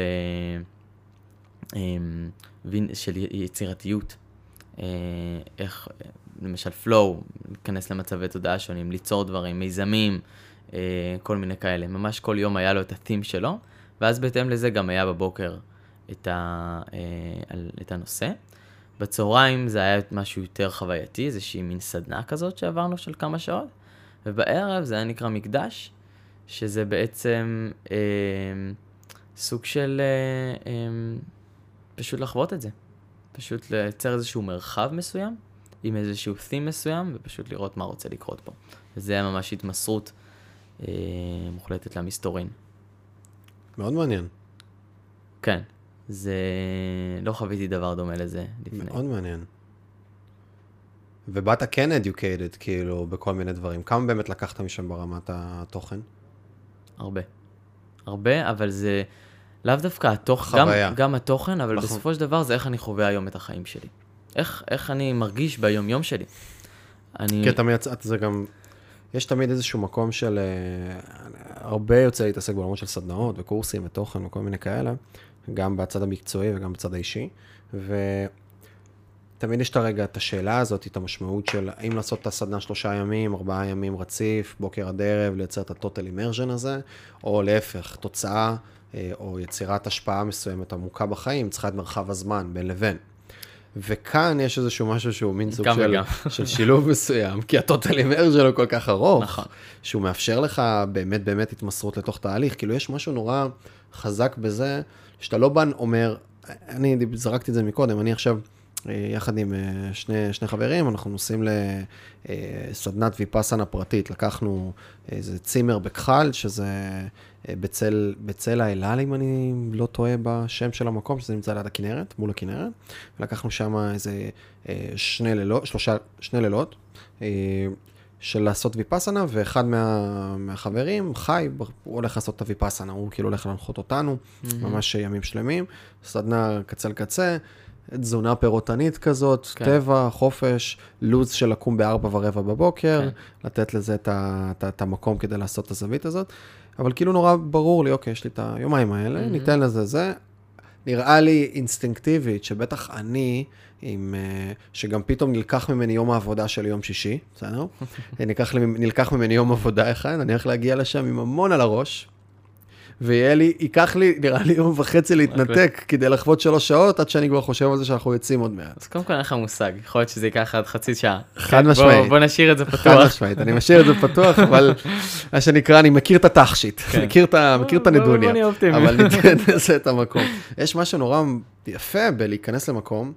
יצירתיות, איך, למשל flow, להיכנס למצבי תודעה שונים, ליצור דברים, מיזמים, כל מיני כאלה. ממש כל יום היה לו את ה-theme שלו, ואז בהתאם לזה גם היה בבוקר את הנושא. בצהריים זה היה משהו יותר חווייתי, איזושהי מין סדנה כזאת שעברנו של כמה שעות, ובערב זה היה נקרא מקדש, שזה בעצם סוג של פשוט לחוות את זה. פשוט לייצר איזשהו מרחב מסוים, עם איזשהו theme מסוים, ופשוט לראות מה רוצה לקרות פה. וזה היה ממש התמסרות מוחלטת למסתורין. מאוד מעניין. כן, זה... לא חוויתי דבר דומה לזה לפני. מאוד מעניין. ובאת כן educated, כאילו, בכל מיני דברים. כמה באמת לקחת משם ברמת התוכן? הרבה. הרבה, אבל זה לאו דווקא התוכן, גם התוכן, אבל בסופו של דבר זה איך אני חווה היום את החיים שלי. איך אני מרגיש ביום יום שלי. כי אתה מייצאת, זה גם... יש תמיד איזשהו מקום של... הרבה יוצא להתעסק בעולמות של סדנאות וקורסים ותוכן וכל מיני כאלה, גם בצד המקצועי וגם בצד האישי, ותמיד יש את הרגע, את השאלה הזאת, את המשמעות של האם לעשות את הסדנה 3 ימים, 4 ימים רציף, בוקר עד ערב, לייצר את ה-total immersion הזה, או להפך, תוצאה או יצירת השפעה מסוימת עמוקה בחיים, צריכה את מרחב הזמן בין לבין. וכאן יש איזשהו משהו שהוא מין סוג של שילוב מסוים, כי ה-total immersion שלו כל כך ארוך, נכון. שהוא מאפשר לך באמת התמסרות לתוך תהליך, כאילו יש משהו נורא חזק בזה, שאתה לא בן אומר, אני זרקתי את זה מקודם, אני עכשיו יחד עם שני חברים, אנחנו נוסעים לסדנת ויפאסנה פרטית. לקחנו איזה צימר בכחל, שזה בצל האלעל, אם אני לא טועה בשם של המקום, שזה נמצא ליד הכנרת, מול הכנרת. ולקחנו שם איזה שני לילות, של לעשות ויפאסנה, ואחד מהחברים, חי, הוא הולך לעשות את הויפאסנה, הוא כאילו הולך להנחות אותנו, ממש ימים שלמים, סדנה קצה לקצה, תזונה פירוטנית כזאת, טבע, חופש, לוז של לקום ב4:15 בבוקר, לתת לזה את המקום כדי לעשות את הזווית הזאת, אבל כאילו נורא ברור לי, אוקיי, יש לי את היומיים האלה, ניתן לזה זה, נראה לי אינסטינקטיבית, שבטח אני, שגם פתאום נלקח ממני יום העבודה של יום שישי, בסדר? נלקח ממני יום עבודה אחד, אני הולך להגיע לשם עם המון על הראש, ייקח לי, נראה לי 1.5 יום להתנתק, כדי לחוות 3 שעות, עד שאני כבר חושב על זה שאנחנו יוצאים עוד מעט. אז קודם כל אין לך מושג, יכול להיות שזה ייקח עד חצי שעה. חד משמעית. בוא נשאיר את זה פתוח. חד משמעית, אני משאיר את זה פתוח, אבל מה שנקרא, אני מכיר את התחשיט, מכיר את הנדוניה, אבל ניתן לזה את המקום. יש משהו נורא יפה בלהיכנס למקום,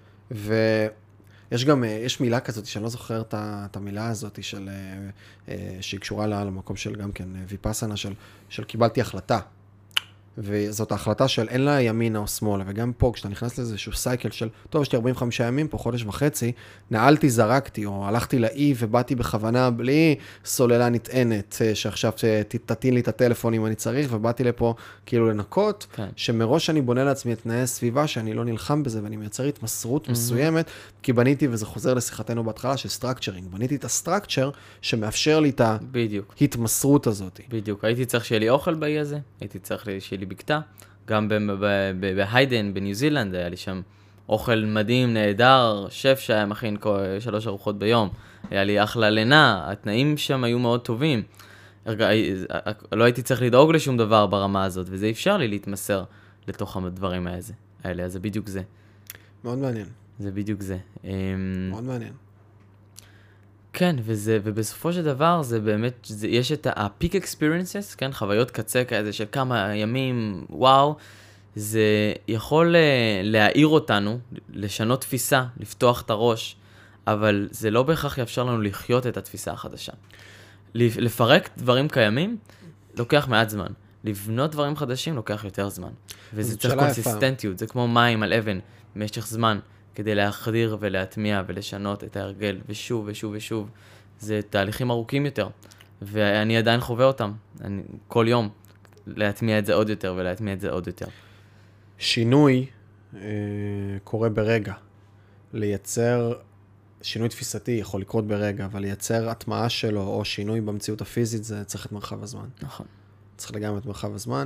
ויש גם, יש מילה כזאת, שאני לא זוכר את המילה הזאת, שהיא קשורה למקום של גם כן, ויפאסנה, של קיבלתי החלטה. וזאת ההחלטה של אין לה ימינה או שמאלה, וגם פה, כשאתה נכנס לאיזשהו סייקל של, טוב, יש לי 45 ימים, פה 1.5 חודש, נעלתי, זרקתי, או הלכתי לאי ובאתי בכוונה בלי סוללה נטענת, שעכשיו תתתין לי את הטלפון אם אני צריך, ובאתי לפה כאילו לנקות, שמראש אני בונה לעצמי את תנאי הסביבה, שאני לא נלחם בזה, ואני מייצר התמסרות מסוימת, כי בניתי, וזה חוזר לשיחתנו בהתחלה, של סטרקצ'רינג, בניתי את הסטרקצ'ר, שמאפשר לי את ההתמסרות הזאת. בדיוק, הייתי צריך שיהיה לי אוכל באי הזה, הייתי צריך שיהיה לי בקתה, גם בהיידן, בניו זילנד, היה לי שם אוכל מדהים, נהדר, שף שהיה מכין 3 ארוחות ביום, היה לי אחלה לינה, התנאים שם היו מאוד טובים, לא הייתי צריך לדאוג לשום דבר ברמה הזאת, וזה אפשר לי להתמסר לתוך הדברים האלה, אז זה בדיוק זה. מאוד מעניין. זה בדיוק זה. מאוד מעניין. כן, ובסופו של דבר זה באמת, יש את ה-peak experiences, כן, חוויות קצה כאלה של כמה ימים, וואו, זה יכול להעיר אותנו, לשנות תפיסה, לפתוח את הראש, אבל זה לא בהכרח יאפשר לנו לחיות את התפיסה החדשה. לפרק דברים קיימים, לוקח מעט זמן. לבנות דברים חדשים לוקח יותר זמן. וזה צריך קונסיסטנטיות, זה כמו מים על אבן, במשך זמן. כדי להחדיר ולהטמיע ולשנות את ההרגל, ושוב ושוב ושוב. זה תהליכים ארוכים יותר, ואני עדיין חווה אותם, כל יום, להטמיע את זה עוד יותר ולהטמיע את זה עוד יותר. שינוי קורה ברגע. לייצר, שינוי תפיסתי יכול לקרות ברגע, אבל לייצר הטמעה שלו או שינוי במציאות הפיזית, זה צריך את מרחב הזמן. נכון. צריך לגמרי את מרחב הזמן,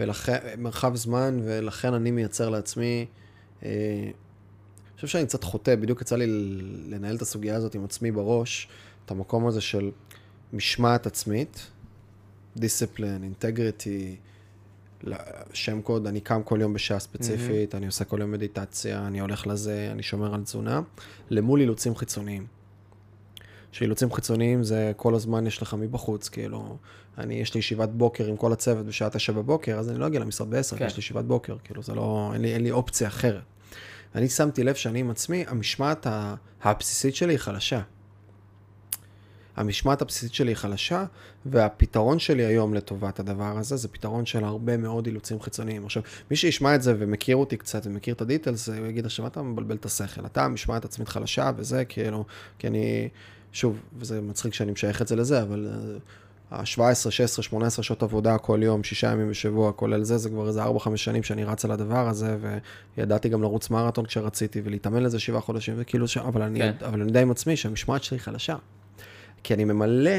ולכן אני מייצר לעצמי, אני חושב שאני קצת חוטא, בדיוק יצא לי לנהל את הסוגיה הזאת עם עצמי בראש, את המקום הזה של משמעת עצמית, דיסציפלין, אינטגריטי, שם קוד, אני קם כל יום בשעה ספציפית, אני עושה כל יום מדיטציה, אני הולך לזה, אני שומר על תזונה, למול אילוצים חיצוניים. שאילוצים חיצוניים זה כל הזמן יש לך מבחוץ, כאילו, יש לי ישיבת בוקר עם כל הצוות בשעה 9 בבוקר, אז אני לא אגיע למשרד ב10, יש לי ישיבת בוקר, כאילו, זה לא, אין לי אופציה אחרת. אני שמתי לב שאני עם עצמי, המשמעת הבסיסית שלי היא חלשה. המשמעת הבסיסית שלי היא חלשה, והפתרון שלי היום לטובת הדבר הזה, זה פתרון של הרבה מאוד אילוצים חיצוניים. עכשיו, מי שישמע את זה ומכיר אותי קצת, ומכיר את הדיטלס, הוא יגיד, עכשיו אתה מבלבל את השכל, אתה המשמעת עצמית חלשה, וזה כאילו, כי אני, שוב, וזה מצחיק שאני משייך את זה לזה, אבל ה-17, 16, 18 שעות עבודה כל יום, 6 ימים בשבוע, כולל זה כבר איזה 4-5 שנים שאני רץ על הדבר הזה, וידעתי גם לרוץ מרתון כשרציתי, ולהתאמן לזה 7 חודשים, וכאילו, אבל אני יודע עם עצמי שהמשמעת שלי חלשה. כי אני ממלא,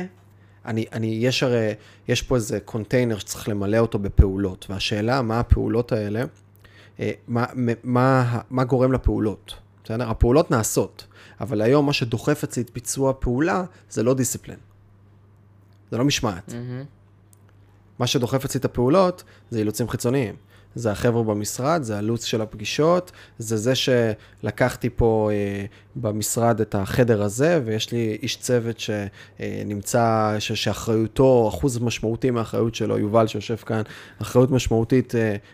יש פה איזה קונטיינר שצריך למלא אותו בפעולות, והשאלה מה הפעולות האלה, מה גורם לפעולות. בסדר? הפעולות נעשות, אבל היום מה שדוחף אצלי את ביצוע הפעולה, זה לא דיסציפלין. זה לא משמעת. מה שדוחף אצלי את הפעולות, זה אילוצים חיצוניים. זה החבר'ה במשרד, זה הלוץ של הפגישות, זה שלקחתי פה במשרד את החדר הזה, ויש לי איש צוות שנמצא, שאחריותו, אחוז משמעותי מהאחריות שלו, יובל שיושב כאן, אחריות משמעותית,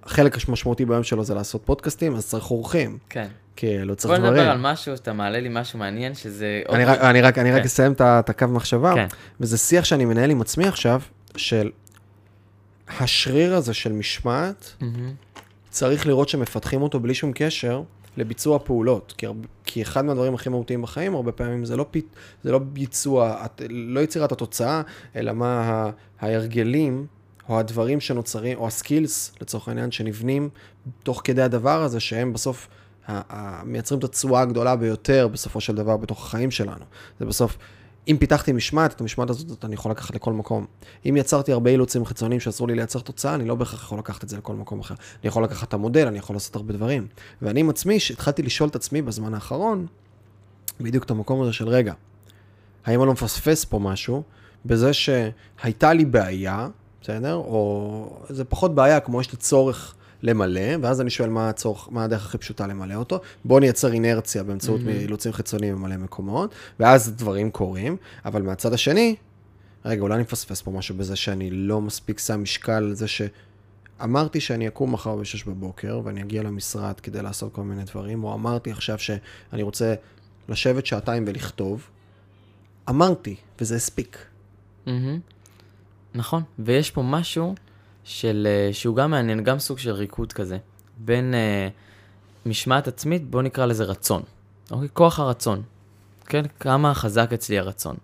חלק משמעותי ביום שלו זה לעשות פודקאסטים, אז צריך אורחים. כן. כי לא צריך דברים. בוא נדבר על משהו, שאתה מעלה לי משהו מעניין, שזה... אני רק אסיים את הקו מחשבה, כן. וזה שיח שאני מנהל עם עצמי עכשיו, של השריר הזה של משמעת, צריך לראות שמפתחים אותו בלי שום קשר לביצוע פעולות, כי אחד מהדברים הכי מהותיים בחיים, הרבה פעמים זה לא ביצוע, לא יצירת התוצאה, אלא מה ההרגלים, או הדברים שנוצרים, או הסקילס, לצורך העניין, שנבנים תוך כדי הדבר הזה, שהם בסוף מייצרים את התשואה הגדולה ביותר, בסופו של דבר, בתוך החיים שלנו. זה בסוף, אם פיתחתי משמעת, את המשמעת הזאת אני יכול לקחת לכל מקום. אם יצרתי הרבה אילוצים חיצוניים שאסור לי לייצר תוצאה, אני לא בהכרח יכול לקחת את זה לכל מקום אחר. אני יכול לקחת את המודל, אני יכול לעשות הרבה דברים. ואני עם עצמי, שהתחלתי לשאול את עצמי בזמן האחרון, בדיוק את המקום הזה של רגע, האם אני לא מפספס פה משהו, בזה שהייתה לי בעיה, בסדר? או זה פחות בעיה, כמו יש לי צורך למלא, ואז אני שואל מה הדרך הכי פשוטה למלא אותו. בוא נייצר אינרציה באמצעות אילוצים חיצוניים במלא מקומות, ואז דברים קורים, אבל מהצד השני, רגע, אולי אני מפספס פה משהו בזה שאני לא מספיק שם משקל על זה שאמרתי שאני אקום מחר ב-6 בבוקר, ואני אגיע למשרד כדי לעשות כל מיני דברים, או אמרתי עכשיו שאני רוצה לשבת שעתיים ולכתוב, אמרתי, וזה הספיק. נכון, ויש פה משהו שהוא גם מעניין, גם סוג של ריקוד כזה, בין משמעת עצמית, בוא נקרא לזה רצון. אוקיי? כוח הרצון. כן? כמה חזק אצלי הרצון.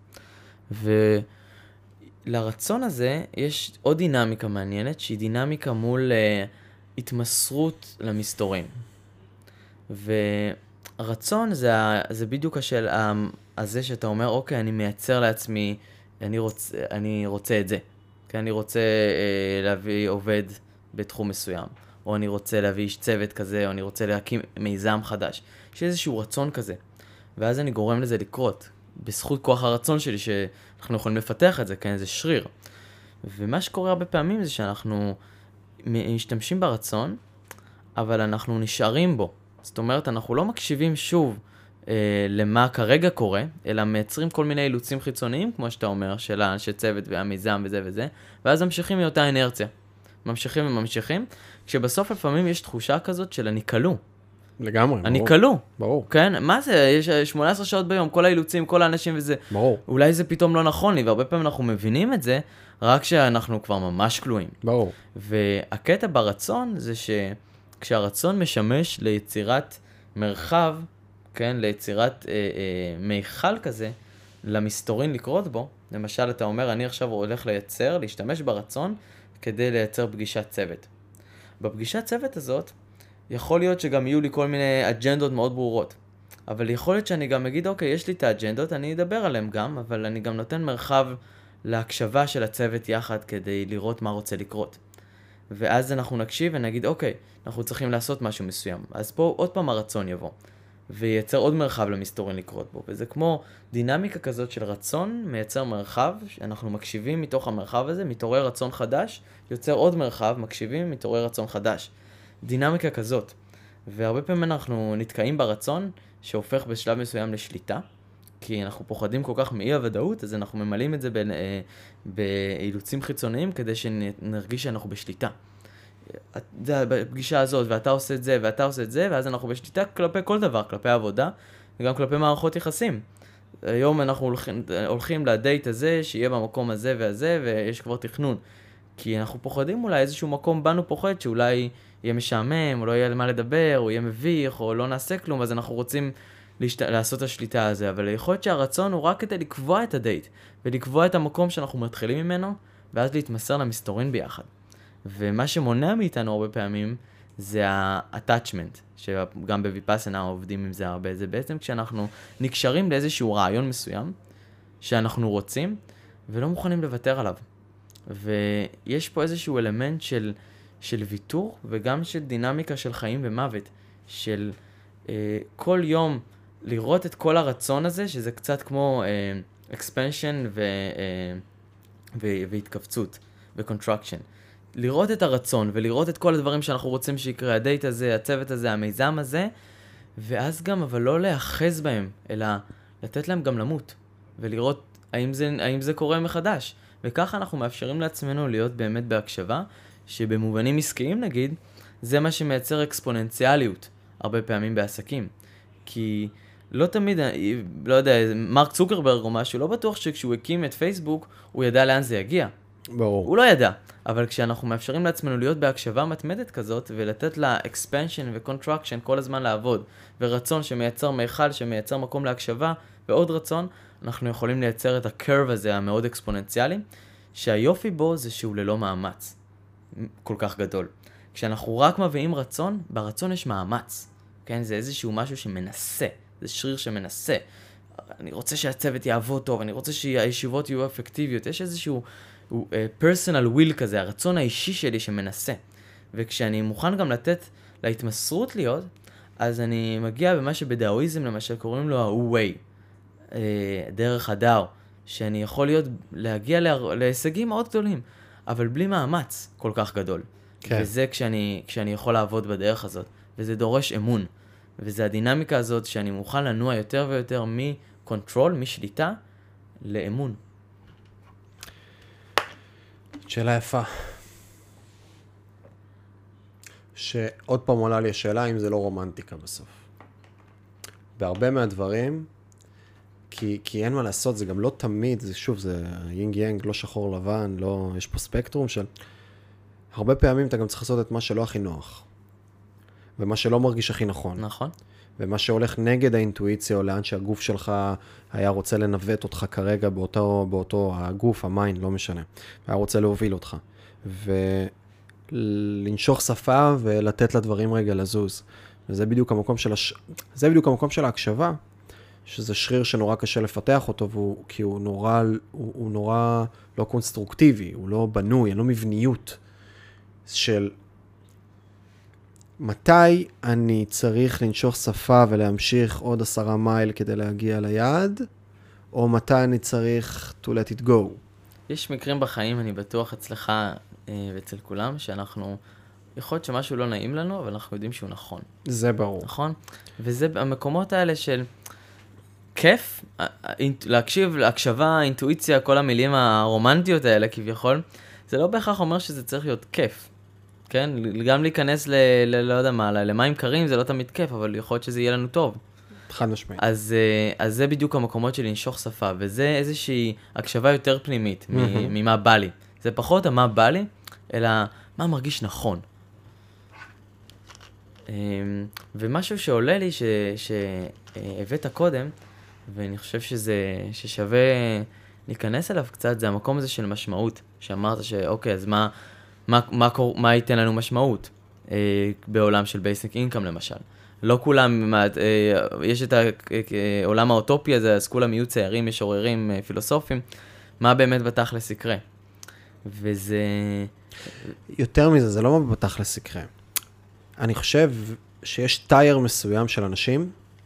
ולרצון הזה יש עוד דינמיקה מעניינת, שהיא דינמיקה מול התמסרות למסתורים. והרצון זה בדיוק השאלה הזה שאתה אומר, אוקיי, אני מייצר לעצמי, אני רוצה את זה. כי אני רוצה להביא עובד בתחום מסוים, או אני רוצה להביא איש צוות כזה, או אני רוצה להקים מיזם חדש. יש איזשהו רצון כזה. ואז אני גורם לזה לקרות, בזכות כוח הרצון שלי, שאנחנו יכולים לפתח את זה, כן, זה שריר. ומה שקורה הרבה פעמים זה שאנחנו משתמשים ברצון, אבל אנחנו נשארים בו. זאת אומרת, אנחנו לא מקשיבים שוב למה כרגע קורה, אלא מייצרים כל מיני אילוצים חיצוניים, כמו שאתה אומר, של האנשי צוות והמיזם וזה וזה, ואז ממשיכים מאותה אינרציה. ממשיכים וממשיכים, כשבסוף לפעמים יש תחושה כזאת של אני כלוא. לגמרי, ברור. אני כלוא. ברור. כן? מה זה? יש 18 שעות ביום, כל האילוצים, כל האנשים וזה. ברור. אולי זה פתאום לא נכון לי, והרבה פעמים אנחנו מבינים את זה, רק שאנחנו כבר ממש כלואים. ברור. והקטע ברצון זה שכשהרצון משמש ליצירת מרחב, כן, ליצירת מיכל כזה, למסתורין לקרות בו. למשל, אתה אומר, אני עכשיו הולך להשתמש ברצון, כדי לייצר פגישת צוות. בפגישת צוות הזאת, יכול להיות שגם יהיו לי כל מיני אג'נדות מאוד ברורות. אבל יכול להיות שאני גם אגיד, אוקיי, יש לי את האג'נדות, אני אדבר עליהן גם, אבל אני גם נותן מרחב להקשבה של הצוות יחד, כדי לראות מה רוצה לקרות. ואז אנחנו נקשיב ונגיד, אוקיי, אנחנו צריכים לעשות משהו מסוים. אז פה עוד פעם הרצון יבוא. וייצר עוד מרחב למסתורין לקרות בו. וזה כמו דינמיקה כזאת של רצון, מייצר מרחב, אנחנו מקשיבים מתוך המרחב הזה, מתעורר רצון חדש, יוצר עוד מרחב, מקשיבים, מתעורר רצון חדש. דינמיקה כזאת. והרבה פעמים אנחנו נתקעים ברצון, שהופך בשלב מסוים לשליטה, כי אנחנו פוחדים כל כך מאי הוודאות, אז אנחנו ממלאים את זה באילוצים חיצוניים, כדי שנרגיש שאנחנו בשליטה. זה בפגישה הזאת, ואתה עושה את זה, ואתה עושה את זה, ואז אנחנו בשליטה כלפי כל דבר, כלפי עבודה, וגם כלפי מערכות יחסים. היום אנחנו הולכים לדייט הזה, שיהיה במקום הזה והזה, ויש כבר תכנון. כי אנחנו פוחדים אולי איזשהו מקום בנו פוחד, שאולי יהיה משעמם, או לא יהיה למה לדבר, או יהיה מביך, או לא נעשה כלום, אז אנחנו רוצים לעשות את השליטה הזה. אבל יכול להיות שהרצון הוא רק כדי לקבוע את הדייט, ולקבוע את המקום שאנחנו מתחילים ממנו, ואז להתמסר למסתורין ביחד. ומה שמונע מאיתנו הרבה פעמים, זה ה-attachment, שגם בויפאסנה עובדים עם זה הרבה. זה בעצם כשאנחנו נקשרים לאיזשהו רעיון מסוים, שאנחנו רוצים, ולא מוכנים לוותר עליו. ויש פה איזשהו אלמנט של ויתור, וגם של דינמיקה של חיים ומוות, של כל יום לראות את כל הרצון הזה, שזה קצת כמו expansion והתכווצות, ו-contraction. לראות את הרצון, ולראות את כל הדברים שאנחנו רוצים שיקרה, הדייט הזה, הצוות הזה, המיזם הזה, ואז גם, אבל לא להאחז בהם, אלא לתת להם גם למות, ולראות האם זה קורה מחדש. וככה אנחנו מאפשרים לעצמנו להיות באמת בהקשבה, שבמובנים עסקיים נגיד, זה מה שמייצר אקספוננציאליות הרבה פעמים בעסקים. כי לא תמיד, לא יודע, מרק צוקרברג או משהו, לא בטוח שכשהוא הקים את פייסבוק, הוא ידע לאן זה יגיע. ברור. הוא לא ידע. אבל כשאנחנו מאפשרים לעצמנו להיות בהקשבה מתמדת כזאת, ולתת לה expansion ו-contraction כל הזמן לעבוד, ורצון שמייצר מיכל, שמייצר מקום להקשבה, ועוד רצון, אנחנו יכולים לייצר את הקרב הזה המאוד אקספוננציאלי, שהיופי בו זה שהוא ללא מאמץ כל כך גדול. כשאנחנו רק מביאים רצון, ברצון יש מאמץ. כן? זה איזשהו משהו שמנסה, זה שריר שמנסה. אני רוצה שהצוות יעבוד טוב, אני רוצה שהישיבות יהיו אפקטיביות. יש איזשהו personal will כזה, הרצון האישי שלי שמנסה. וכשאני מוכן גם לתת להתמסרות להיות, אז אני מגיע במה שבדאואיזם למשל קוראים לו ה-way, דרך הדאו, שאני יכול להגיע להישגים מאוד גדולים, אבל בלי מאמץ כל כך גדול. כן. וזה כשאני יכול לעבוד בדרך הזאת, וזה דורש אמון. וזה הדינמיקה הזאת שאני מוכן לנוע יותר ויותר מקונטרול, משליטה, לאמון. שאלה יפה. שעוד פעם עולה לי השאלה אם זה לא רומנטיקה בסוף. בהרבה מהדברים, כי אין מה לעשות, זה גם לא תמיד, זה שוב, זה יינג יאנג, לא שחור לבן, לא, יש פה ספקטרום של... הרבה פעמים אתה גם צריך לעשות את מה שלא הכי נוח. ומה שלא מרגיש הכי נכון. נכון. ומה שהולך נגד האינטואיציה, או לאן שהגוף שלך היה רוצה לנווט אותך כרגע באותו הגוף, המיינד, לא משנה. היה רוצה להוביל אותך. ולנשוך שפה ולתת לדברים רגע לזוז. וזה בדיוק המקום זה בדיוק המקום של ההקשבה, שזה שריר שנורא קשה לפתח אותו, כי הוא נורא לא קונסטרוקטיבי, הוא לא בנוי, אין לו מבניות של... מתי אני צריך לנשוך שפה ולהמשיך עוד 10 מייל כדי להגיע ליעד, או מתי אני צריך to let it go? יש מקרים בחיים, אני בטוח אצלך ואצל כולם, שאנחנו, יכול להיות שמשהו לא נעים לנו, אבל אנחנו יודעים שהוא נכון. זה ברור. נכון? וזה המקומות האלה של כיף, להקשיב, להקשבה, אינטואיציה, כל המילים הרומנטיות האלה כביכול, זה לא בהכרח אומר שזה צריך להיות כיף. כן? גם להיכנס לא יודע מה, למים קרים זה לא תמיד כיף, אבל יכול להיות שזה יהיה לנו טוב. חד משמעית. אז זה בדיוק המקומות של לנשוך שפה, וזה איזושהי הקשבה יותר פנימית ממה בא לי. זה פחות מה בא לי, אלא מה מרגיש נכון. ומשהו שעולה לי שהבאת קודם, ואני חושב ששווה להיכנס אליו קצת, זה המקום הזה של משמעות, שאמרת שאוקיי, אז מה ייתן לנו משמעות בעולם של basic income למשל. לא כולם, יש את העולם האוטופי הזה, אז כולם יהיו צעירים, משוררים, פילוסופים. מה באמת בתכלס יקרה? וזה... יותר מזה, זה לא מה בתכלס יקרה. אני חושב שיש טייר מסוים של אנשים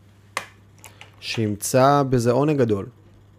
שימצא בזה עונג גדול.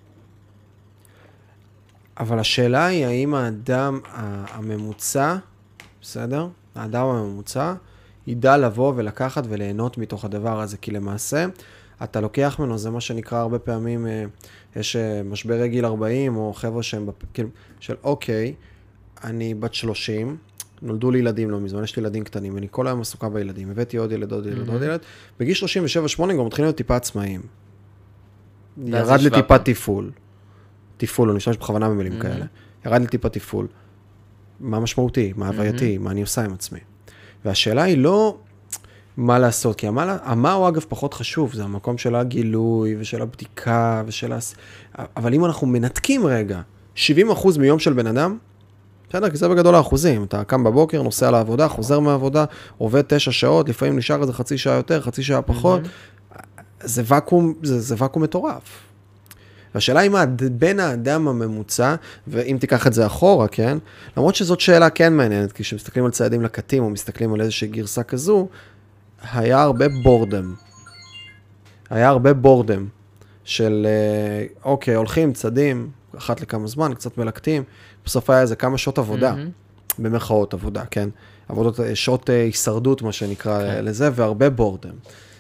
אבל השאלה היא, האם האדם הממוצע, בסדר? האדם הממוצע, ידע לבוא ולקחת וליהנות מתוך הדבר הזה, כי למעשה, אתה לוקח ממנו, זה מה שנקרא הרבה פעמים, יש משברי גיל 40, או חבר'ה שהם, כאילו, של אוקיי, אני בת 30, נולדו לי ילדים לא מזמן, יש לי ילדים קטנים, אני כל היום עסוקה בילדים, הבאתי עוד ילד, עוד ילד, עוד ילד, בגיל 37-8 כבר מתחילים להיות טיפה עצמאיים. ירד לטיפה טיפול. טיפול, אני משתמש בכוונה במילים כאלה. ירד לי טיפה טיפול. מה משמעותי, מה הווייתי, מה אני עושה עם עצמי. והשאלה היא לא מה לעשות, כי מה הוא אגב פחות חשוב, זה המקום של הגילוי ושל הבדיקה ושל... אבל אם אנחנו מנתקים רגע, 70% מיום של בן אדם, בסדר, כי זה בגדול האחוזים. אתה קם בבוקר, נוסע לעבודה, חוזר מהעבודה, עובד 9 שעות, לפעמים נשאר איזה חצי שעה יותר, חצי שעה פחות. זה ואקום מטורף. והשאלה היא מה, בין האדם הממוצע, ואם תיקח את זה אחורה, כן? למרות שזאת שאלה כן מעניינת, כי כשמסתכלים על צעדים לקטים, או מסתכלים על איזושהי גרסה כזו, היה הרבה בורדם. היה הרבה בורדם של, אוקיי, הולכים, צעדים, אחת לכמה זמן, קצת מלקטים, בסוף היה איזה כמה שעות עבודה, במרכאות עבודה, כן? עבודות, שעות הישרדות, מה שנקרא לזה, והרבה בורדם.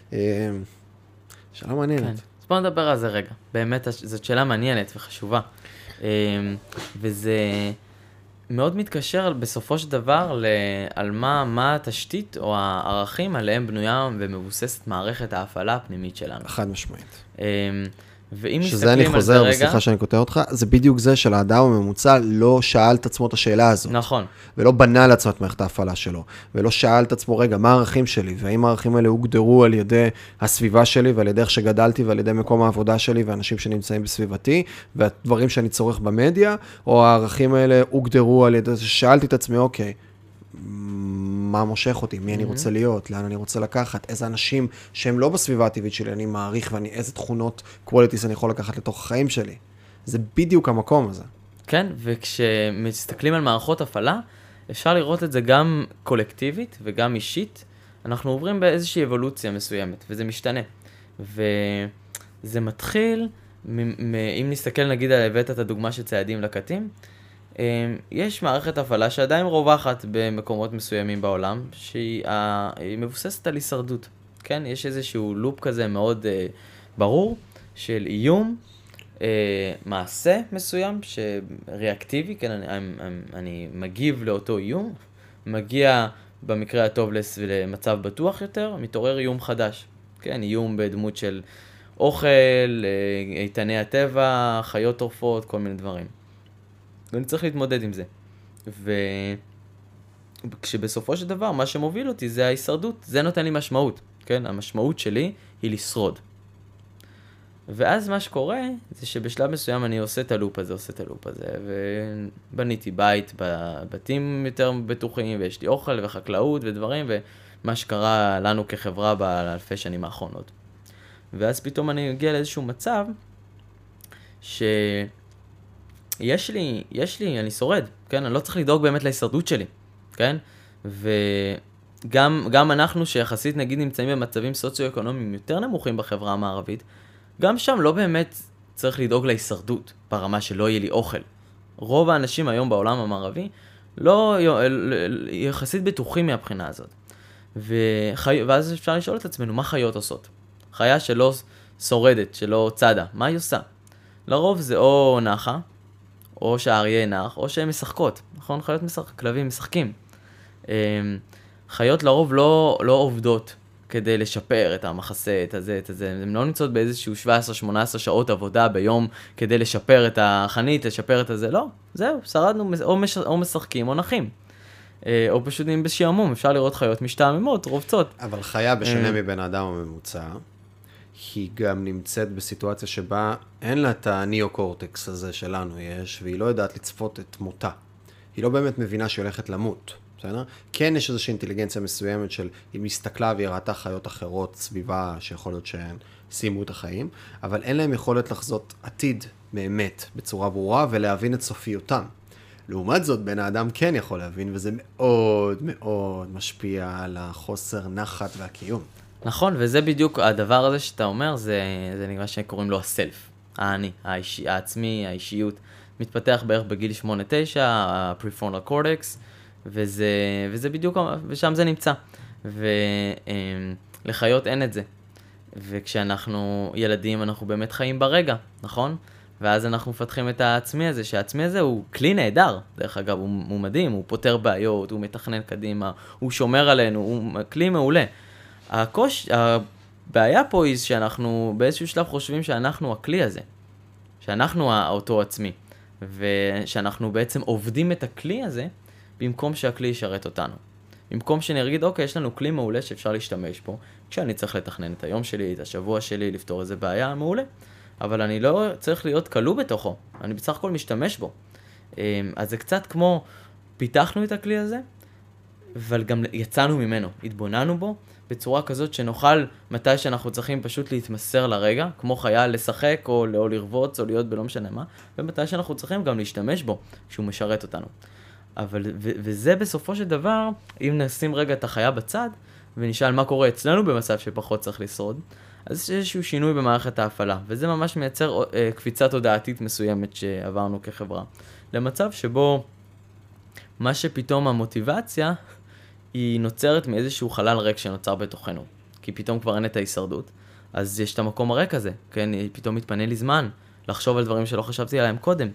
שאלה מעניינת. אז בואו נדבר על זה רגע. באמת, זאת שאלה מעניינת וחשובה. וזה... מאוד מתקשר בסופו של דבר על מה התשתית או הערכים עליהם בנויה ומבוססת מערכת ההפעלה הפנימית שלנו. חד משמעית. ואם שזה אני מסתכלים על זה חוזר, רגע... וסליחה שאני כותב אותך, זה בדיוק זה של האדם הממוצע לא שאל את עצמו את השאלה הזאת. נכון. ולא בנה לעצמו את מערכת ההפעלה שלו. ולא שאל את עצמו, רגע, מה הערכים שלי? והאם הערכים האלה הוגדרו על ידי הסביבה שלי, ועל ידי איך שגדלתי, ועל ידי מקום העבודה שלי, ואנשים שנמצאים בסביבתי, והדברים שאני צורך במדיה, או הערכים האלה הוגדרו על ידי, שאלתי את עצמי, אוקיי, מה מושך אותי, מי אני רוצה להיות, לאן אני רוצה לקחת, איזה אנשים שהם לא בסביבה הטבעית שלי, אני מעריך, ואיזה תכונות qualities אני יכול לקחת לתוך החיים שלי. זה בדיוק המקום הזה. כן, וכשמסתכלים על מערכות הפעלה, אפשר לראות את זה גם קולקטיבית וגם אישית. אנחנו עוברים באיזושהי אבולוציה מסוימת, וזה משתנה. וזה מתחיל, אם נסתכל נגיד על הבאת את הדוגמה של צעדים לקטים, יש מערכת הפעלה שעדיין רווחת במקומות מסוימים בעולם, שהיא מבוססת על הישרדות. כן, יש איזשהו לופ כזה מאוד ברור של איום, מעשה מסוים שריאקטיבי, כן, אני מגיב לאותו איום, מגיע במקרה הטוב למצב בטוח יותר, מתעורר איום חדש. כן, איום בדמות של אוכל, איתני הטבע, חיות טורפות, כל מיני דברים. ואני צריך להתמודד עם זה. וכשבסופו של דבר, מה שמוביל אותי זה ההישרדות. זה נותן לי משמעות, כן? המשמעות שלי היא לשרוד. ואז מה שקורה, זה שבשלב מסוים אני עושה את הלופ הזה, ובניתי בית בבתים יותר בטוחים, ויש לי אוכל וחקלאות ודברים, ומה שקרה לנו כחברה באלפי שנים האחרונות. ואז פתאום אני מגיע לאיזשהו מצב, יש לי, אני שורד, כן? אני לא צריך לדאוג באמת להישרדות שלי, כן? וגם אנחנו שיחסית נגיד נמצאים במצבים סוציו-אקונומיים יותר נמוכים בחברה המערבית, גם שם לא באמת צריך לדאוג להישרדות ברמה שלא יהיה לי אוכל. רוב האנשים היום בעולם המערבי לא יחסית בטוחים מהבחינה הזאת. ואז אפשר לשאול את עצמנו, מה חיות עושות? חיה שלא שורדת, שלא צדה, מה היא עושה? לרוב זה או נחה, או שהאריה נח, או שהן משחקות. נכון? חיות כלבים משחקים. חיות לרוב לא עובדות כדי לשפר את המחסה, את הזה. הן לא נמצאות באיזשהו 17-18 שעות עבודה ביום כדי לשפר את החנית, לשפר את הזה. לא, זהו, שרדנו או משחקים או נחים. או פשוט אם בשעמום, אפשר לראות חיות משתעממות, רובצות. אבל חיה בשונה מבן האדם הממוצע, היא גם נמצאת בסיטואציה שבה אין לה את הניאו-קורטקס הזה שלנו יש, והיא לא יודעת לצפות את מותה. היא לא באמת מבינה שהיא הולכת למות, בסדר? כן יש איזושהי אינטליגנציה מסוימת של, היא מסתכלה והיא ראתה חיות אחרות סביבה שיכול להיות שהן סיימו את החיים, אבל אין להם יכולת לחזות עתיד באמת בצורה ברורה ולהבין את סופיותם. לעומת זאת, בן האדם כן יכול להבין, וזה מאוד מאוד משפיע על החוסר נחת והקיום. נכון, וזה בדיוק הדבר הזה שאתה אומר, זה נקרא שקוראים לו הסלף, האני, העצמי, האישיות, מתפתח בערך בגיל 8-9, ה-prefrontal cortex, וזה בדיוק, ושם זה נמצא. ולחיות אין את זה. וכשאנחנו ילדים, אנחנו באמת חיים ברגע, נכון? ואז אנחנו מפתחים את העצמי הזה, שהעצמי הזה הוא כלי נהדר, דרך אגב, הוא מדהים, הוא פותר בעיות, הוא מתכנן קדימה, הוא שומר עלינו, הוא כלי מעולה. הבעיה פה היא שאנחנו באיזשהו שלב חושבים שאנחנו הכלי הזה, שאנחנו אותו עצמי, ושאנחנו בעצם עובדים את הכלי הזה, במקום שהכלי ישרת אותנו. במקום שנגיד, אוקיי, יש לנו כלי מעולה שאפשר להשתמש בו, כשאני צריך לתכנן את היום שלי, את השבוע שלי, לפתור איזה בעיה, מעולה. אבל אני לא צריך להיות כלוא בתוכו, אני בסך הכל משתמש בו. אז זה קצת כמו, פיתחנו את הכלי הזה, אבל גם יצאנו ממנו, התבוננו בו, בצורה כזאת שנוכל מתי שאנחנו צריכים פשוט להתמסר לרגע, כמו חייל לשחק או לרבוץ או להיות בלא משנה מה, ומתי שאנחנו צריכים גם להשתמש בו, שהוא משרת אותנו. וזה בסופו של דבר, אם נשים רגע את החיה בצד, ונשאל מה קורה אצלנו במצב שפחות צריך לשרוד, אז יש איזשהו שינוי במערכת ההפעלה, וזה ממש מייצר קפיצה תודעתית מסוימת שעברנו כחברה. למצב שבו מה שפתאום המוטיבציה היא נוצרת מאיזשהו חלל ריק שנוצר בתוכנו, כי פתאום כבר אין את ההישרדות, אז יש את המקום הריק הזה, כן? פתאום מתפנה לי זמן לחשוב על דברים שלא חשבתי עליהם קודם,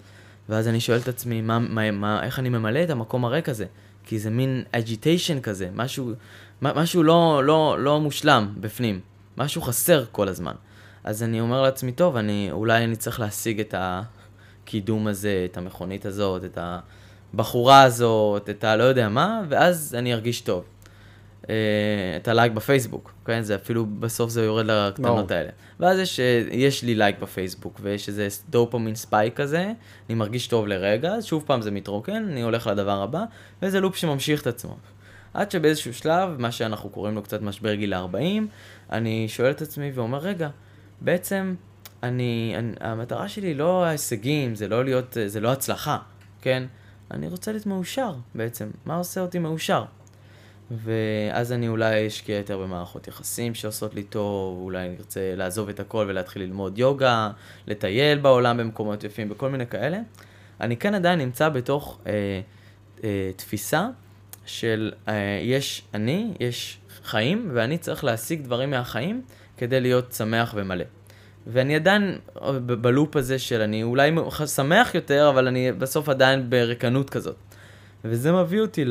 ואז אני שואל את עצמי, איך אני ממלא את המקום הריק הזה? כי זה מין agitation כזה, משהו לא מושלם בפנים, משהו חסר כל הזמן. אז אני אומר לעצמי, טוב, אולי אני צריך להשיג את הקידום הזה, את המכונית הזאת, את הבחורה הזאת, את הלא יודע מה, ואז אני ארגיש טוב. את הלייק בפייסבוק, כן? זה אפילו בסוף זה יורד לקטנות האלה. ואז יש לי לייק בפייסבוק, ויש איזה דופמין ספייק כזה, אני מרגיש טוב לרגע, אז שוב פעם זה מתרוקן, אני הולך לדבר הבא, וזה לופ שממשיך את עצמו. עד שבאיזשהו שלב, מה שאנחנו קוראים לו קצת משבר גיל 40, אני שואל את עצמי ואומר, רגע, בעצם המטרה שלי לא ההישגים, זה לא הצלחה, כן? אני רוצה להיות מאושר בעצם. מה עושה אותי מאושר? ואז אני אולי אשקיע יותר במערכות יחסים שעושות לי טוב, אולי אני ארצה לעזוב את הכל ולהתחיל ללמוד יוגה, לטייל בעולם במקומות יפים, בכל מיני כאלה. אני כן עדיין נמצא בתוך תפיסה של יש חיים, ואני צריך להשיג דברים מהחיים כדי להיות שמח ומלא. ואני עדיין בלופ הזה של אני אולי שמח יותר, אבל אני בסוף עדיין ברקנות כזאת. וזה מביא אותי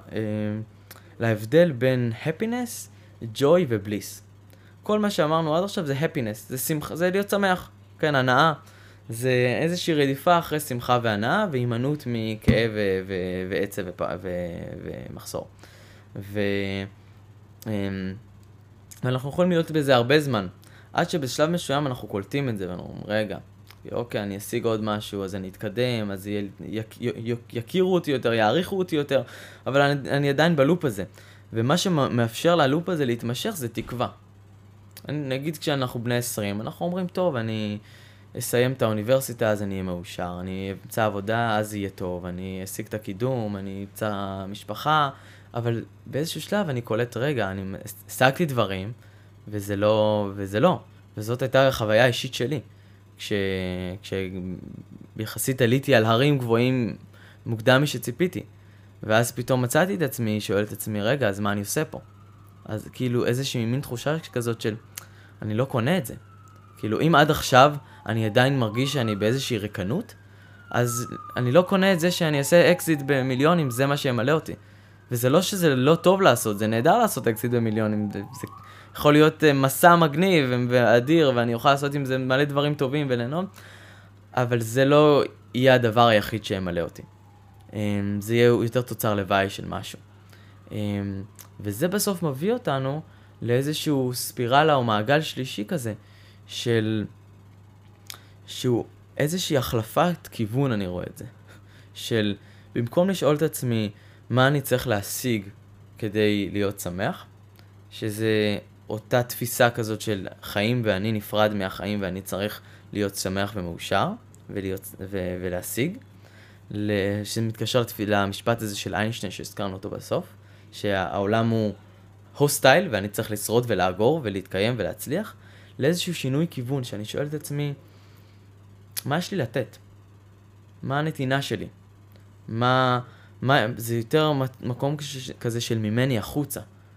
להבדל בין happiness, joy ו-bliss. כל מה שאמרנו עד עכשיו זה happiness, זה שמחה, זה להיות שמח, כן, הנאה. זה איזושהי רדיפה אחרי שמחה והנאה, והימנעות מכאב ועצב ומחסור. ואנחנו יכולים להיות בזה הרבה זמן, עד שבשלב מסוים אנחנו קולטים את זה, ואנחנו אומרים, רגע, אוקיי, אני אשיג עוד משהו, אז אני אתקדם, אז יכירו אותי יותר, יעריכו אותי יותר, אבל אני עדיין בלופ הזה. ומה שמאפשר ללופ הזה להתמשך זה תקווה. נגיד כשאנחנו בני 20, אנחנו אומרים, טוב, אני אסיים את האוניברסיטה, אז אני אהיה מאושר, אני אמצא עבודה, אז יהיה טוב, אני אשיג את הקידום, אני אמצא משפחה, אבל באיזשהו שלב אני קולט, רגע, אני השגתי דברים, וזה לא, וזאת הייתה החוויה האישית שלי. כשיחסית עליתי על הרים גבוהים מוקדם משציפיתי, ואז פתאום מצאתי את עצמי, שואל את עצמי, רגע, אז מה אני עושה פה? אז כאילו איזושהי מין תחושה כזאת של, אני לא קונה את זה. כאילו אם עד עכשיו אני עדיין מרגיש שאני באיזושהי רקנות, אז אני לא קונה את זה שאני אעשה אקזיט במיליונים, זה מה שימלא אותי. וזה לא שזה לא טוב לעשות, זה נהדר לעשות אקזיט במיליונים, זה יכול להיות מסע מגניב ואדיר, ואני אוכל לעשות עם זה מלא דברים טובים וליהנות, אבל זה לא יהיה הדבר היחיד שימלא אותי. זה יהיה יותר תוצר לוואי של משהו. וזה בסוף מביא אותנו לאיזשהו ספירלה או מעגל שלישי כזה, שהוא איזושהי החלפת כיוון, אני רואה את זה. של במקום לשאול את עצמי מה אני צריך להשיג כדי להיות שמח, שזה אותה תפיסה כזאת של חיים ואני נפרד מהחיים ואני צריך להיות שמח ומאושר ולהשיג, שזה מתקשר למשפט הזה של איינשטיין שהזכרנו אותו בסוף, שהעולם הוא הוסטייל ואני צריך לשרוד ולאגור ולהתקיים ולהצליח, לאיזשהו שינוי כיוון שאני שואל את עצמי, מה יש לי לתת? מה הנתינה שלי? זה יותר מקום כזה של ממני החוצה.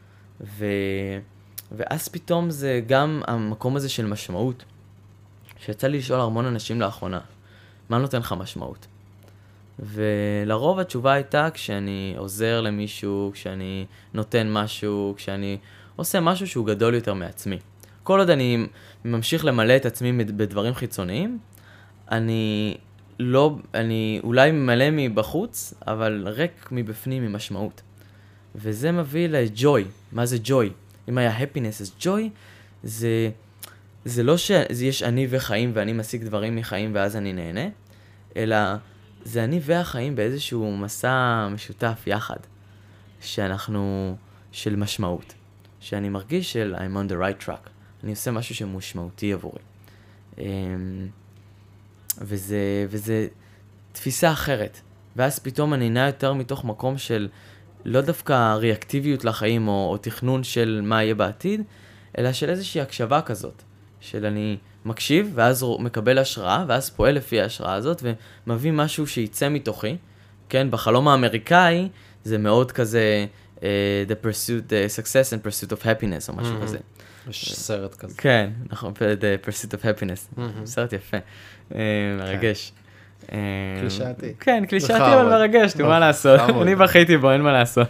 ואז פתאום זה גם המקום הזה של משמעות. שיצא לי לשאול המון אנשים לאחרונה, מה נותן לך משמעות? ולרוב התשובה הייתה כשאני עוזר למישהו, כשאני נותן משהו, כשאני עושה משהו שהוא גדול יותר מעצמי. כל עוד אני ממשיך למלא את עצמי בדברים חיצוניים, אני אולי ממלא מבחוץ, אבל ריק מבפנים ממשמעות. וזה מביא לג'וי. מה זה ג'וי? אם היה happiness, אז ג'וי זה לא שיש אני וחיים ואני משיג דברים מחיים ואז אני נהנה, אלא זה אני והחיים באיזשהו מסע משותף יחד, של משמעות. שאני מרגיש של I'm on the right track. אני עושה משהו שמשמעותי עבורי. וזה תפיסה אחרת. ואז פתאום אני נע יותר מתוך מקום של לא דווקא ריאקטיביות לחיים או תכנון של מה יהיה בעתיד, אלא של איזושהי הקשבה כזאת. של אני מקשיב ואז מקבל השראה ואז פועל לפי ההשראה הזאת ומביא משהו שיצא מתוכי. כן, בחלום האמריקאי זה מאוד כזה the success and pursuit of happiness או משהו כזה. יש סרט כזה. כן, נכון, the pursuit of happiness. סרט יפה, מרגש. קלישאתי. כן, קלישאתי אבל מרגש, מה לעשות? אני בכיתי בו, אין מה לעשות.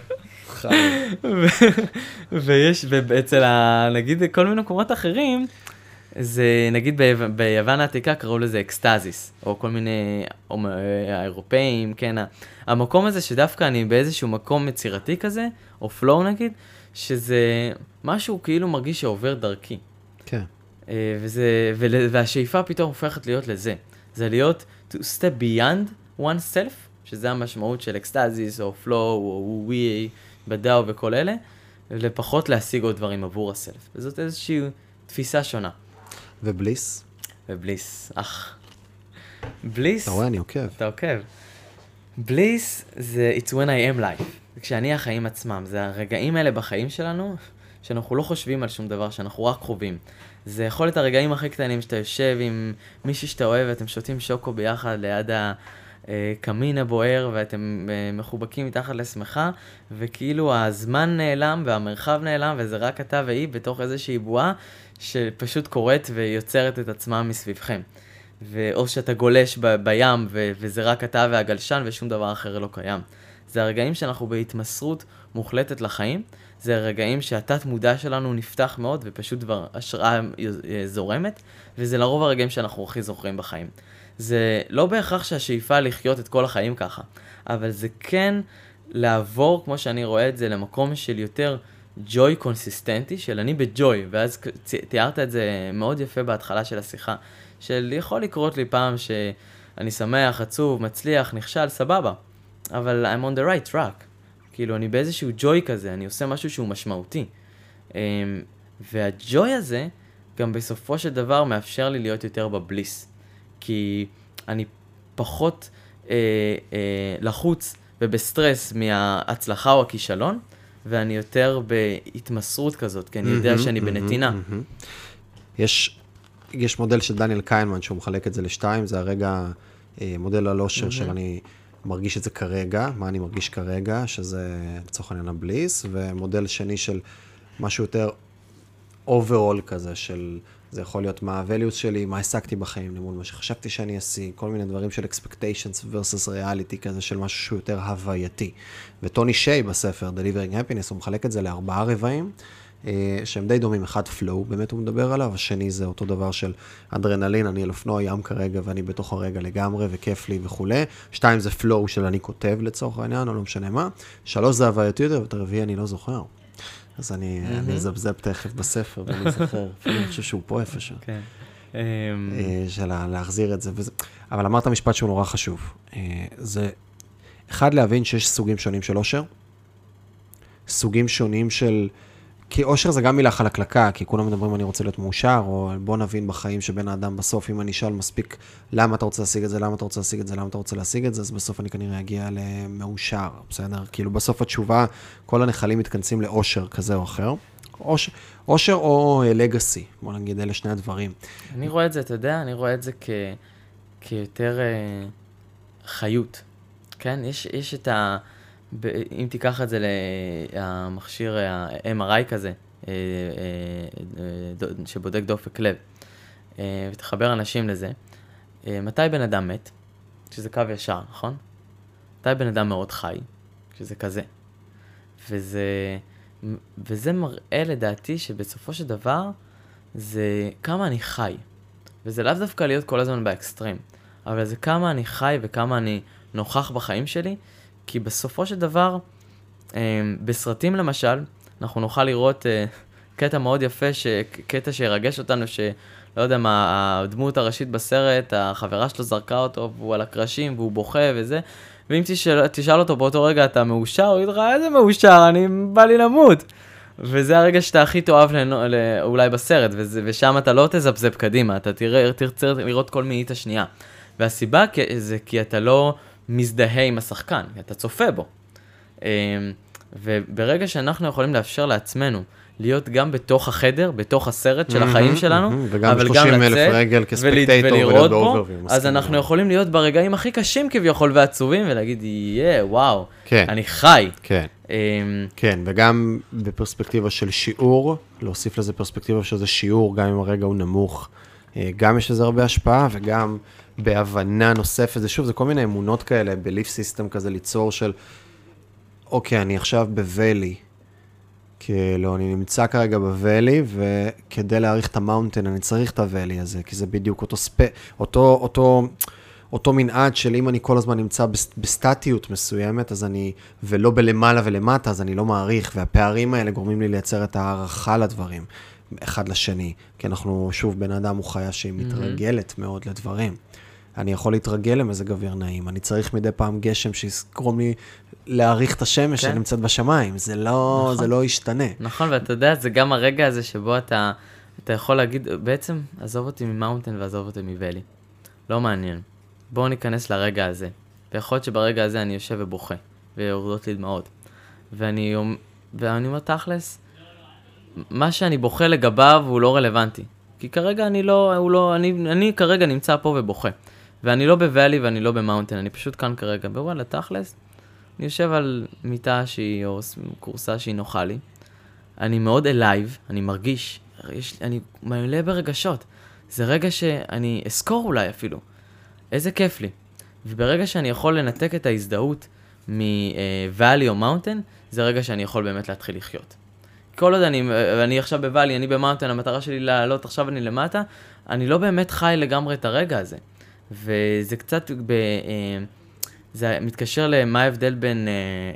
ויש, אצל, נגיד, כל מיני מקומות אחרים, זה, נגיד, ביוון העתיקה קראו לזה אקסטזיס, או כל מיני האירופאים, כן, המקום הזה שדווקא אני באיזשהו מקום יצירתי כזה, או פלואו נגיד, שזה משהו כאילו מרגיש שעובר דרכי. כן. והשאיפה פתאום הופכת להיות לזה. זה להיות to step beyond oneself, שזה המשמעות של אקסטזיס, או פלואו, או ווי, בדאו וכל אלה, לפחות להשיג עוד דברים עבור הסלף. וזאת איזושהי תפיסה שונה. ובליס? ובליס, בליס... אתה רואה, אני עוקב. אתה עוקב. בליס זה it's when I am life. כשאני החיים עצמם, זה הרגעים האלה בחיים שלנו, שאנחנו לא חושבים על שום דבר, שאנחנו רק חווים. זה יכול להיות הרגעים הכי קטנים שאתה יושב עם מישהי שאתה אוהב, ואתם שותים שוקו ביחד ליד הקמין הבוער, ואתם מחובקים מתחת לשמחה, וכאילו הזמן נעלם והמרחב נעלם, וזה רק אתה והיא בתוך איזושהי בועה, שפשוט קורית ויוצרת את עצמה מסביבכם. או שאתה גולש בים, וזה רק אתה והגלשן, ושום דבר אחר לא קיים. זה הרגעים שאנחנו בהתמסרות מוחלטת לחיים, זה הרגעים שהתת מודע שלנו נפתח מאוד, ופשוט דבר השראה זורמת, וזה לרוב הרגעים שאנחנו הכי זוכרים בחיים. זה לא בהכרח שהשאיפה לחיות את כל החיים ככה, אבל זה כן לעבור, כמו שאני רואה את זה, למקום של יותר ג'וי קונסיסטנטי, של אני בג'וי, ואז תיארת את זה מאוד יפה בהתחלה של השיחה, של יכול לקרות לי פעם שאני שמח, עצוב, מצליח, נכשל, סבבה, אבל I'm on the right track. כאילו, אני באיזשהו ג'וי כזה, אני עושה משהו שהוא משמעותי. והג'וי הזה, גם בסופו של דבר, מאפשר לי להיות יותר בבליס. כי אני פחות לחוץ ובסטרס מההצלחה או הכישלון, ואני יותר בהתמסרות כזאת, כי אני יודע שאני בנתינה. יש מודל של דניאל קיינמן, שהוא מחלק את זה לשתיים, זה הרגע, מודל הלושר של אני מרגיש את זה כרגע, מה אני מרגיש כרגע, שזה לצורך העניין הבליס, ומודל שני של משהו יותר overall כזה, של זה יכול להיות מה ה-values שלי, מה השגתי בחיים, למול מה שחשבתי שאני אשיג, כל מיני דברים של expectations versus reality כזה, של משהו שהוא יותר הווייתי. וטוני שיי בספר, Delivering Happiness, הוא מחלק את זה ל4 רבעים, שהם די דומים, אחד flow, באמת הוא מדבר עליו, השני זה אותו דבר של אדרנלין, אני על אופנוע ים כרגע, ואני בתוך הרגע לגמרי, וכיף לי וכו'. 2 זה flow של אני כותב לצורך העניין, או לא משנה מה. 3 זה הווייתיות, ואת הרביעי אני לא זוכר. אז אני זבזב תכף בספר, ואני זוכר, אפילו אני חושב שהוא פה איפשהו. של להחזיר את זה. אבל אמרת משפט שהוא נורא חשוב. זה, אחד, להבין שיש סוגים שונים של אושר, סוגים שונים של, כי אושר זה גם מילה חלקלקה, כי כולם מדברים אני רוצה להיות מאושר, או בוא נבין בחיים שבין האדם בסוף, אם אני אשאל מספיק למה אתה רוצה להשיג את זה, למה אתה רוצה להשיג את זה, למה אתה רוצה להשיג את זה, אז בסוף אני כנראה אגיע למאושר, בסדר? כאילו בסוף התשובה, כל הנחלים מתכנסים לאושר כזה או אחר. אושר או לגאסי, בוא נגיד, אלה שני הדברים. אני רואה את זה, אתה יודע, אני רואה את זה כיותר חיות, כן? יש את אם תיקח את זה למכשיר ה-MRI כזה, שבודק דופק לב, ותחבר אנשים לזה, מתי בן אדם מת? שזה קו ישר, נכון? מתי בן אדם מאוד חי? שזה כזה. וזה מראה לדעתי שבסופו של דבר זה כמה אני חי. וזה לאו דווקא להיות כל הזמן באקסטרים, אבל זה כמה אני חי וכמה אני נוכח בחיים שלי, כי בסופו של דבר, בסרטים למשל, אנחנו נוכל לראות קטע מאוד יפה, קטע שירגש אותנו, שלא יודע מה, הדמות הראשית בסרט, החברה שלו זרקה אותו, והוא על הקרשים, והוא בוכה וזה, ואם תשאל אותו באותו רגע, אתה מאושר, הוא ידע, איזה מאושר, אני בא לי למות. וזה הרגע שאתה הכי תאהב אולי בסרט, ושם אתה לא תזבזב קדימה, אתה תרצה לראות כל מאית השנייה. והסיבה זה כי אתה לא מזדהה עם השחקן, אתה צופה בו. וברגע שאנחנו יכולים לאפשר לעצמנו להיות גם בתוך החדר, בתוך הסרט של החיים שלנו, אבל גם לצאת ולראות בו, אז אנחנו יכולים להיות ברגעים הכי קשים כביכול ועצובים, ולהגיד, וואו, אני חי. כן, וגם בפרספקטיבה של שיעור, להוסיף לזה פרספקטיבה שזה שיעור, גם אם הרגע הוא נמוך, גם יש לזה הרבה השפעה, וגם בהבנה נוספת, זה שוב, זה כל מיני אמונות כאלה, belief system כזה ליצור של, אוקיי, אני עכשיו בוואלי, כאילו, אני נמצא כרגע בוואלי, וכדי להעריך את המאונטן, אני צריך את הוואלי הזה, כי זה בדיוק אותו מנעד של אם אני כל הזמן נמצא בסטטיות מסוימת, אז אני, ולא בלמעלה ולמטה, אז אני לא מעריך, והפערים האלה גורמים לי לייצר את הערכה לדברים, אחד לשני, כי אנחנו, שוב, בן אדם הוא חיה שהיא מתרגלת מאוד לדברים. אני יכול להתרגל למזג אוויר נעים, אני צריך מדי פעם גשם שיגרום לי להעריך את השמש שנמצאת בשמיים, זה לא ישתנה. נכון, ואתה יודע, זה גם הרגע הזה שבו אתה יכול להגיד, בעצם, עזוב אותי ממאונטן ועזוב אותי מוואלי. לא מעניין. בואו ניכנס לרגע הזה. ויכול להיות שברגע הזה אני יושב ובוכה, ויורדות לי דמעות. ואני אומר תכלס, מה שאני בוכה לגביו הוא לא רלוונטי. כי כרגע אני כרגע נמצא פה ובוכה. ואני לא בוואלי ואני לא במאונטן, אני פשוט כאן כרגע. בוואלה, תכלס, אני יושב על מיטה שהיא, או קורסה שהיא נוחה לי. אני מאוד אלייב, אני מרגיש, אני מלא ברגשות. זה רגע שאני אזכור אולי אפילו. איזה כיף לי. וברגע שאני יכול לנתק את ההזדהות מוואלי או מאונטן, זה רגע שאני יכול באמת להתחיל לחיות. כל עוד אני עכשיו בוואלי, אני במאונטן, המטרה שלי לעלות, עכשיו אני למטה, אני לא באמת חי לגמרי את הרגע הזה. וזה קצת, זה מתקשר למה ההבדל בין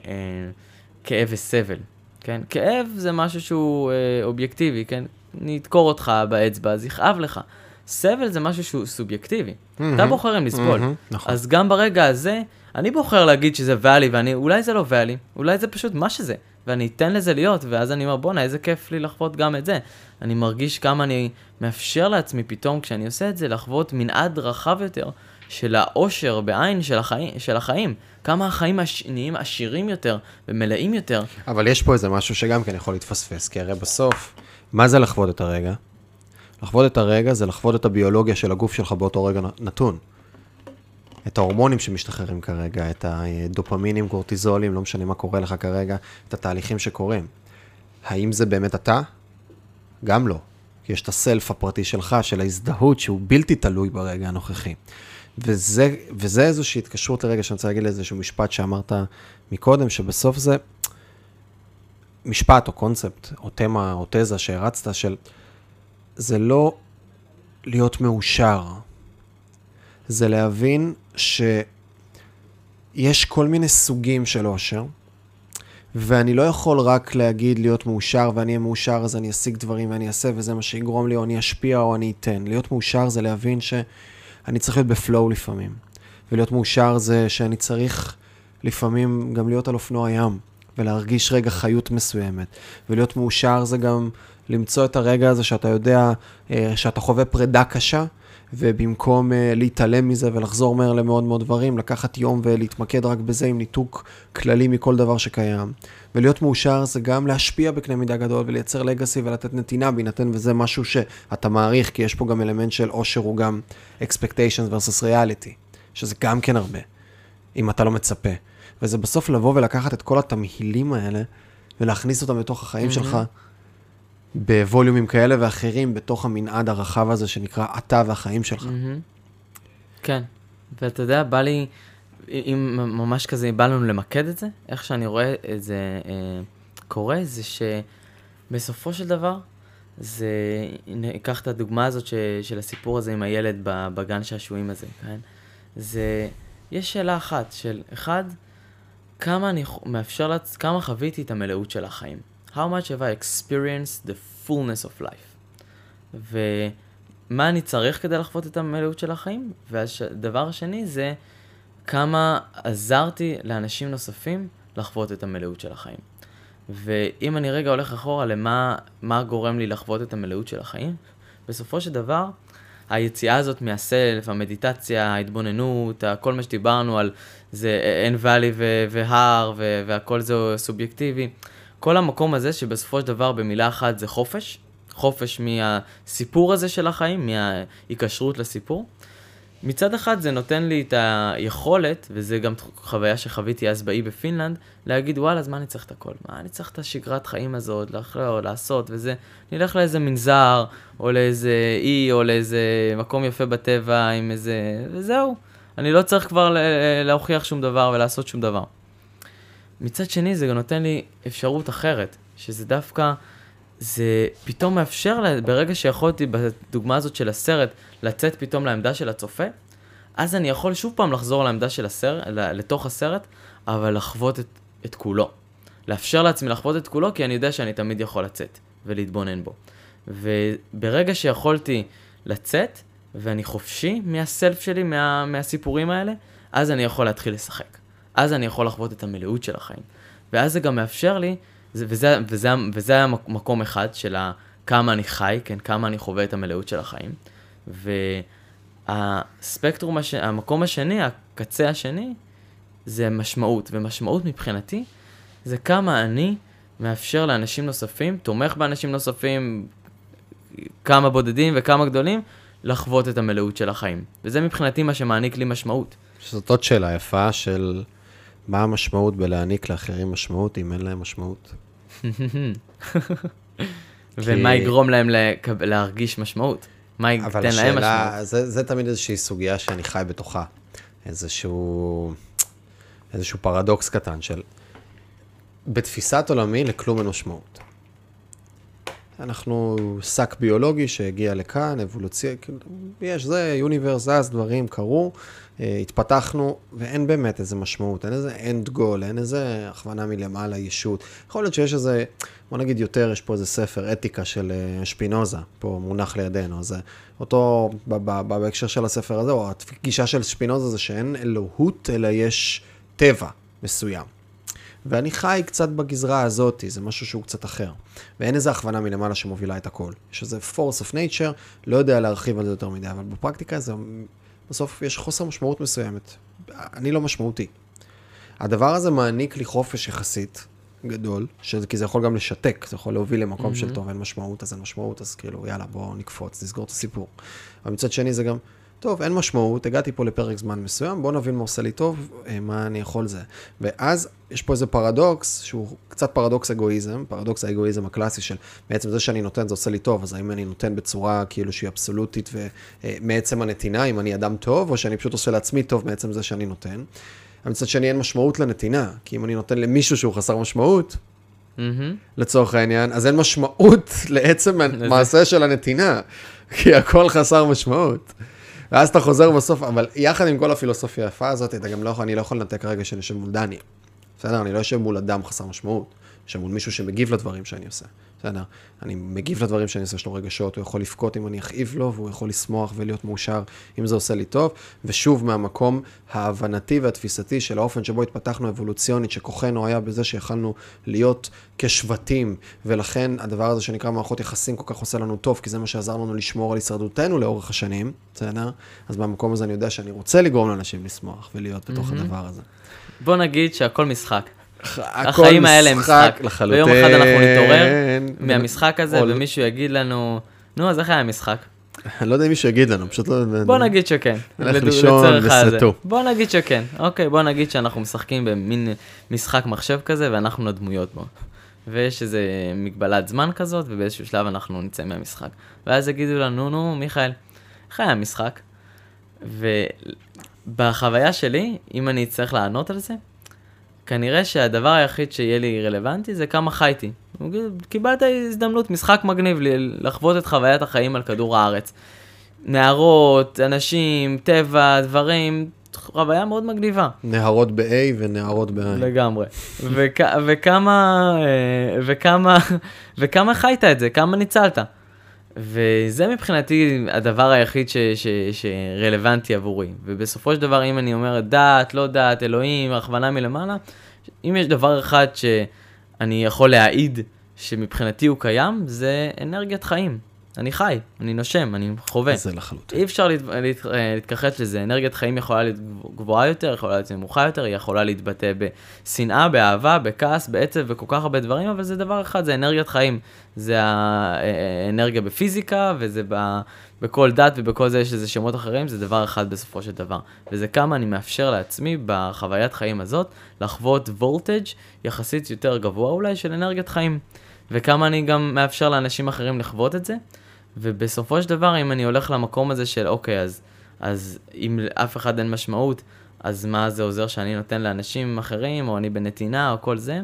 כאב וסבל, כן? כאב זה משהו שהוא אובייקטיבי, כן? נדקור אותך באצבע, אז יכאב לך. סבל זה משהו שהוא סובייקטיבי. אתה בוחר אם לסבול. אז גם ברגע הזה, אני בוחר להגיד שזה ואלי, אולי זה לא ואלי, אולי זה פשוט מה שזה. ואני אתן לזה להיות, ואז אני אומר, בונה, איזה כיף לי לחוות גם את זה. אני מרגיש כמה אני מאפשר לעצמי פתאום, כשאני עושה את זה, לחוות מנעד רחב יותר של האושר בעין של החיים. כמה החיים נהיים עשירים יותר ומלאים יותר. אבל יש פה איזה משהו שגם כן יכול להתפספס, כי הרי בסוף, מה זה לחוות את הרגע? לחוות את הרגע זה לחוות את הביולוגיה של הגוף שלך באותו רגע נתון. את ההורמונים שמשתחררים כרגע, את הדופמינים, קורטיזולים, לא משנה מה קורה לך כרגע, את התהליכים שקורים. האם זה באמת אתה? גם לא. כי יש את הסלף הפרטי שלך, של ההזדהות, שהוא בלתי תלוי ברגע הנוכחי. וזה איזושהי התקשרות לרגע, שאני רוצה להגיד לאיזשהו משפט שאמרת מקודם, שבסוף זה משפט או קונספט, או תמה, או תזה שהרצת, של זה לא להיות מאושר. זה להבין שיש כל מיני סוגים של אושר, ואני לא יכול רק להגיד להיות מאושר, ואני אהיה מאושר, אז אני אשיג דברים ואני אעשה, וזה מה שיגרום לי, או אני אשפיע, או אני אתן. להיות מאושר זה להבין שאני צריך להיות בפלואו לפעמים. ולהיות מאושר זה שאני צריך לפעמים גם להיות על אופנוע ים, ולהרגיש רגע חיות מסוימת. ולהיות מאושר זה גם למצוא את הרגע הזה שאתה יודע שאתה חווה פרידה קשה, ובמקום להתעלם מזה ולחזור מהר למאוד מאוד דברים, לקחת יום ולהתמקד רק בזה עם ניתוק כללי מכל דבר שקיים. ולהיות מאושר זה גם להשפיע בקנה מידה גדול ולייצר לגאסי ולתת נתינה בהינתן, וזה משהו שאתה מעריך, כי יש פה גם אלמנט של אושר, הוא גם expectations versus reality, שזה גם כן הרבה, אם אתה לא מצפה. וזה בסוף לבוא ולקחת את כל התמהילים האלה ולהכניס אותם לתוך החיים שלך, בווליומים כאלה ואחרים, בתוך המנעד הרחב הזה שנקרא אתה והחיים שלך. כן, ואתה יודע, בא לי, אם ממש כזה בא לנו למקד את זה, איך שאני רואה את זה קורה, זה שבסופו של דבר, זה, אקח את הדוגמה הזאת של הסיפור הזה עם הילד בגן שעשועים הזה, כן? זה, יש שאלה אחת של אחד, כמה אני מאפשר כמה חוויתי את המלאות של החיים. How much have I experienced the fullness of life? ומה אני צריך כדי לחוות את המלאות של החיים? והדבר השני זה כמה עזרתי לאנשים נוספים לחוות את המלאות של החיים. ואם אני רגע הולך אחורה למה גורם לי לחוות את המלאות של החיים, בסופו של דבר, היציאה הזאת מהסלף, המדיטציה, ההתבוננות, כל מה שדיברנו על זה אין ואלי והר והכל זה סובייקטיבי, כל המקום הזה שבסופו של דבר במילה אחת זה חופש, חופש מהסיפור הזה של החיים, מההיקשרות לסיפור, מצד אחד זה נותן לי את היכולת, וזה גם חוויה שחוויתי אז באי בפינלנד, להגיד וואלה, אז מה אני צריך את הכל? מה אני צריך את השגרת חיים הזאת, לעשות וזה, נלך לאיזה מנזר, או לאיזה אי, או לאיזה מקום יפה בטבע, עם איזה, וזהו. אני לא צריך כבר להוכיח שום דבר ולעשות שום דבר. מצד שני זה גם נותן לי אפשרות אחרת, שזה דווקא, זה פתאום מאפשר, ברגע שיכולתי בדוגמה הזאת של הסרט, לצאת פתאום לעמדה של הצופה, אז אני יכול שוב פעם לחזור לעמדה של הסרט, לתוך הסרט, אבל לחוות את כולו. לאפשר לעצמי לחוות את כולו, כי אני יודע שאני תמיד יכול לצאת ולהתבונן בו. וברגע שיכולתי לצאת, ואני חופשי מהסלף שלי, מהסיפורים האלה, אז אני יכול להתחיל לשחק. אז אני יכול לחוות את המלאות של החיים. ואז זה גם מאפשר לי, וזה היה מקום אחד של כמה אני חי, כן, כמה אני חווה את המלאות של החיים. והספקטרום, המקום השני, הקצה השני, זה משמעות. ומשמעות מבחינתי, זה כמה אני מאפשר לאנשים נוספים, תומך באנשים נוספים, כמה בודדים וכמה גדולים, לחוות את המלאות של החיים. וזה מבחינתי מה שמעניק לי משמעות. זאת עוד שאלה יפה של מה המשמעות בלהעניק לאחרים משמעות אם אין להם משמעות. ומה יגרום להם להרגיש משמעות? מה ייתן להם משמעות? זה תמיד איזושהי סוגיה שאני חי בתוכה. איזשהו פרדוקס קטן של בתפיסת עולמי לכלום אין משמעות. אנחנו שק ביולוגי שהגיע לכאן, אבולוציה, יש זה, יוניברס, אז דברים קרו, התפתחנו, ואין באמת איזה משמעות, אין איזה end goal, אין איזה הכוונה מלמעלה, ישות. יכול להיות שיש איזה, בוא נגיד יותר, יש פה איזה ספר אתיקה של שפינוזה, פה מונח לידינו, אז אותו, בהקשר של הספר הזה, או הגישה של שפינוזה זה שאין אלוהות, אלא יש טבע מסוים. ואני חי קצת בגזרה הזאת, זה משהו שהוא קצת אחר. ואין איזו הכוונה מלמעלה שמובילה את הכל. יש איזה force of nature, לא יודע להרחיב על זה יותר מדי, אבל בפרקטיקה זה, בסוף יש חוסר משמעות מסוימת. אני לא משמעותי. הדבר הזה מעניק לי חופש יחסית גדול, כי זה יכול גם לשתק, זה יכול להוביל למקום של טוב, אין משמעות, אז אין משמעות, אז כאילו, יאללה, בוא נקפוץ, נסגור את הסיפור. אבל מצד שני זה גם, טוב, אין משמעות, הגעתי פה לפרק זמן מסוים, בוא נבין מה עושה לי טוב, מה אני יכול זה. ואז יש פה איזה פרדוקס, שהוא קצת פרדוקס אגואיזם, פרדוקס האגואיזם הקלאסי של, בעצם זה שאני נותן זה עושה לי טוב, אז האם אני נותן בצורה כאילו שהיא אבסולוטית ומעצם הנתינה, אם אני אדם טוב, או שאני פשוט עושה לעצמי טוב מעצם זה שאני נותן. אבל מצד שני אין משמעות לנתינה, כי אם אני נותן למישהו שהוא חסר משמעות, לצורך העניין, אז אין משמעות לעצם המעשה של הנתינה, כי הכל חסר משמעות. ואז אתה חוזר בסוף, אבל יחד עם כל הפילוסופיה היפה הזאת, אני לא יכול לנתק רגע שאני יושב מול דני. בסדר? אני לא יושב מול אדם חסר משמעות, יושב מול מישהו שמגיב לדברים שאני עושה. בסדר? אני מגיב לדברים שאני עושה, יש לו רגשות, הוא יכול לפקוט אם אני אכאיב לו, והוא יכול לשמוח ולהיות מאושר אם זה עושה לי טוב. ושוב, מהמקום ההבנתי והתפיסתי של האופן שבו התפתחנו אבולוציונית, שכוחנו היה בזה שיכלנו להיות כשבטים, ולכן הדבר הזה שנקרא מערכות יחסים כל כך עושה לנו טוב, כי זה מה שעזר לנו לשמור על הישרדותנו לאורך השנים. בסדר? אז במקום הזה אני יודע שאני רוצה לגרום לאנשים לשמוח ולהיות בתוך הדבר הזה. בוא נגיד שהכל משחק. החיים האלה הם משחק. ביום אחד אנחנו נתעורר מהמשחק הזה, ומישהו יגיד לנו, נו, אז איך היה המשחק? אני לא יודע אם מישהו יגיד לנו, פשוט לא... בוא נגיד שכן. הלך לישון וסתו. בוא נגיד שכן. אוקיי, בוא נגיד שאנחנו משחקים במין משחק מחשב כזה, ואנחנו הדמויות בו. ויש איזו מגבלת זמן כזאת, ובאיזשהו שלב אנחנו נצא מהמשחק. ואז יגידו לנו, נו, מיכאל, איך היה המשחק? ובחוויה שלי, אם אני אצטרך לענות על זה, כנראה שהדבר היחיד שיהיה לי רלוונטי זה כמה חייתי. קיבלת הזדמנות, משחק מגניב לחוות את חוויית החיים על כדור הארץ. נערות, אנשים, טבע, דברים, חוויה מאוד מגניבה. נהרות ב-A ונהרות ב-I. לגמרי. וכמה חיית את זה, כמה ניצלת. וזה מבחינתי הדבר היחיד שרלוונטי עבורי. ובסופו של דבר, אם אני אומר דעת, לא דעת, אלוהים, הכוונה מלמעלה, אם יש דבר אחד שאני יכול להעיד שמבחינתי הוא קיים, זה אנרגיית חיים. אני חי, אני נושם, אני חווה. זה לחלוטין. אי אפשר להתכחש לזה. אנרגיית חיים יכולה להיות גבוהה יותר, יכולה להיות נמוכה יותר, היא יכולה להתבטא בשנאה, באהבה, בכעס, בעצב וכל כך הרבה דברים, אבל זה דבר אחד, זה אנרגיית חיים. זה האנרגיה בפיזיקה, וזה בכל דת ובכל זה יש איזה שמות אחרים, זה דבר אחד בסופו של דבר. וזה כמה אני מאפשר לעצמי בחוויית חיים הזאת, לחוות וולטג' יחסית יותר גבוה אולי של אנרגיית חיים. וכמה אני גם מאפשר לאנשים אחרים לחוות את זה. ובסופו של דבר, אם אני הולך למקום הזה של, אוקיי, אז אם לאף אחד אין משמעות, אז מה זה עוזר שאני נותן לאנשים אחרים, או אני בנתינה, או כל זה?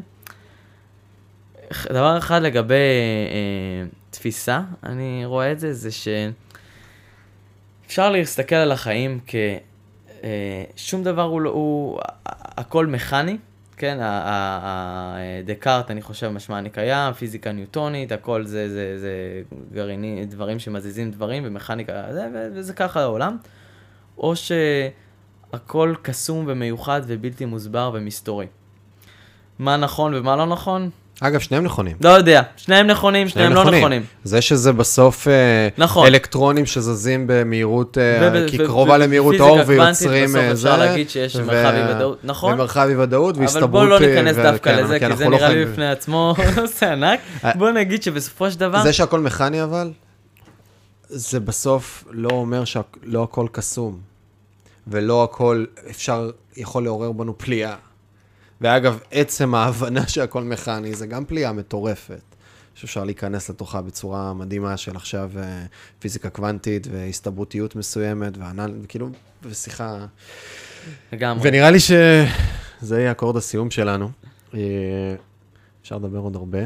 דבר אחד לגבי תפיסה, אני רואה את זה, זה שאפשר להסתכל על החיים כשום דבר הוא הכל מכני, כן? דקארט, אני חושב, משמע אני קיים, פיזיקה ניוטונית, הכל זה גרעיני, דברים שמזיזים דברים, ומכניקה, וזה ככה העולם. או שהכל קסום ומיוחד ובלתי מוסבר ומסתורי. מה נכון ומה לא נכון? אגב, שניהם נכונים. לא יודע, שניהם נכונים, שניהם לא נכונים. זה שזה בסוף נכון. אלקטרונים שזזים במהירות, כי קרובה למהירות האור ויוצרים בסוף אפשר להגיד שיש מרחב אי-ודאות, נכון? ומרחב אי-ודאות והסתברות. אבל בוא לא ניכנס דווקא לזה, כי זה נראה לי בפני עצמו נושא ענק. בוא נגיד שבסופו של דבר... זה שהכל מכני אבל, זה בסוף לא אומר שלא הכל קסום, ולא הכל יכול לעורר בנו פליאה. ואגב, עצם ההבנה שהכל מכני, זה גם פליאה מטורפת, שאפשר להיכנס לתוכה בצורה מדהימה של עכשיו פיזיקה קוונטית והסתברותיות מסוימת, וכאילו, ושיחה. לגמרי. ונראה לי שזה יהיה אקורד הסיום שלנו. אפשר לדבר עוד הרבה.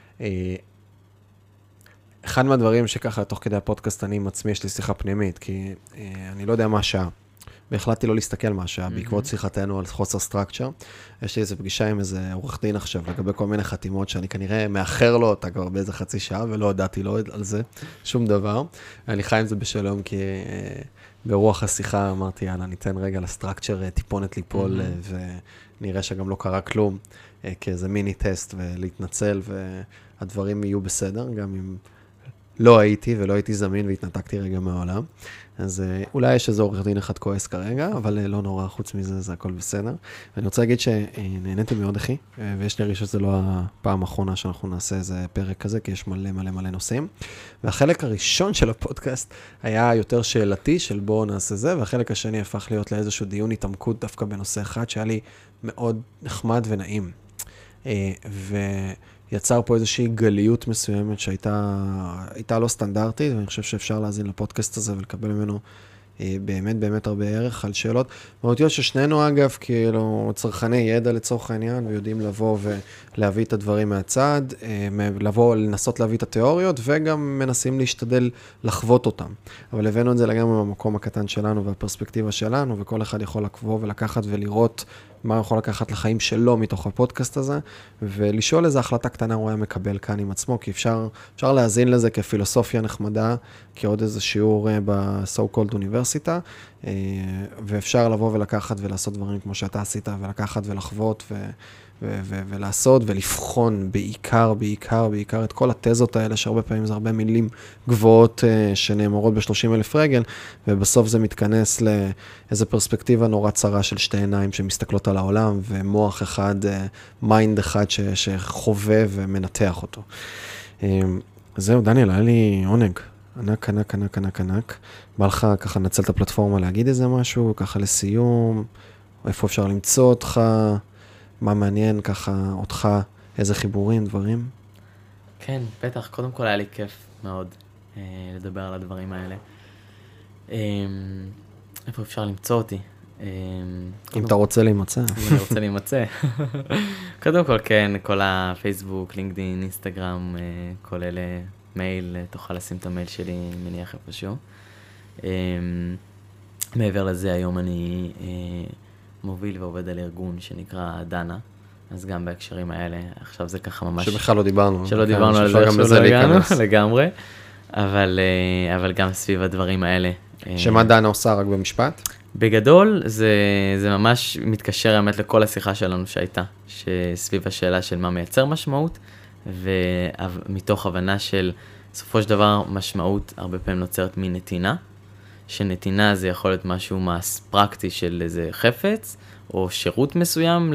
אחד מהדברים שככה, תוך כדי הפודקאסט, אני עם עצמי, יש לי שיחה פנימית, כי אני לא יודע מה השעה. והחלטתי לא להסתכל מה השעה, בעקבות שיחתנו על חוסר סטרקצ'ר. יש לי איזו פגישה עם איזה עורך דין עכשיו, לגבי כל מיני חתימות שאני כנראה מאחר לו אותה כבר באיזה חצי שעה, ולא הודעתי לו על זה שום דבר. אני חי עם זה בשלום, כי ברוח השיחה אמרתי, יאללה, ניתן רגע לסטרקצ'ר טיפונת ליפול, ונראה שגם לא קרה כלום, כאיזה מיני טסט, ולהתנצל, והדברים יהיו בסדר, גם אם לא הייתי ולא הייתי זמין והתנתקתי רגע מהעולם. אז אולי יש איזה עורך דין אחד כועס כרגע, אבל לא נורא, חוץ מזה, זה הכל בסדר. ואני רוצה להגיד שנהניתי מאוד, אחי, ויש לי רגיש שזה לא הפעם האחרונה שאנחנו נעשה איזה פרק כזה, כי יש מלא מלא מלא נושאים. והחלק הראשון של הפודקאסט היה יותר שאלתי של בואו נעשה זה, והחלק השני הפך להיות לאיזשהו דיון התעמקות דווקא בנושא אחד, שהיה לי מאוד נחמד ונעים. יצר פה איזושהי גליות מסוימת שהייתה לא סטנדרטית, ואני חושב שאפשר להזין לפודקאסט הזה ולקבל ממנו באמת באמת הרבה ערך על שאלות. מהותיות ששנינו אגב, כאילו צרכני ידע לצורך העניין, ויודעים לבוא ולהביא את הדברים מהצד, לבוא לנסות להביא את התיאוריות, וגם מנסים להשתדל לחוות אותם. אבל הבאנו את זה לגמרי במקום הקטן שלנו והפרספקטיבה שלנו, וכל אחד יכול לקבוא ולקחת ולראות מה יכול לקחת לחיים שלו מתוך הפודקאסט הזה, ולשאול איזו החלטה קטנה הוא היה מקבל כאן עם עצמו, כי אפשר להזין לזה כפילוסופיה נחמדה, כעוד איזה שיעור ב-so called אוניברסיטה, ואפשר לבוא ולקחת ולעשות דברים כמו שאתה עשית, ולקחת ולחוות ולעשות ולבחון בעיקר את כל התזות האלה, שהרבה פעמים זה הרבה מילים גבוהות שנאמרות ב-30,000 רגל, ובסוף זה מתכנס לאיזו פרספקטיבה נורא צרה של שתי עיניים שמסתכלות על העולם, ומוח אחד, מיינד אחד שחווה ומנתח אותו. זהו, דניאל, היה לי עונג. ענק. בא לך ככה נצל את הפלטפורמה להגיד איזה משהו, ככה לסיום, איפה אפשר למצוא אותך, מה מעניין ככה אותך, איזה חיבורים, דברים? כן, בטח. קודם כל היה לי כיף מאוד לדבר על הדברים האלה. איפה אפשר למצוא אותי? אם אתה רוצה להימצא. אם אני רוצה להימצא. קודם כל, כן, כל הפייסבוק, לינקדין, אינסטגרם, כל אלה, מייל, תוכל לשים את המייל שלי, מניח איפשהו. מעבר לזה, היום אני מוביל ועובד על ארגון שנקרא דנה, אז גם בהקשרים האלה, עכשיו זה ככה ממש... שבכלל לא דיברנו. שלא דיברנו על זה, שלא הגענו לגמרי, אבל גם סביב הדברים האלה. שמה דנה עושה רק במשפט? בגדול, זה ממש מתקשר האמת לכל השיחה שלנו שהייתה, שסביב השאלה של מה מייצר משמעות, ומתוך הבנה של סופו של דבר משמעות הרבה פעמים נוצרת מנתינה, שנתינה זה יכול להיות משהו פרקטי של איזה חפץ, או שירות מסוים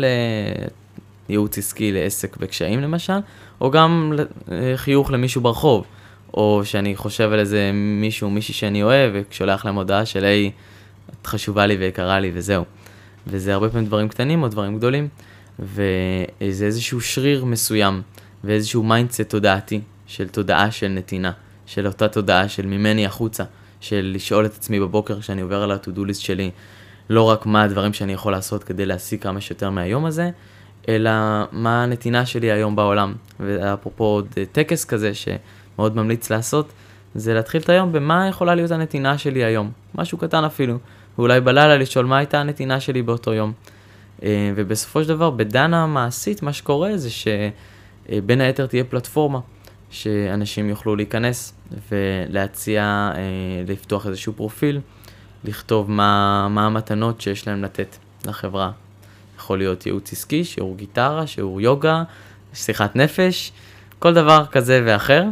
לייעוץ עסקי לעסק בקשיים למשל, או גם חיוך למישהו ברחוב, או שאני חושב על איזה מישהו, מישהי שאני אוהב, ושולח להם הודעה של, היי, את חשובה לי ויקרה לי, וזהו. וזה הרבה פעמים דברים קטנים או דברים גדולים, וזה איזשהו שריר מסוים, ואיזשהו מיינדסט תודעתי, של תודעה של נתינה, של אותה תודעה של ממני החוצה, של לשאול את עצמי בבוקר כשאני עובר על ה-to-do list שלי, לא רק מה הדברים שאני יכול לעשות כדי להשיג כמה שיותר מהיום הזה, אלא מה הנתינה שלי היום בעולם. ואפרופו טקס כזה שמאוד ממליץ לעשות, זה להתחיל את היום במה יכולה להיות הנתינה שלי היום. משהו קטן אפילו. ואולי בלילה לשאול מה הייתה הנתינה שלי באותו יום. ובסופו של דבר, בדנה המעשית, מה שקורה זה שבין היתר תהיה פלטפורמה, שאנשים יוכלו להיכנס ולהציע, לפתוח איזשהו פרופיל, לכתוב מה המתנות שיש להם לתת לחברה. יכול להיות ייעוץ עסקי, שיעור גיטרה, שיעור יוגה, שיחת נפש, כל דבר כזה ואחר,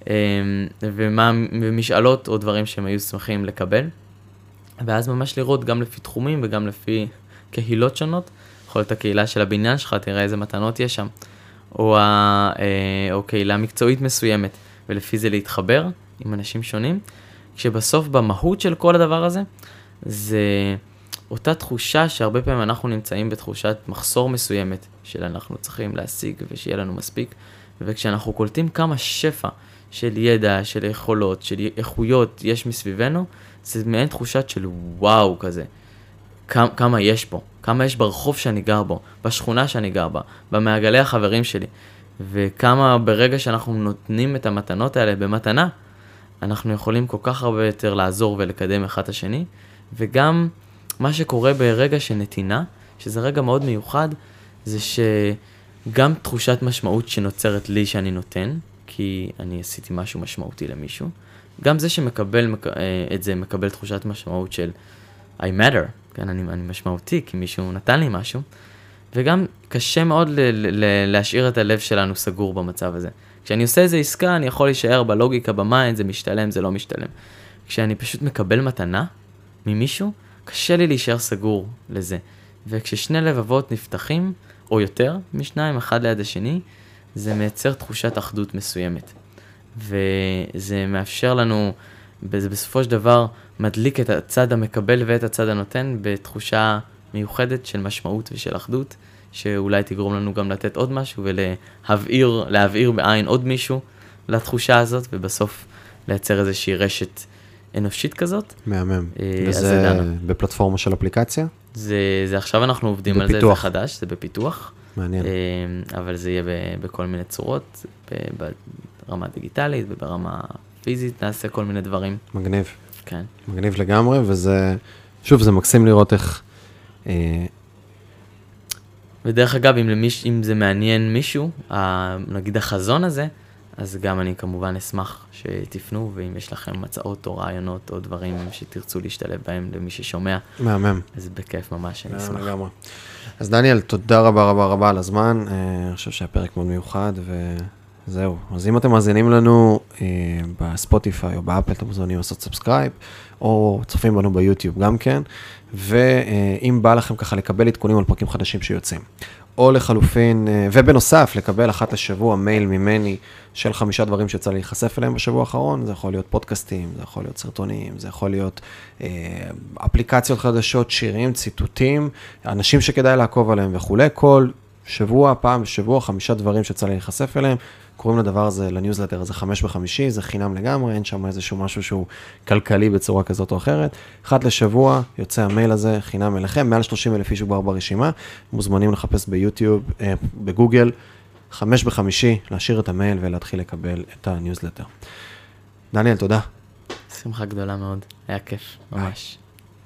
ומשאלות או דברים שהם היו שמחים לקבל. ואז ממש לראות גם לפי תחומים וגם לפי קהילות שונות. יכול להיות הקהילה של הבניין שלך, תראה איזה מתנות יש שם. או קהילה מקצועית מסוימת, ולפי זה להתחבר עם אנשים שונים. כשבסוף במהות של כל הדבר הזה, זה אותה תחושה שהרבה פעמים אנחנו נמצאים בתחושת מחסור מסוימת, של אנחנו צריכים להשיג ושיהיה לנו מספיק, וכשאנחנו קולטים כמה שפע של ידע, של יכולות, של איכויות יש מסביבנו, זה מעין תחושת של וואו כזה. כמה יש פה, כמה יש ברחוב שאני גר בו, בשכונה שאני גר בה, במעגלי החברים שלי, וכמה ברגע שאנחנו נותנים את המתנות האלה במתנה, אנחנו יכולים כל כך הרבה יותר לעזור ולקדם אחד את השני, וגם מה שקורה ברגע של נתינה, שזה רגע מאוד מיוחד, זה שגם תחושת משמעות שנוצרת לי שאני נותן, כי אני עשיתי משהו משמעותי למישהו, גם זה שמקבל את זה, מקבל תחושת משמעות של I matter, כן, אני משמעותי, כי מישהו נתן לי משהו, וגם קשה מאוד להשאיר את הלב שלנו סגור במצב הזה. כשאני עושה איזה עסקה, אני יכול להישאר בלוגיקה, במיינד, זה משתלם, זה לא משתלם. כשאני פשוט מקבל מתנה ממישהו, קשה לי להישאר סגור לזה. וכששני לבבות נפתחים, או יותר משניים, אחד ליד השני, זה מייצר תחושת אחדות מסוימת. וזה מאפשר לנו, בסופו של דבר, מדליק את הצד המקבל ואת הצד הנותן, בתחושה מיוחדת של משמעות ושל אחדות, שאולי תגרום לנו גם לתת עוד משהו, ולהבעיר בעין עוד מישהו לתחושה הזאת, ובסוף לייצר איזושהי רשת אנושית כזאת. מהמם. וזה בפלטפורמה של אפליקציה? זה עכשיו אנחנו עובדים על זה, זה חדש, זה בפיתוח. מעניין. אבל זה יהיה בכל מיני צורות, ברמה דיגיטלית וברמה פיזית, נעשה כל מיני דברים. מגניב. כן. מגניב לגמרי, וזה, שוב, זה מקסים לראות איך... ודרך אגב, אם זה מעניין מישהו, נגיד החזון הזה, אז גם אני כמובן אשמח שתפנו, ואם יש לכם הצעות או רעיונות או דברים שתרצו להשתלב בהם למי ששומע, מהמם. אז בכיף ממש, אני אשמח. לגמרי. אז דניאל, תודה רבה רבה רבה על הזמן, אני חושב שהפרק מאוד מיוחד, וזהו. אז אם אתם מאזינים לנו בספוטיפיי או באפל, אתם מוזמנים לעשות סאבסקרייב, או צופים בנו ביוטיוב גם כן, ואם בא לכם ככה לקבל עדכונים על פרקים חדשים שיוצאים, או לחלופין, ובנוסף לקבל אחת לשבוע מייל ממני של 5 דברים שיצא להיחשף אליהם בשבוע האחרון, זה יכול להיות פודקאסטים, זה יכול להיות סרטונים, זה יכול להיות אפליקציות חדשות, שירים, ציטוטים, אנשים שכדאי לעקוב עליהם וכו'. כל שבוע, פעם בשבוע, 5 דברים שיצא להיחשף אליהם, קוראים לדבר הזה, לניוזלטר הזה 5 ב-5, זה חינם לגמרי, אין שם איזשהו משהו שהוא כלכלי בצורה כזאת או אחרת. אחת לשבוע יוצא המייל הזה חינם אליכם, מעל 30,000 איש כבר ברשימה, מוזמנים לחפש ביוטיוב, בגוגל, 5 ב-5, להשאיר את המייל ולהתחיל לקבל את הניוזלטר. דניאל, תודה. שמחה גדולה מאוד, היה כיף, ממש.